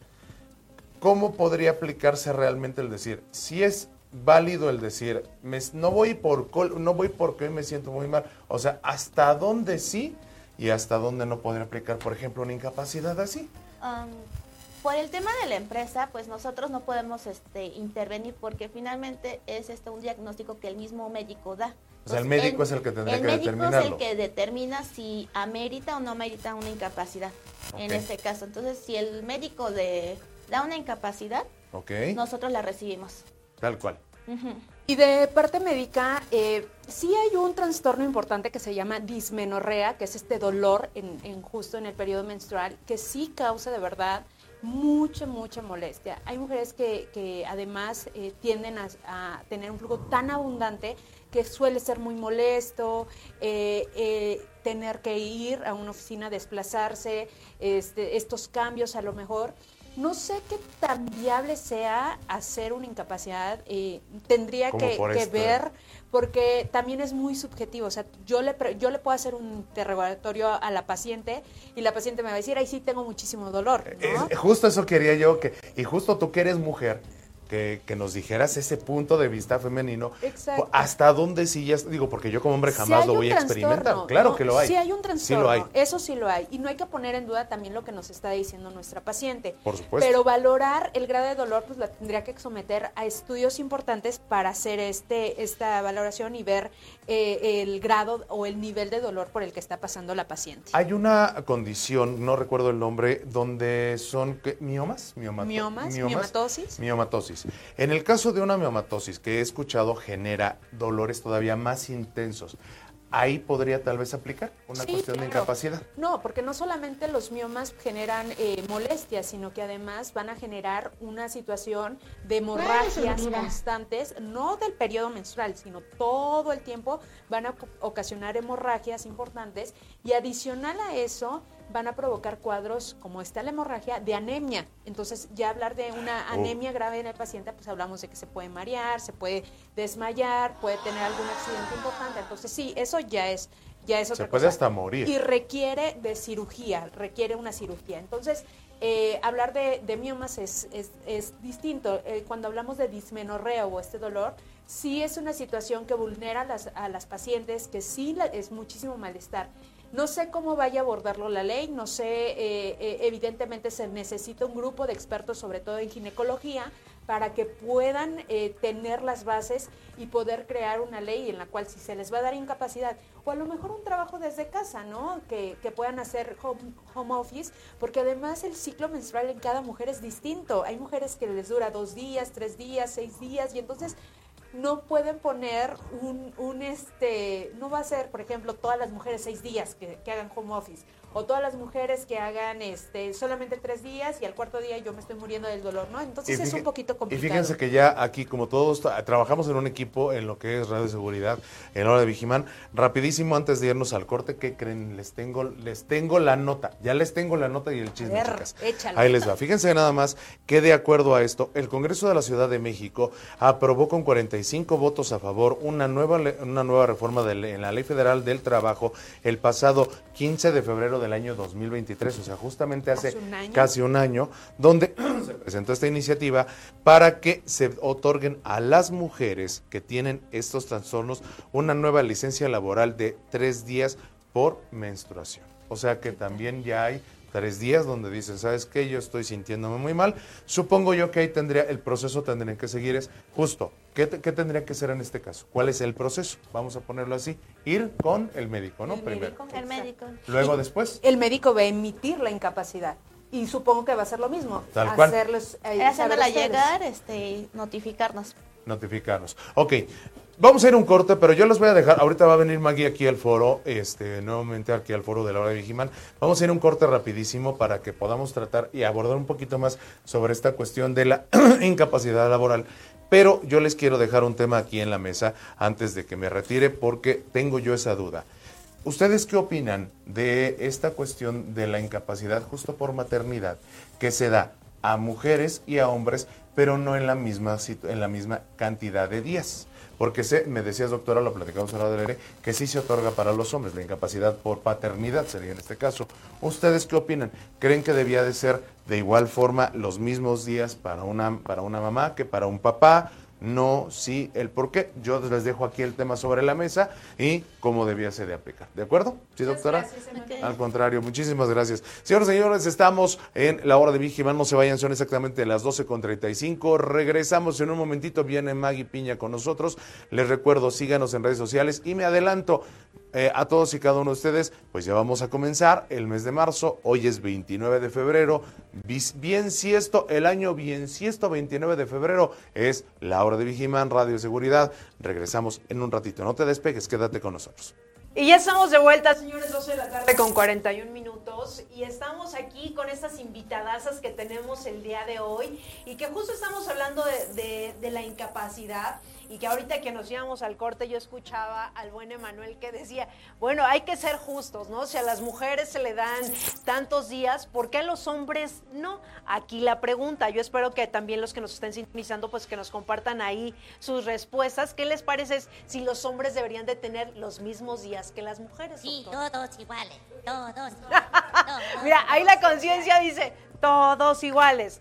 ¿cómo podría aplicarse realmente el decir, si es válido el decir, me, no voy por col, no voy porque me siento muy mal, o sea, ¿hasta dónde sí? ¿Y hasta dónde no podría aplicar, por ejemplo, una incapacidad así? Um, por el tema de la empresa, pues nosotros no podemos este, intervenir porque finalmente es este un diagnóstico que el mismo médico da. O sea, el médico el, es el que tendría que determinarlo. El médico es el que determina si amerita o no amerita una incapacidad, okay, en este caso. Entonces, si el médico de, da una incapacidad, okay, nosotros la recibimos. Tal cual. Uh-huh. Y de parte médica, eh, sí hay un trastorno importante que se llama dismenorrea, que es este dolor en, en justo en el periodo menstrual, que sí causa de verdad mucha, mucha molestia. Hay mujeres que, que además eh, tienden a, a tener un flujo tan abundante que suele ser muy molesto, eh, eh, tener que ir a una oficina, desplazarse, este, estos cambios a lo mejor. No sé qué tan viable sea hacer una incapacidad, eh, tendría que, que ver, porque también es muy subjetivo. O sea, yo le, yo le puedo hacer un interrogatorio a la paciente y la paciente me va a decir, ay, sí, tengo muchísimo dolor, ¿no? Es, justo eso quería yo, que y justo tú que eres mujer, que, que nos dijeras ese punto de vista femenino. Exacto. ¿Hasta dónde sí ya? Digo, porque yo como hombre jamás si lo voy a experimentar. Claro, ¿no? Que lo hay. Sí hay un trastorno, sí lo hay. Eso sí lo hay. Y no hay que poner en duda también lo que nos está diciendo nuestra paciente. Por supuesto. Pero valorar el grado de dolor, pues la tendría que someter a estudios importantes para hacer este esta valoración y ver eh, el grado o el nivel de dolor por el que está pasando la paciente. Hay una condición, no recuerdo el nombre, donde son ¿qué? miomas, miomato, miomas, miomas, miomatosis. Miomatosis. En el caso de una miomatosis que he escuchado genera dolores todavía más intensos, ¿ahí podría tal vez aplicar una sí, cuestión claro. de incapacidad? No, porque no solamente los miomas generan eh, molestias, sino que además van a generar una situación de hemorragias constantes, no del periodo menstrual, sino todo el tiempo van a ocasionar hemorragias importantes y adicional a eso van a provocar cuadros, como está la hemorragia, de anemia. Entonces, ya hablar de una anemia oh. grave en el paciente, pues hablamos de que se puede marear, se puede desmayar, puede tener algún accidente importante. Entonces, sí, eso ya es, ya es otra cosa. Se puede hasta morir. Y requiere de cirugía, requiere una cirugía. Entonces, eh, hablar de, de miomas es, es, es distinto. Eh, cuando hablamos de dismenorrea o este dolor, sí es una situación que vulnera a las, a las pacientes, que sí la, es muchísimo malestar. No sé cómo vaya a abordarlo la ley, no sé, eh, eh, evidentemente se necesita un grupo de expertos, sobre todo en ginecología, para que puedan eh, tener las bases y poder crear una ley en la cual si se les va a dar incapacidad, o a lo mejor un trabajo desde casa, ¿no? Que, que puedan hacer home, home office, porque además el ciclo menstrual en cada mujer es distinto. Hay mujeres que les dura dos días, tres días, seis días, y entonces no pueden poner un, un este, no va a ser, por ejemplo, todas las mujeres seis días que, que hagan home office, o todas las mujeres que hagan este solamente tres días y al cuarto día yo me estoy muriendo del dolor, ¿no? Entonces fíjense, es un poquito complicado. Y fíjense que ya aquí, como todos, trabajamos en un equipo en lo que es radio seguridad, en Hora de Vigiman. Rapidísimo, antes de irnos al corte, ¿qué creen? Les tengo, les tengo la nota, ya les tengo la nota y el chisme, ver, chicas. Échalo. Ahí les va. Fíjense nada más que de acuerdo a esto, el Congreso de la Ciudad de México aprobó con cuarenta y cinco votos a favor una nueva, una nueva reforma de ley, en la Ley Federal del Trabajo el pasado quince de febrero del año dos mil veintitrés, o sea, justamente hace un casi un año, donde se presentó esta iniciativa para que se otorguen a las mujeres que tienen estos trastornos una nueva licencia laboral de tres días por menstruación. O sea que también ya hay tres días donde dicen, ¿sabes qué? Yo estoy sintiéndome muy mal. Supongo yo que ahí tendría, el proceso tendrían que seguir es justo, ¿qué, te- qué tendría que ser en este caso? ¿Cuál es el proceso? Vamos a ponerlo así, ir con el médico, ¿no? El Primero. médico. El médico. Luego después, El médico va a emitir la incapacidad. Y supongo que va a ser lo mismo. Tal cual. Hacerles, eh, Era saber haciéndola ustedes. llegar, este, notificarnos. notificarnos. Ok, vamos a ir a un corte, pero yo los voy a dejar, ahorita va a venir Maggie aquí al foro, este, nuevamente aquí al foro de la hora de Vigimán. Vamos a ir a un corte rapidísimo para que podamos tratar y abordar un poquito más sobre esta cuestión de la incapacidad laboral. Pero yo les quiero dejar un tema aquí en la mesa antes de que me retire porque tengo yo esa duda. ¿Ustedes qué opinan de esta cuestión de la incapacidad justo por maternidad que se da a mujeres y a hombres, pero no en la misma, situ- en la misma cantidad de días? Porque sé, me decías, doctora, lo platicamos ahora del aire, que sí se otorga para los hombres, la incapacidad por paternidad sería en este caso. ¿Ustedes qué opinan? ¿Creen que debía de ser de igual forma los mismos días para una, para una mamá que para un papá? No, sí, el por qué. Yo les dejo aquí el tema sobre la mesa y cómo debiese de aplicar. ¿De acuerdo? ¿Sí, doctora? Ok. Al contrario, muchísimas gracias. Señoras y señores, estamos en la hora de Vigimán. No se vayan, son exactamente las doce con treinta y cinco. Regresamos en un momentito. Viene Maggie Piña con nosotros. Les recuerdo, síganos en redes sociales y me adelanto. Eh, a todos y cada uno de ustedes, pues ya vamos a comenzar el mes de marzo. Hoy es veintinueve de febrero. Bis- Bien siesto, el año bien siesto, veintinueve de febrero. Es la hora de Vigimán, Radio Seguridad. Regresamos en un ratito. No te despegues, quédate con nosotros. Y ya estamos de vuelta, señores, doce de la tarde con cuarenta y un minutos. Y estamos aquí con estas invitadasas que tenemos el día de hoy. Y que justo estamos hablando de, de, de la incapacidad. Y que ahorita que nos íbamos al corte yo escuchaba al buen Emanuel que decía, bueno, hay que ser justos, ¿no? Si a las mujeres se le dan tantos días, ¿por qué a los hombres no? Aquí la pregunta, yo espero que también los que nos estén sintonizando, pues que nos compartan ahí sus respuestas. ¿Qué les parece si los hombres deberían de tener los mismos días que las mujeres? Sí, doctor? todos iguales, todos. todos. Mira, ahí la conciencia dice, todos iguales.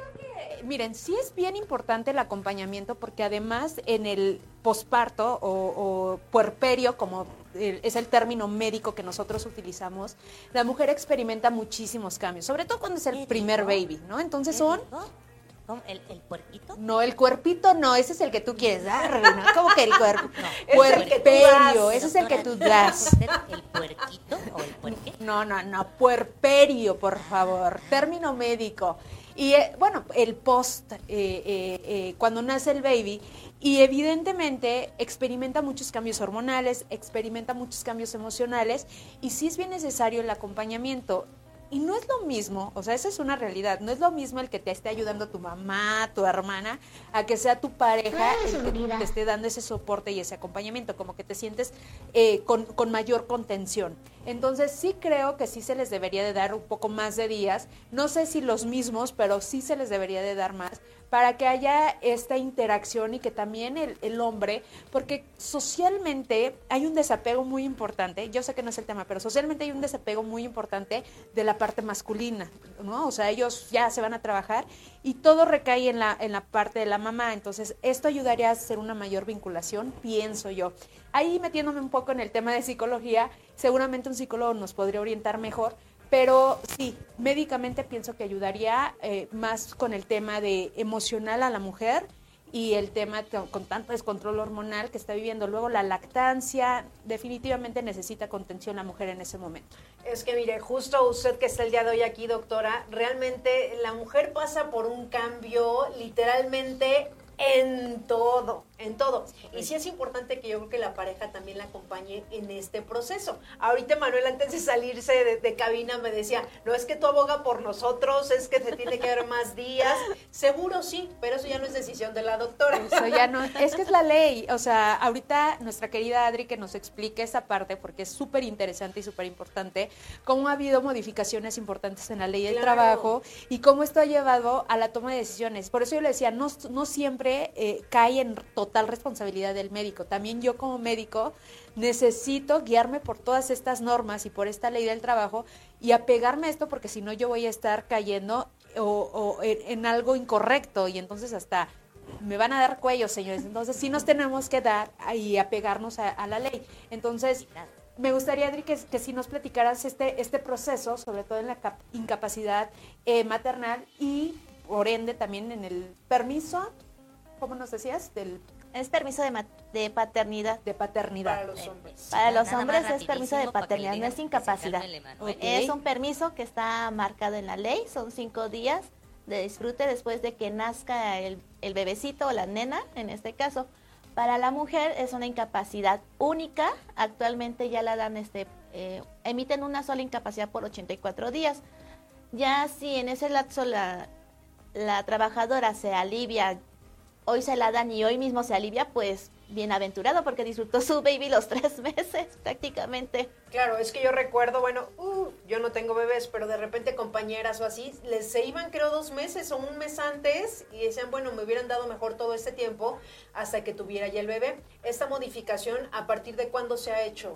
Eh, Miren, sí es bien importante el acompañamiento porque además en el posparto o, o puerperio, como el- es el término médico que nosotros utilizamos, la mujer experimenta muchísimos cambios, sobre todo cuando es el ¿Qué primer dijo? baby, ¿no? Entonces ¿Qué son... dijo? ¿Cómo? ¿El, el puerquito? No, el cuerpito no, ese es el que tú quieres dar, ¿no? ¿Cómo que el cuerpo? Es el que tú Puerperio, das, ese es el que tú Doctora, das. ¿usted ¿El puerquito o el puerque? No, no, no, puerperio, por favor, término médico. Y eh, bueno, el post, eh, eh, eh, cuando nace el baby, y evidentemente experimenta muchos cambios hormonales, experimenta muchos cambios emocionales, y sí es bien necesario el acompañamiento. Y no es lo mismo, o sea, esa es una realidad, no es lo mismo el que te esté ayudando tu mamá, tu hermana, a que sea tu pareja el que te esté dando ese soporte y ese acompañamiento, como que te sientes eh, con, con mayor contención. Entonces sí creo que sí se les debería de dar un poco más de días, no sé si los mismos, pero sí se les debería de dar más, para que haya esta interacción y que también el, el hombre, porque socialmente hay un desapego muy importante, yo sé que no es el tema, pero socialmente hay un desapego muy importante de la parte masculina, ¿no? O sea, ellos ya se van a trabajar y todo recae en la, en la parte de la mamá, entonces esto ayudaría a hacer una mayor vinculación, pienso yo. Ahí metiéndome un poco en el tema de psicología, seguramente un psicólogo nos podría orientar mejor, pero sí, médicamente pienso que ayudaría eh, más con el tema de emocional a la mujer y el tema con, con tanto descontrol hormonal que está viviendo. Luego la lactancia, definitivamente necesita contención la mujer en ese momento. Es que mire, justo usted que está el día de hoy aquí, doctora, realmente la mujer pasa por un cambio literalmente en todo, en todo. Y sí es importante que yo creo que la pareja también la acompañe en este proceso. Ahorita Manuel, antes de salirse de, de cabina, me decía, no es que tú aboga por nosotros, es que se tiene que dar más días. Seguro sí, pero eso ya no es decisión de la doctora. Eso ya no, es que es la ley. O sea, ahorita nuestra querida Adri que nos explique esa parte, porque es súper interesante y súper importante, cómo ha habido modificaciones importantes en la ley del Claro. trabajo y cómo esto ha llevado a la toma de decisiones. Por eso yo le decía, no, no siempre eh, cae en total responsabilidad del médico. También yo como médico necesito guiarme por todas estas normas y por esta ley del trabajo y apegarme a esto, porque si no yo voy a estar cayendo o, o en, en algo incorrecto y entonces hasta me van a dar cuello, señores. Entonces sí nos tenemos que dar y apegarnos a, a la ley. Entonces me gustaría, Adri, que, que si nos platicaras este, este proceso, sobre todo en la cap- incapacidad eh, maternal y, por ende, también en el permiso, ¿cómo nos decías? Del, Es permiso de, ma- de paternidad. de paternidad. Para los hombres. Para los Nada más hombres es permiso de rapidísimo para que le paternidad, no digan es que se incapacidad. calme el Emanuel. Ok. Es un permiso que está marcado en la ley, son cinco días de disfrute después de que nazca el, el bebecito o la nena, en este caso. Para la mujer es una incapacidad única, actualmente ya la dan, este, eh, emiten una sola incapacidad por ochenta y cuatro días. Ya si en ese lapso la, la trabajadora se alivia, hoy se la dan y hoy mismo se alivia, pues bienaventurado porque disfrutó su baby los tres meses prácticamente. Claro, es que yo recuerdo, bueno, uh, yo no tengo bebés, pero de repente compañeras o así, les se iban creo dos meses o un mes antes y decían, bueno, me hubieran dado mejor todo este tiempo hasta que tuviera ya el bebé. Esta modificación, ¿a partir de cuándo se ha hecho?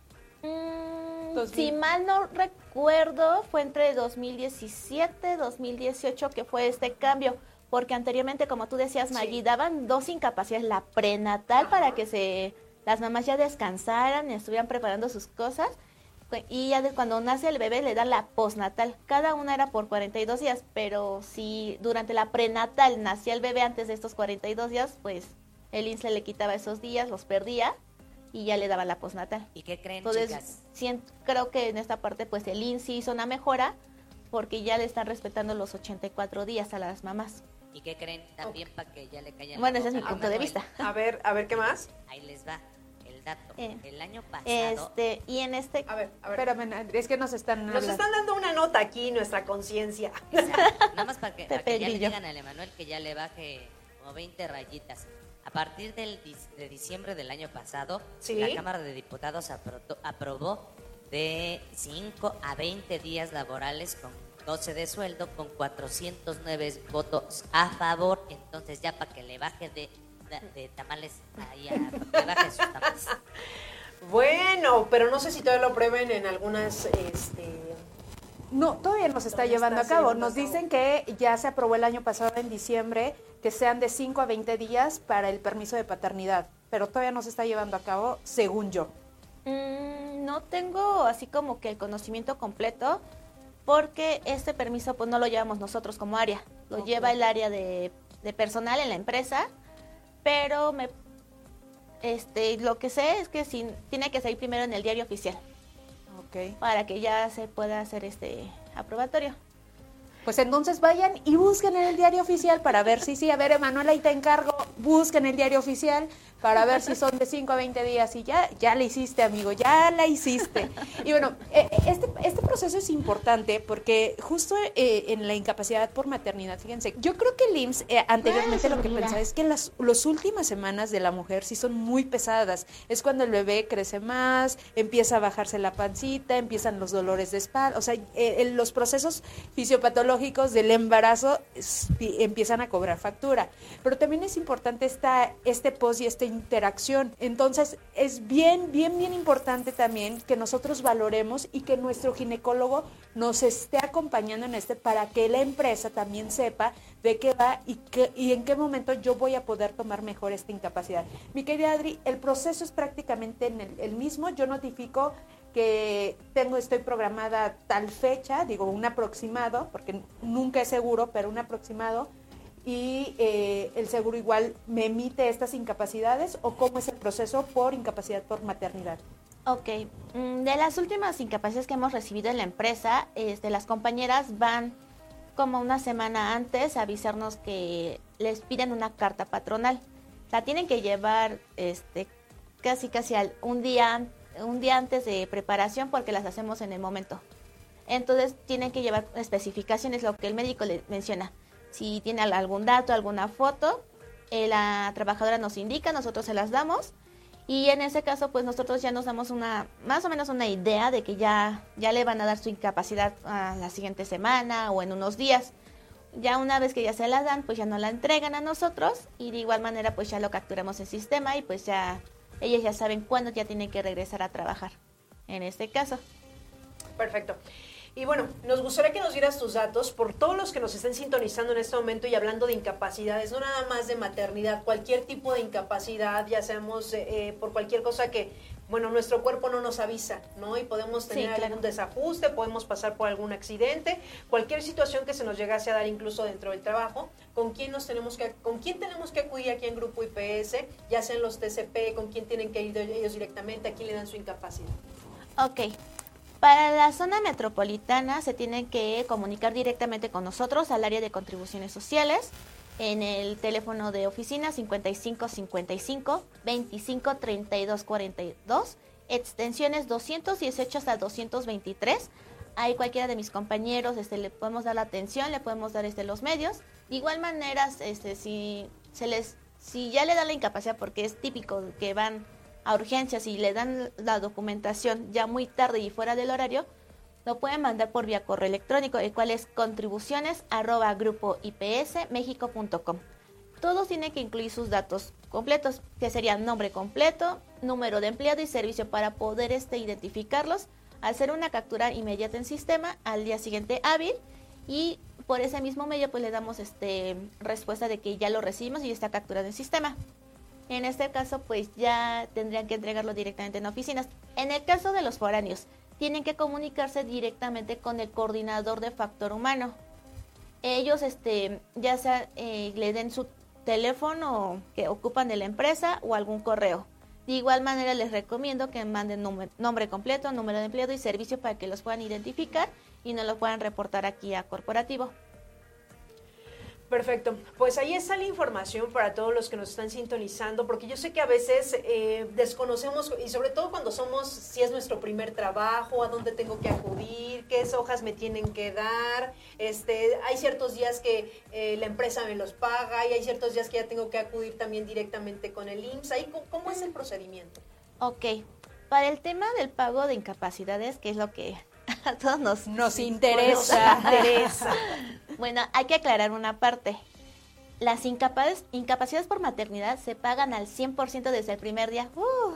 Mm, dos si mil. mal no recuerdo, fue entre dos mil diecisiete, dos mil dieciocho que fue este cambio, porque anteriormente, como tú decías, Maggie, Sí. daban dos incapacidades, la prenatal Ajá. para que se las mamás ya descansaran y estuvieran preparando sus cosas, y ya de cuando nace el bebé le dan la postnatal. Cada una era por cuarenta y dos días, pero si durante la prenatal nacía el bebé antes de estos cuarenta y dos días, pues el I M S S le quitaba esos días, los perdía y ya le daba la postnatal. ¿Y qué creen, Entonces, chicas? siento- creo que en esta parte, pues el I M S S hizo una mejora porque ya le están respetando los ochenta y cuatro días a las mamás. ¿Y qué creen también para que ya le callen Bueno, la ese es mi boca a punto de Emanuel? vista. A ver, a ver, ¿qué más? Ahí les va el dato. Eh, El año pasado... Este, y en este, A ver, a ver. Espérame, Adri, es que nos están Nos hablando. están dando una nota aquí, nuestra conciencia. Exacto. Nada más para que, para Pepe que ya le Grillo. digan al Emanuel que ya le baje como veinte rayitas. A partir del dis- de diciembre del año pasado, Sí. la Cámara de Diputados apro- aprobó de cinco a veinte días laborales con doce de sueldo, con cuatrocientos nueve votos a favor. Entonces ya para que le baje de, de, de tamales, ahí a, para que le baje sus tamales. Bueno, pero no sé si todavía lo prueben en algunas, este... No, todavía no se está Todavía llevando a está cabo. llevando Nos a cabo. dicen que ya se aprobó el año pasado en diciembre que sean de cinco a veinte días para el permiso de paternidad, pero todavía no se está llevando a cabo, según yo. mm, no tengo así como que el conocimiento completo porque este permiso pues no lo llevamos nosotros como área, lo Ok. lleva el área de, de personal en la empresa, pero me, este, lo que sé es que sí, tiene que salir primero en el diario oficial Ok. para que ya se pueda hacer este aprobatorio. Pues entonces vayan y busquen en el diario oficial para ver si sí. A ver, Emanuel, ahí te encargo. Busquen el diario oficial para ver si son de cinco a veinte días. Y ya, ya la hiciste, amigo, ya la hiciste. Y bueno, eh, este, este proceso es importante porque justo eh, en la incapacidad por maternidad, fíjense, yo creo que el I M S S eh, anteriormente lo que pensaba es que las los últimas semanas de la mujer sí son muy pesadas. Es cuando el bebé crece más, empieza a bajarse la pancita, empiezan los dolores de espalda. O sea, eh, los procesos fisiopatológicos del embarazo es, empiezan a cobrar factura. Pero también es importante esta, este post y esta interacción. Entonces, es bien, bien, bien importante también que nosotros valoremos y que nuestro ginecólogo nos esté acompañando en este para que la empresa también sepa de qué va y, qué, y en qué momento yo voy a poder tomar mejor esta incapacidad. Mi querida Adri, el proceso es prácticamente en el, el mismo. Yo notifico que tengo, estoy programada tal fecha, digo un aproximado, porque nunca es seguro, pero un aproximado, y eh, el seguro igual me emite estas incapacidades, o cómo es el proceso por incapacidad por maternidad. Ok, mm, de las últimas incapacidades que hemos recibido en la empresa, este, las compañeras van como una semana antes a avisarnos que les piden una carta patronal. La tienen que llevar este, casi casi al, un día antes un día antes de preparación porque las hacemos en el momento. Entonces tienen que llevar especificaciones, lo que el médico le menciona. Si tiene algún dato, alguna foto, eh, la trabajadora nos indica, nosotros se las damos y en ese caso pues nosotros ya nos damos una más o menos una idea de que ya, ya le van a dar su incapacidad a la siguiente semana o en unos días. Ya una vez que ya se la dan, pues ya nos la entregan a nosotros y de igual manera pues ya lo capturamos en sistema y pues ya ellas ya saben cuándo ya tienen que regresar a trabajar, en este caso. Perfecto. Y bueno, nos gustaría que nos dieras tus datos por todos los que nos estén sintonizando en este momento y hablando de incapacidades, no nada más de maternidad, cualquier tipo de incapacidad, ya seamos eh, por cualquier cosa que, bueno, nuestro cuerpo no nos avisa, ¿no? Y podemos tener Sí, claro. algún desajuste, podemos pasar por algún accidente, cualquier situación que se nos llegase a dar incluso dentro del trabajo, ¿con quién nos tenemos que, con quién tenemos que acudir aquí en Grupo I P S, ya sean los T C P, con quién tienen que ir ellos directamente, a quién le dan su incapacidad? Ok. Para la zona metropolitana se tienen que comunicar directamente con nosotros al área de contribuciones sociales en el teléfono de oficina cincuenta y cinco cincuenta y cinco, veinticinco treinta y dos cuarenta y dos, extensiones doscientos dieciocho hasta doscientos veintitrés. Ahí cualquiera de mis compañeros este, le podemos dar la atención, le podemos dar este, los medios. De igual manera, este, si, se les, si ya le dan la incapacidad, porque es típico que van a urgencias y le dan la documentación ya muy tarde y fuera del horario, lo pueden mandar por vía correo electrónico, el cual es contribuciones arroba grupo I P S mexico punto com. Todos tienen que incluir sus datos completos, que serían nombre completo, número de empleado y servicio para poder este, identificarlos, hacer una captura inmediata en sistema al día siguiente hábil y por ese mismo medio pues le damos este respuesta de que ya lo recibimos y está capturado en sistema. En este caso, pues ya tendrían que entregarlo directamente en oficinas. En el caso de los foráneos, tienen que comunicarse directamente con el coordinador de factor humano. Ellos, este, ya sea eh, le den su teléfono que ocupan de la empresa o algún correo. De igual manera, les recomiendo que manden nombre, nombre completo, número de empleado y servicio para que los puedan identificar y nos lo puedan reportar aquí a corporativo. Perfecto, pues ahí está la información para todos los que nos están sintonizando, porque yo sé que a veces eh, desconocemos, y sobre todo cuando somos, si es nuestro primer trabajo, a dónde tengo que acudir, qué hojas me tienen que dar, este, hay ciertos días que eh, la empresa me los paga y hay ciertos días que ya tengo que acudir también directamente con el I M S S. Ahí, ¿cómo, cómo es el procedimiento? Ok, para el tema del pago de incapacidades, que es lo que a todos nos, Nos interesa. Nos interesa. Bueno, hay que aclarar una parte. Las incapaces, incapacidades por maternidad se pagan al cien por ciento desde el primer día. Uh.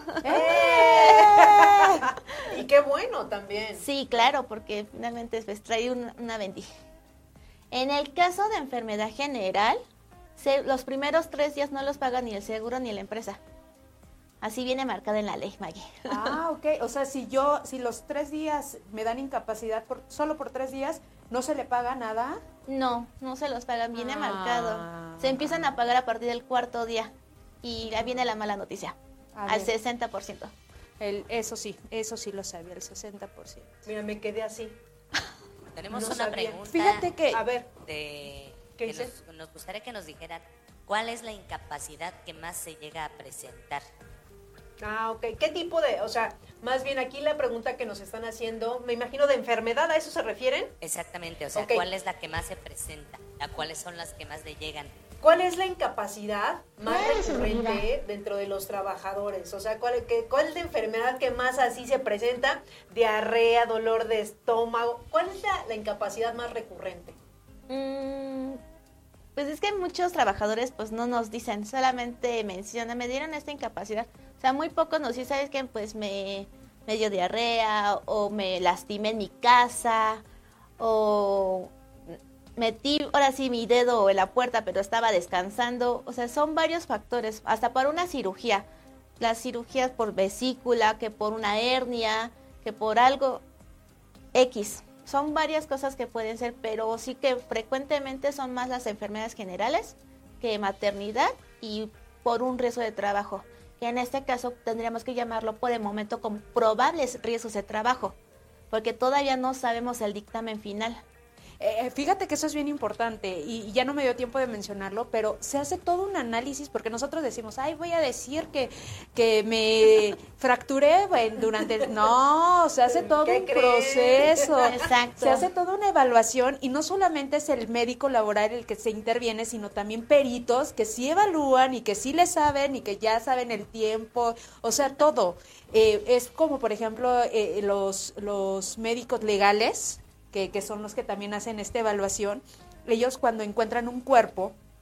¡Eh! Y qué bueno también. Sí, claro, porque finalmente pues, trae una, una bendición. En el caso de enfermedad general, se, los primeros tres días no los paga ni el seguro ni la empresa. Así viene marcado en la ley, Maggie. Ah, ok. O sea, si yo, si los tres días me dan incapacidad por, solo por tres días, ¿no se le paga nada? No, no se los pagan, viene Ah. marcado. Se empiezan a pagar a partir del cuarto día. Y ya viene la mala noticia, A al ver. sesenta por ciento. El, eso sí, eso sí lo sabía, el sesenta por ciento. Mira, me quedé así. Tenemos No una sabía. pregunta Fíjate que... A ver, de ¿Qué que dice? nos, nos gustaría que nos dijeran cuál es la incapacidad que más se llega a presentar. ah, ok. ¿Qué tipo de, o sea, más bien aquí la pregunta que nos están haciendo, me imagino de enfermedad, ¿a eso se refieren? Exactamente, o sea, Ok. cuál es la que más se presenta, a cuáles son las que más le llegan. ¿Cuál es la incapacidad más recurrente dentro de los trabajadores? O sea, ¿cuál, qué, ¿cuál es la enfermedad que más así se presenta? Diarrea, dolor de estómago. ¿Cuál es la, la incapacidad más recurrente? Mm, pues es que muchos trabajadores pues no nos dicen, solamente mencionan, me dieron esta incapacidad. O sea, muy pocos nos dicen, ¿sabes qué? Pues me, me dio diarrea o me lastimé en mi casa o metí ahora sí mi dedo en la puerta pero estaba descansando. O sea, son varios factores, hasta para una cirugía. Las cirugías por vesícula, que por una hernia, que por algo X. Son varias cosas que pueden ser, pero sí que frecuentemente son más las enfermedades generales que maternidad y por un riesgo de trabajo, que en este caso tendríamos que llamarlo por el momento como probables riesgos de trabajo, porque todavía no sabemos el dictamen final. Eh, fíjate que eso es bien importante y, y ya no me dio tiempo de mencionarlo, pero se hace todo un análisis porque nosotros decimos, ay, voy a decir que, que me fracturé bueno, durante el... No, se hace todo ¿Qué un crees? proceso. Exacto. Se hace toda una evaluación y no solamente es el médico laboral el que se interviene, sino también peritos que sí evalúan y que sí le saben y que ya saben el tiempo, o sea, todo. Eh, es como, por ejemplo, eh, los, los médicos legales, Que, que son los que también hacen esta evaluación. Ellos cuando encuentran un cuerpo,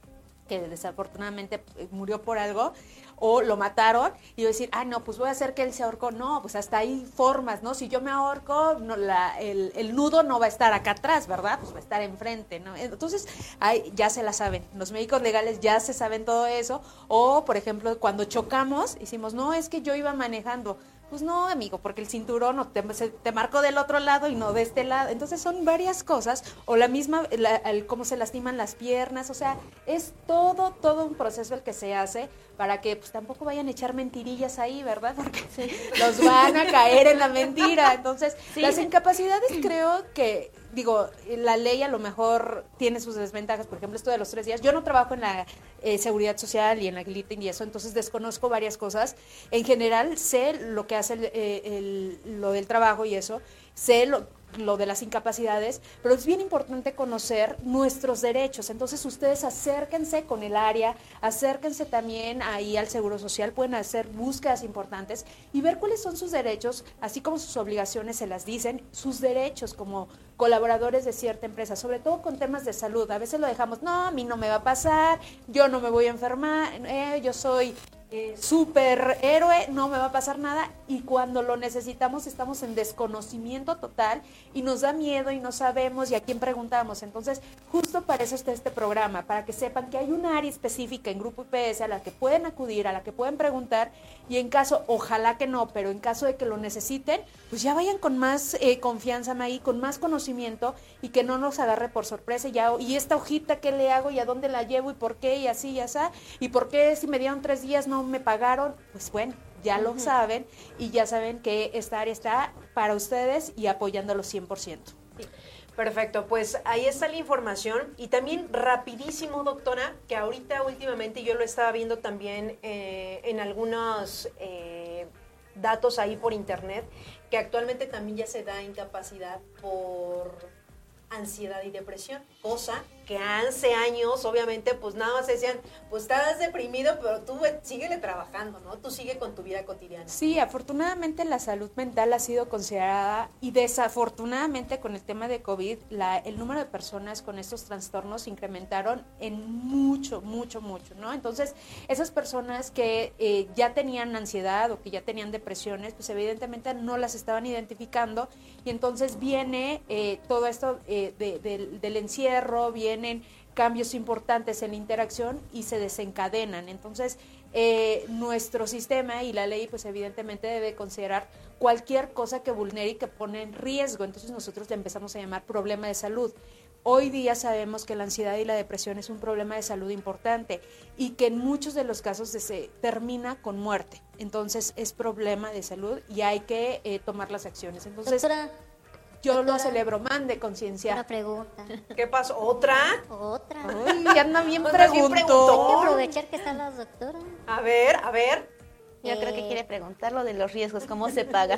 que desafortunadamente murió por algo, o lo mataron, y yo decir, ah, no, pues voy a hacer que él se ahorcó. No, pues hasta hay formas, ¿no? Si yo me ahorco, no, la, el, el nudo no va a estar acá atrás, ¿verdad? Pues va a estar enfrente, ¿no? Entonces, ay, ya se la saben. Los médicos legales ya se saben todo eso. O, por ejemplo, cuando chocamos, decimos, no, es que yo iba manejando. Pues no, amigo, porque el cinturón no te, se, te marcó del otro lado y no de este lado. Entonces son varias cosas, o la misma, la, el, cómo se lastiman las piernas, o sea, es todo, todo un proceso el que se hace para que pues tampoco vayan a echar mentirillas ahí, ¿verdad? Porque sí, los van a caer en la mentira. Entonces, sí, las incapacidades creo que, digo, la ley a lo mejor tiene sus desventajas, por ejemplo, esto de los tres días. Yo no trabajo en la eh, seguridad social y en la glitting y eso, entonces desconozco varias cosas. En general sé lo que hace el, eh, el, lo del trabajo y eso, sé lo lo de las incapacidades, pero es bien importante conocer nuestros derechos. Entonces ustedes acérquense con el área, acérquense también ahí al Seguro Social, pueden hacer búsquedas importantes y ver cuáles son sus derechos, así como sus obligaciones se las dicen, sus derechos como colaboradores de cierta empresa, sobre todo con temas de salud. A veces lo dejamos, no, a mí no me va a pasar, yo no me voy a enfermar, eh, yo soy Eh, superhéroe, no me va a pasar nada, y cuando lo necesitamos estamos en desconocimiento total y nos da miedo y no sabemos y a quién preguntamos. Entonces, justo para eso está este programa, para que sepan que hay un área específica en Grupo I P S a la que pueden acudir, a la que pueden preguntar, y en caso, ojalá que no, pero en caso de que lo necesiten, pues ya vayan con más eh, confianza, Maggie, con más conocimiento, y que no nos agarre por sorpresa, y, ya, y esta hojita, ¿qué le hago? ¿Y a dónde la llevo? ¿Y por qué? Y así, y así, ¿y por qué si me dieron tres días no me pagaron? Pues bueno, ya lo uh-huh. saben, y ya saben que esta área está para ustedes y apoyándolo cien por ciento. Sí. Perfecto, pues ahí está la información. Y también rapidísimo, doctora, que ahorita últimamente yo lo estaba viendo también eh, en algunos eh, datos ahí por internet, que actualmente también ya se da incapacidad por ansiedad y depresión, cosa que hace años, obviamente, pues nada más decían, pues estás deprimido, pero tú síguele trabajando, ¿no? Tú sigue con tu vida cotidiana. Sí, afortunadamente la salud mental ha sido considerada, y desafortunadamente con el tema de COVID, la, el número de personas con estos trastornos se incrementaron en mucho, mucho, mucho, ¿no? Entonces, esas personas que eh, ya tenían ansiedad o que ya tenían depresiones, pues evidentemente no las estaban identificando, y entonces viene eh, todo esto eh, de, de, del encierro, viene tienen cambios importantes en la interacción y se desencadenan. Entonces, eh, nuestro sistema y la ley, pues evidentemente debe considerar cualquier cosa que vulnere y que pone en riesgo. Entonces, nosotros le empezamos a llamar problema de salud. Hoy día sabemos que la ansiedad y la depresión es un problema de salud importante y que en muchos de los casos se termina con muerte. Entonces, es problema de salud y hay que eh, tomar las acciones. Entonces, Doctora, yo Doctora, lo celebro, mande conciencia. Una pregunta. ¿Qué pasó? ¿Otra? Otra. Ay, anda bien Anda bien preguntó. Hay que aprovechar que están las doctoras. A ver, a ver. Yo Eh, creo que quiere preguntar lo de los riesgos, cómo se pagan.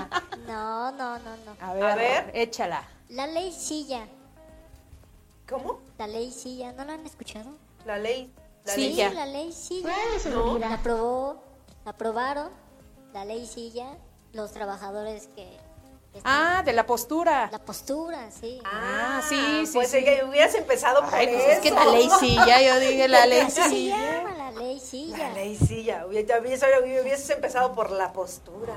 No, no, no, no. A ver, A ver. échala. La ley Silla. ¿Cómo? La ley Silla, ¿no la han escuchado? La ley. La Sí, ley. ya. la ley Silla. No. La aprobó, la aprobaron, la ley Silla, los trabajadores que están- Ah, de la postura. la postura, sí. Ah, sí, sí, Pues sí. que hubieras empezado por Ay, pues eso. es que la ley silla, yo dije la ley Así se silla. llama la ley Silla. La ley silla. Hubiera- hubiera- Hubieses empezado por la postura.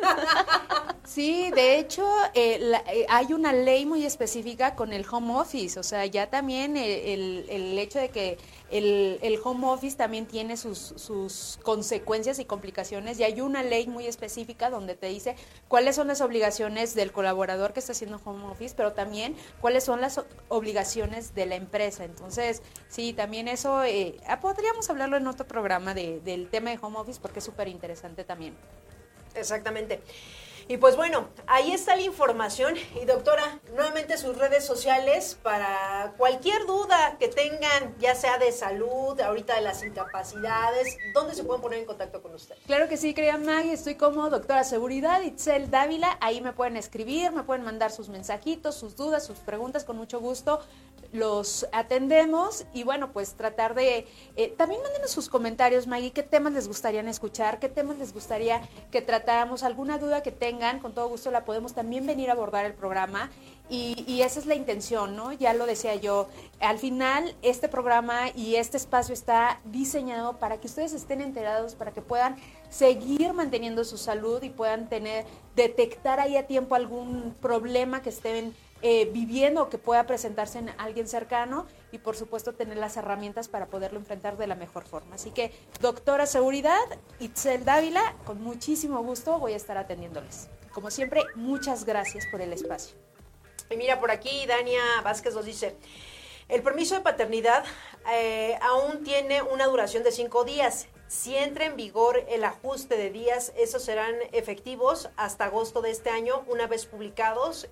Sí, de hecho, eh, la- eh, hay una ley muy específica con el home office, o sea, ya también el, el- el hecho de que el, el home office también tiene sus, sus consecuencias y complicaciones, y hay una ley muy específica donde te dice cuáles son las obligaciones del colaborador que está haciendo home office, pero también cuáles son las o- obligaciones de la empresa. Entonces, sí, también eso, eh, ah, podríamos hablarlo en otro programa de, del tema de home office porque es súper interesante también. Exactamente. Y pues bueno, ahí está la información. Y doctora, nuevamente sus redes sociales para cualquier duda que tengan, ya sea de salud, ahorita de las incapacidades, ¿dónde se pueden poner en contacto con usted? Claro que sí, querida Maggie, estoy como doctora Seguridad, Itzel Dávila, ahí me pueden escribir, me pueden mandar sus mensajitos, sus dudas, sus preguntas, con mucho gusto los atendemos y bueno, pues tratar de... Eh, también mándenos sus comentarios, Maggie, qué temas les gustaría escuchar, qué temas les gustaría que tratáramos, alguna duda que tengan, con todo gusto la podemos también venir a abordar el programa. Y, y esa es la intención, ¿no? Ya lo decía yo, al final este programa y este espacio está diseñado para que ustedes estén enterados, para que puedan seguir manteniendo su salud y puedan tener, detectar ahí a tiempo algún problema que estén eh, viviendo o que pueda presentarse en alguien cercano y por supuesto tener las herramientas para poderlo enfrentar de la mejor forma. Así que, doctora Seguridad, Itzel Dávila, con muchísimo gusto voy a estar atendiéndoles. Como siempre, muchas gracias por el espacio. Y mira, por aquí Dania Vázquez nos dice, el permiso de paternidad eh, aún tiene una duración de cinco días. Si entra en vigor el ajuste de días, esos serán efectivos hasta agosto de este año, una vez publicados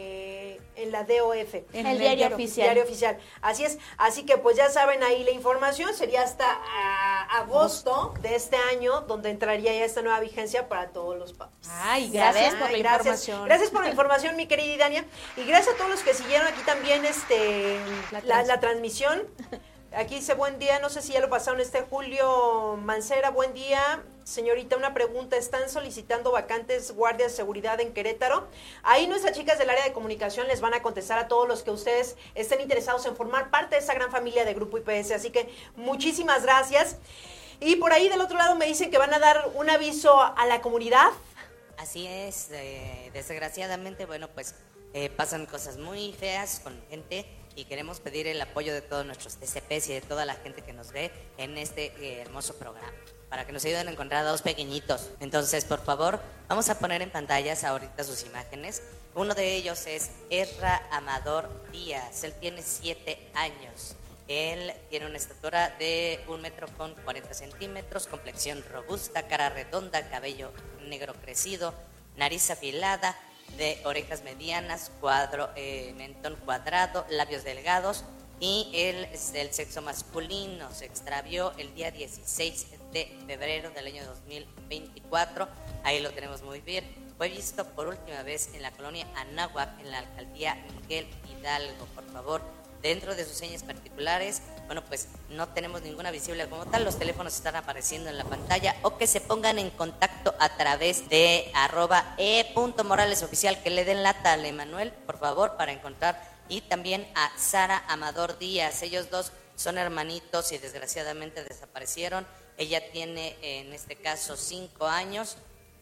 eh, en la D O F. En el, el diario, diario oficial. Diario oficial. Así es. Así que pues ya saben ahí la información, sería hasta a, agosto de este año, donde entraría ya esta nueva vigencia para todos los papás. Ay, gracias por la gracias. información. Gracias por la información, mi querida Dania. Y gracias a todos los que siguieron aquí también este la, la, la transmisión. Aquí dice, buen día, no sé si ya lo pasaron, este Julio Mancera, buen día. Señorita, una pregunta, ¿están solicitando vacantes guardias de seguridad en Querétaro? Ahí nuestras chicas del área de comunicación les van a contestar a todos los que ustedes estén interesados en formar parte de esa gran familia de Grupo I P S, así que muchísimas gracias. Y por ahí del otro lado me dicen que van a dar un aviso a la comunidad. Así es, eh, desgraciadamente, bueno, pues eh, pasan cosas muy feas con gente y queremos pedir el apoyo de todos nuestros T C Pes y de toda la gente que nos ve en este eh, hermoso programa, para que nos ayuden a encontrar a dos pequeñitos. Entonces, por favor, vamos a poner en pantallas ahorita sus imágenes. Uno de ellos es Ezra Amador Díaz, él tiene siete años. Él tiene una estatura de un metro con cuarenta centímetros, complexión robusta, cara redonda, cabello negro crecido, nariz afilada, de orejas medianas, cuadro, eh, mentón cuadrado, labios delgados, y él es del sexo masculino. Se extravió el día dieciséis de febrero del año dos mil veinticuatro, ahí lo tenemos muy bien. Fue visto por última vez en la colonia Anáhuac, en la alcaldía Miguel Hidalgo. Por favor, dentro de sus señas particulares, bueno, pues no tenemos ninguna visible como tal, los teléfonos están apareciendo en la pantalla, o que se pongan en contacto a través de arroba e.moralesoficial, que le den lata al Emanuel, por favor, para encontrar, y también a Sara Amador Díaz. Ellos dos son hermanitos y desgraciadamente desaparecieron. Ella tiene en este caso cinco años.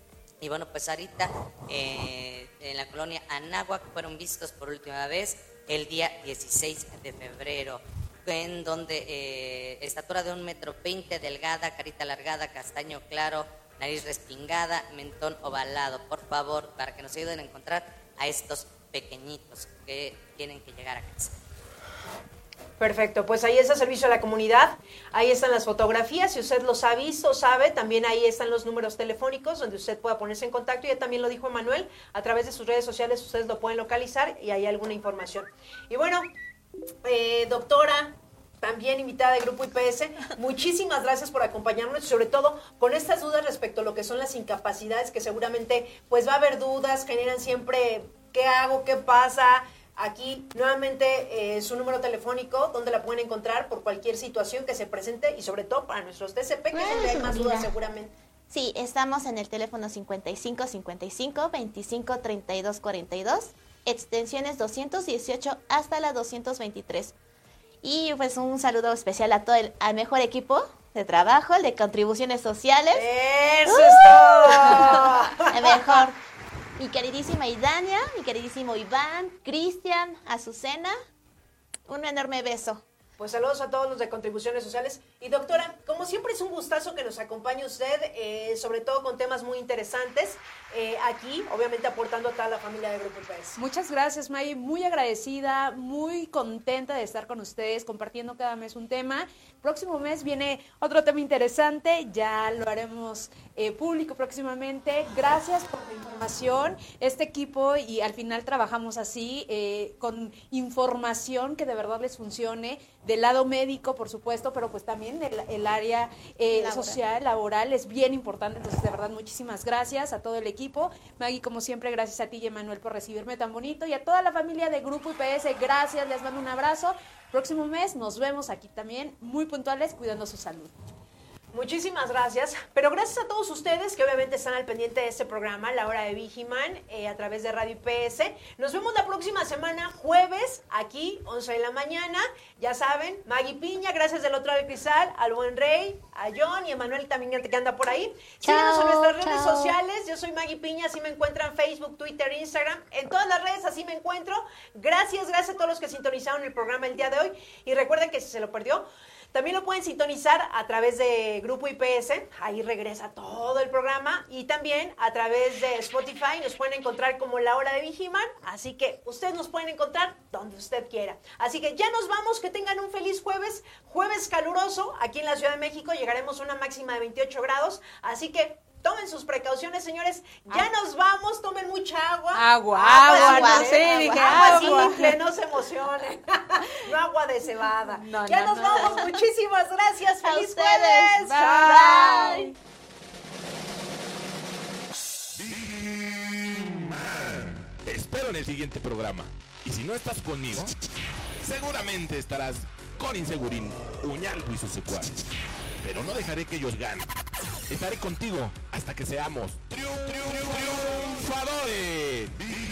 Y bueno, pues ahorita eh, en la colonia Anáhuac fueron vistos por última vez el día dieciséis de febrero, en donde eh, estatura de un metro veinte, delgada, carita alargada, castaño claro, nariz respingada, mentón ovalado. Por favor, para que nos ayuden a encontrar a estos pequeñitos que tienen que llegar a casa. Perfecto, pues ahí está el servicio a la comunidad, ahí están las fotografías, si usted los ha visto, sabe, también ahí están los números telefónicos donde usted pueda ponerse en contacto, ya también lo dijo Emanuel, a través de sus redes sociales ustedes lo pueden localizar y hay alguna información. Y bueno, eh, doctora, también invitada de Grupo I P S, muchísimas gracias por acompañarnos y sobre todo con estas dudas respecto a lo que son las incapacidades, que seguramente pues va a haber dudas, generan siempre qué hago, qué pasa. Aquí nuevamente eh, su número telefónico donde la pueden encontrar por cualquier situación que se presente y sobre todo para nuestros T C P que siempre hay más dudas seguramente. Sí, estamos en el teléfono cincuenta y cinco cincuenta y cinco veinticinco treinta y dos cuarenta y dos, extensiones doscientos dieciocho hasta la doscientos veintitrés. Y pues un saludo especial a todo el al mejor equipo de trabajo, el de contribuciones sociales. ¡Eso ¡Uh! Es todo! El mejor. Mi queridísima Idania, mi queridísimo Iván, Cristian, Azucena, un enorme beso. Pues saludos a todos los de Contribuciones Sociales. Y doctora, como siempre es un gustazo que nos acompañe usted, eh, sobre todo con temas muy interesantes, eh, aquí, obviamente aportando a toda la familia de Grupo I P S. Muchas gracias, May, muy agradecida, muy contenta de estar con ustedes, compartiendo cada mes un tema. Próximo mes viene otro tema interesante, ya lo haremos eh, público próximamente. Gracias por la información, este equipo, y al final trabajamos así, eh, con información que de verdad les funcione. del lado médico, por supuesto, pero pues también el, el área eh, Laboral. social, laboral, es bien importante. Entonces, de verdad, muchísimas gracias a todo el equipo. Maggie, como siempre, gracias a ti y Emanuel por recibirme tan bonito. Y a toda la familia de Grupo I P S, gracias, les mando un abrazo. Próximo mes nos vemos aquí también, muy puntuales, cuidando su salud. Muchísimas gracias, pero gracias a todos ustedes que obviamente están al pendiente de este programa, La Hora de Vigiman, eh, a través de Radio I P S. Nos vemos la próxima semana, jueves, aquí, once de la mañana. Ya saben, Maggie Piña, gracias del otro lado del cristal, al buen Rey, a John y a Emanuel también que anda por ahí. Chao, Síguenos en nuestras redes chao. sociales. Yo soy Maggie Piña, así me encuentran Facebook, Twitter, Instagram. En todas las redes así me encuentro. Gracias, gracias a todos los que sintonizaron el programa el día de hoy. Y recuerden que si se lo perdió, también lo pueden sintonizar a través de Grupo I P S, ahí regresa todo el programa, y también a través de Spotify nos pueden encontrar como La Hora de Vigiman, así que ustedes nos pueden encontrar donde usted quiera. Así que ya nos vamos, que tengan un feliz jueves, jueves caluroso, aquí en la Ciudad de México llegaremos a una máxima de veintiocho grados, así que tomen sus precauciones, señores, ya nos vamos, tomen mucha agua. Agua, agua, agua, no sé, dije agua agua. simple, no se emocionen, no agua de cebada. No, ya no, nos no. vamos, muchísimas gracias, A feliz ustedes. jueves. Bye. Te espero en el siguiente programa. Y si no estás conmigo, seguramente estarás con Insegurín, Uñalco y sus secuaces. Pero no dejaré que ellos ganen. Estaré contigo hasta que seamos triun- triun- triunfadores.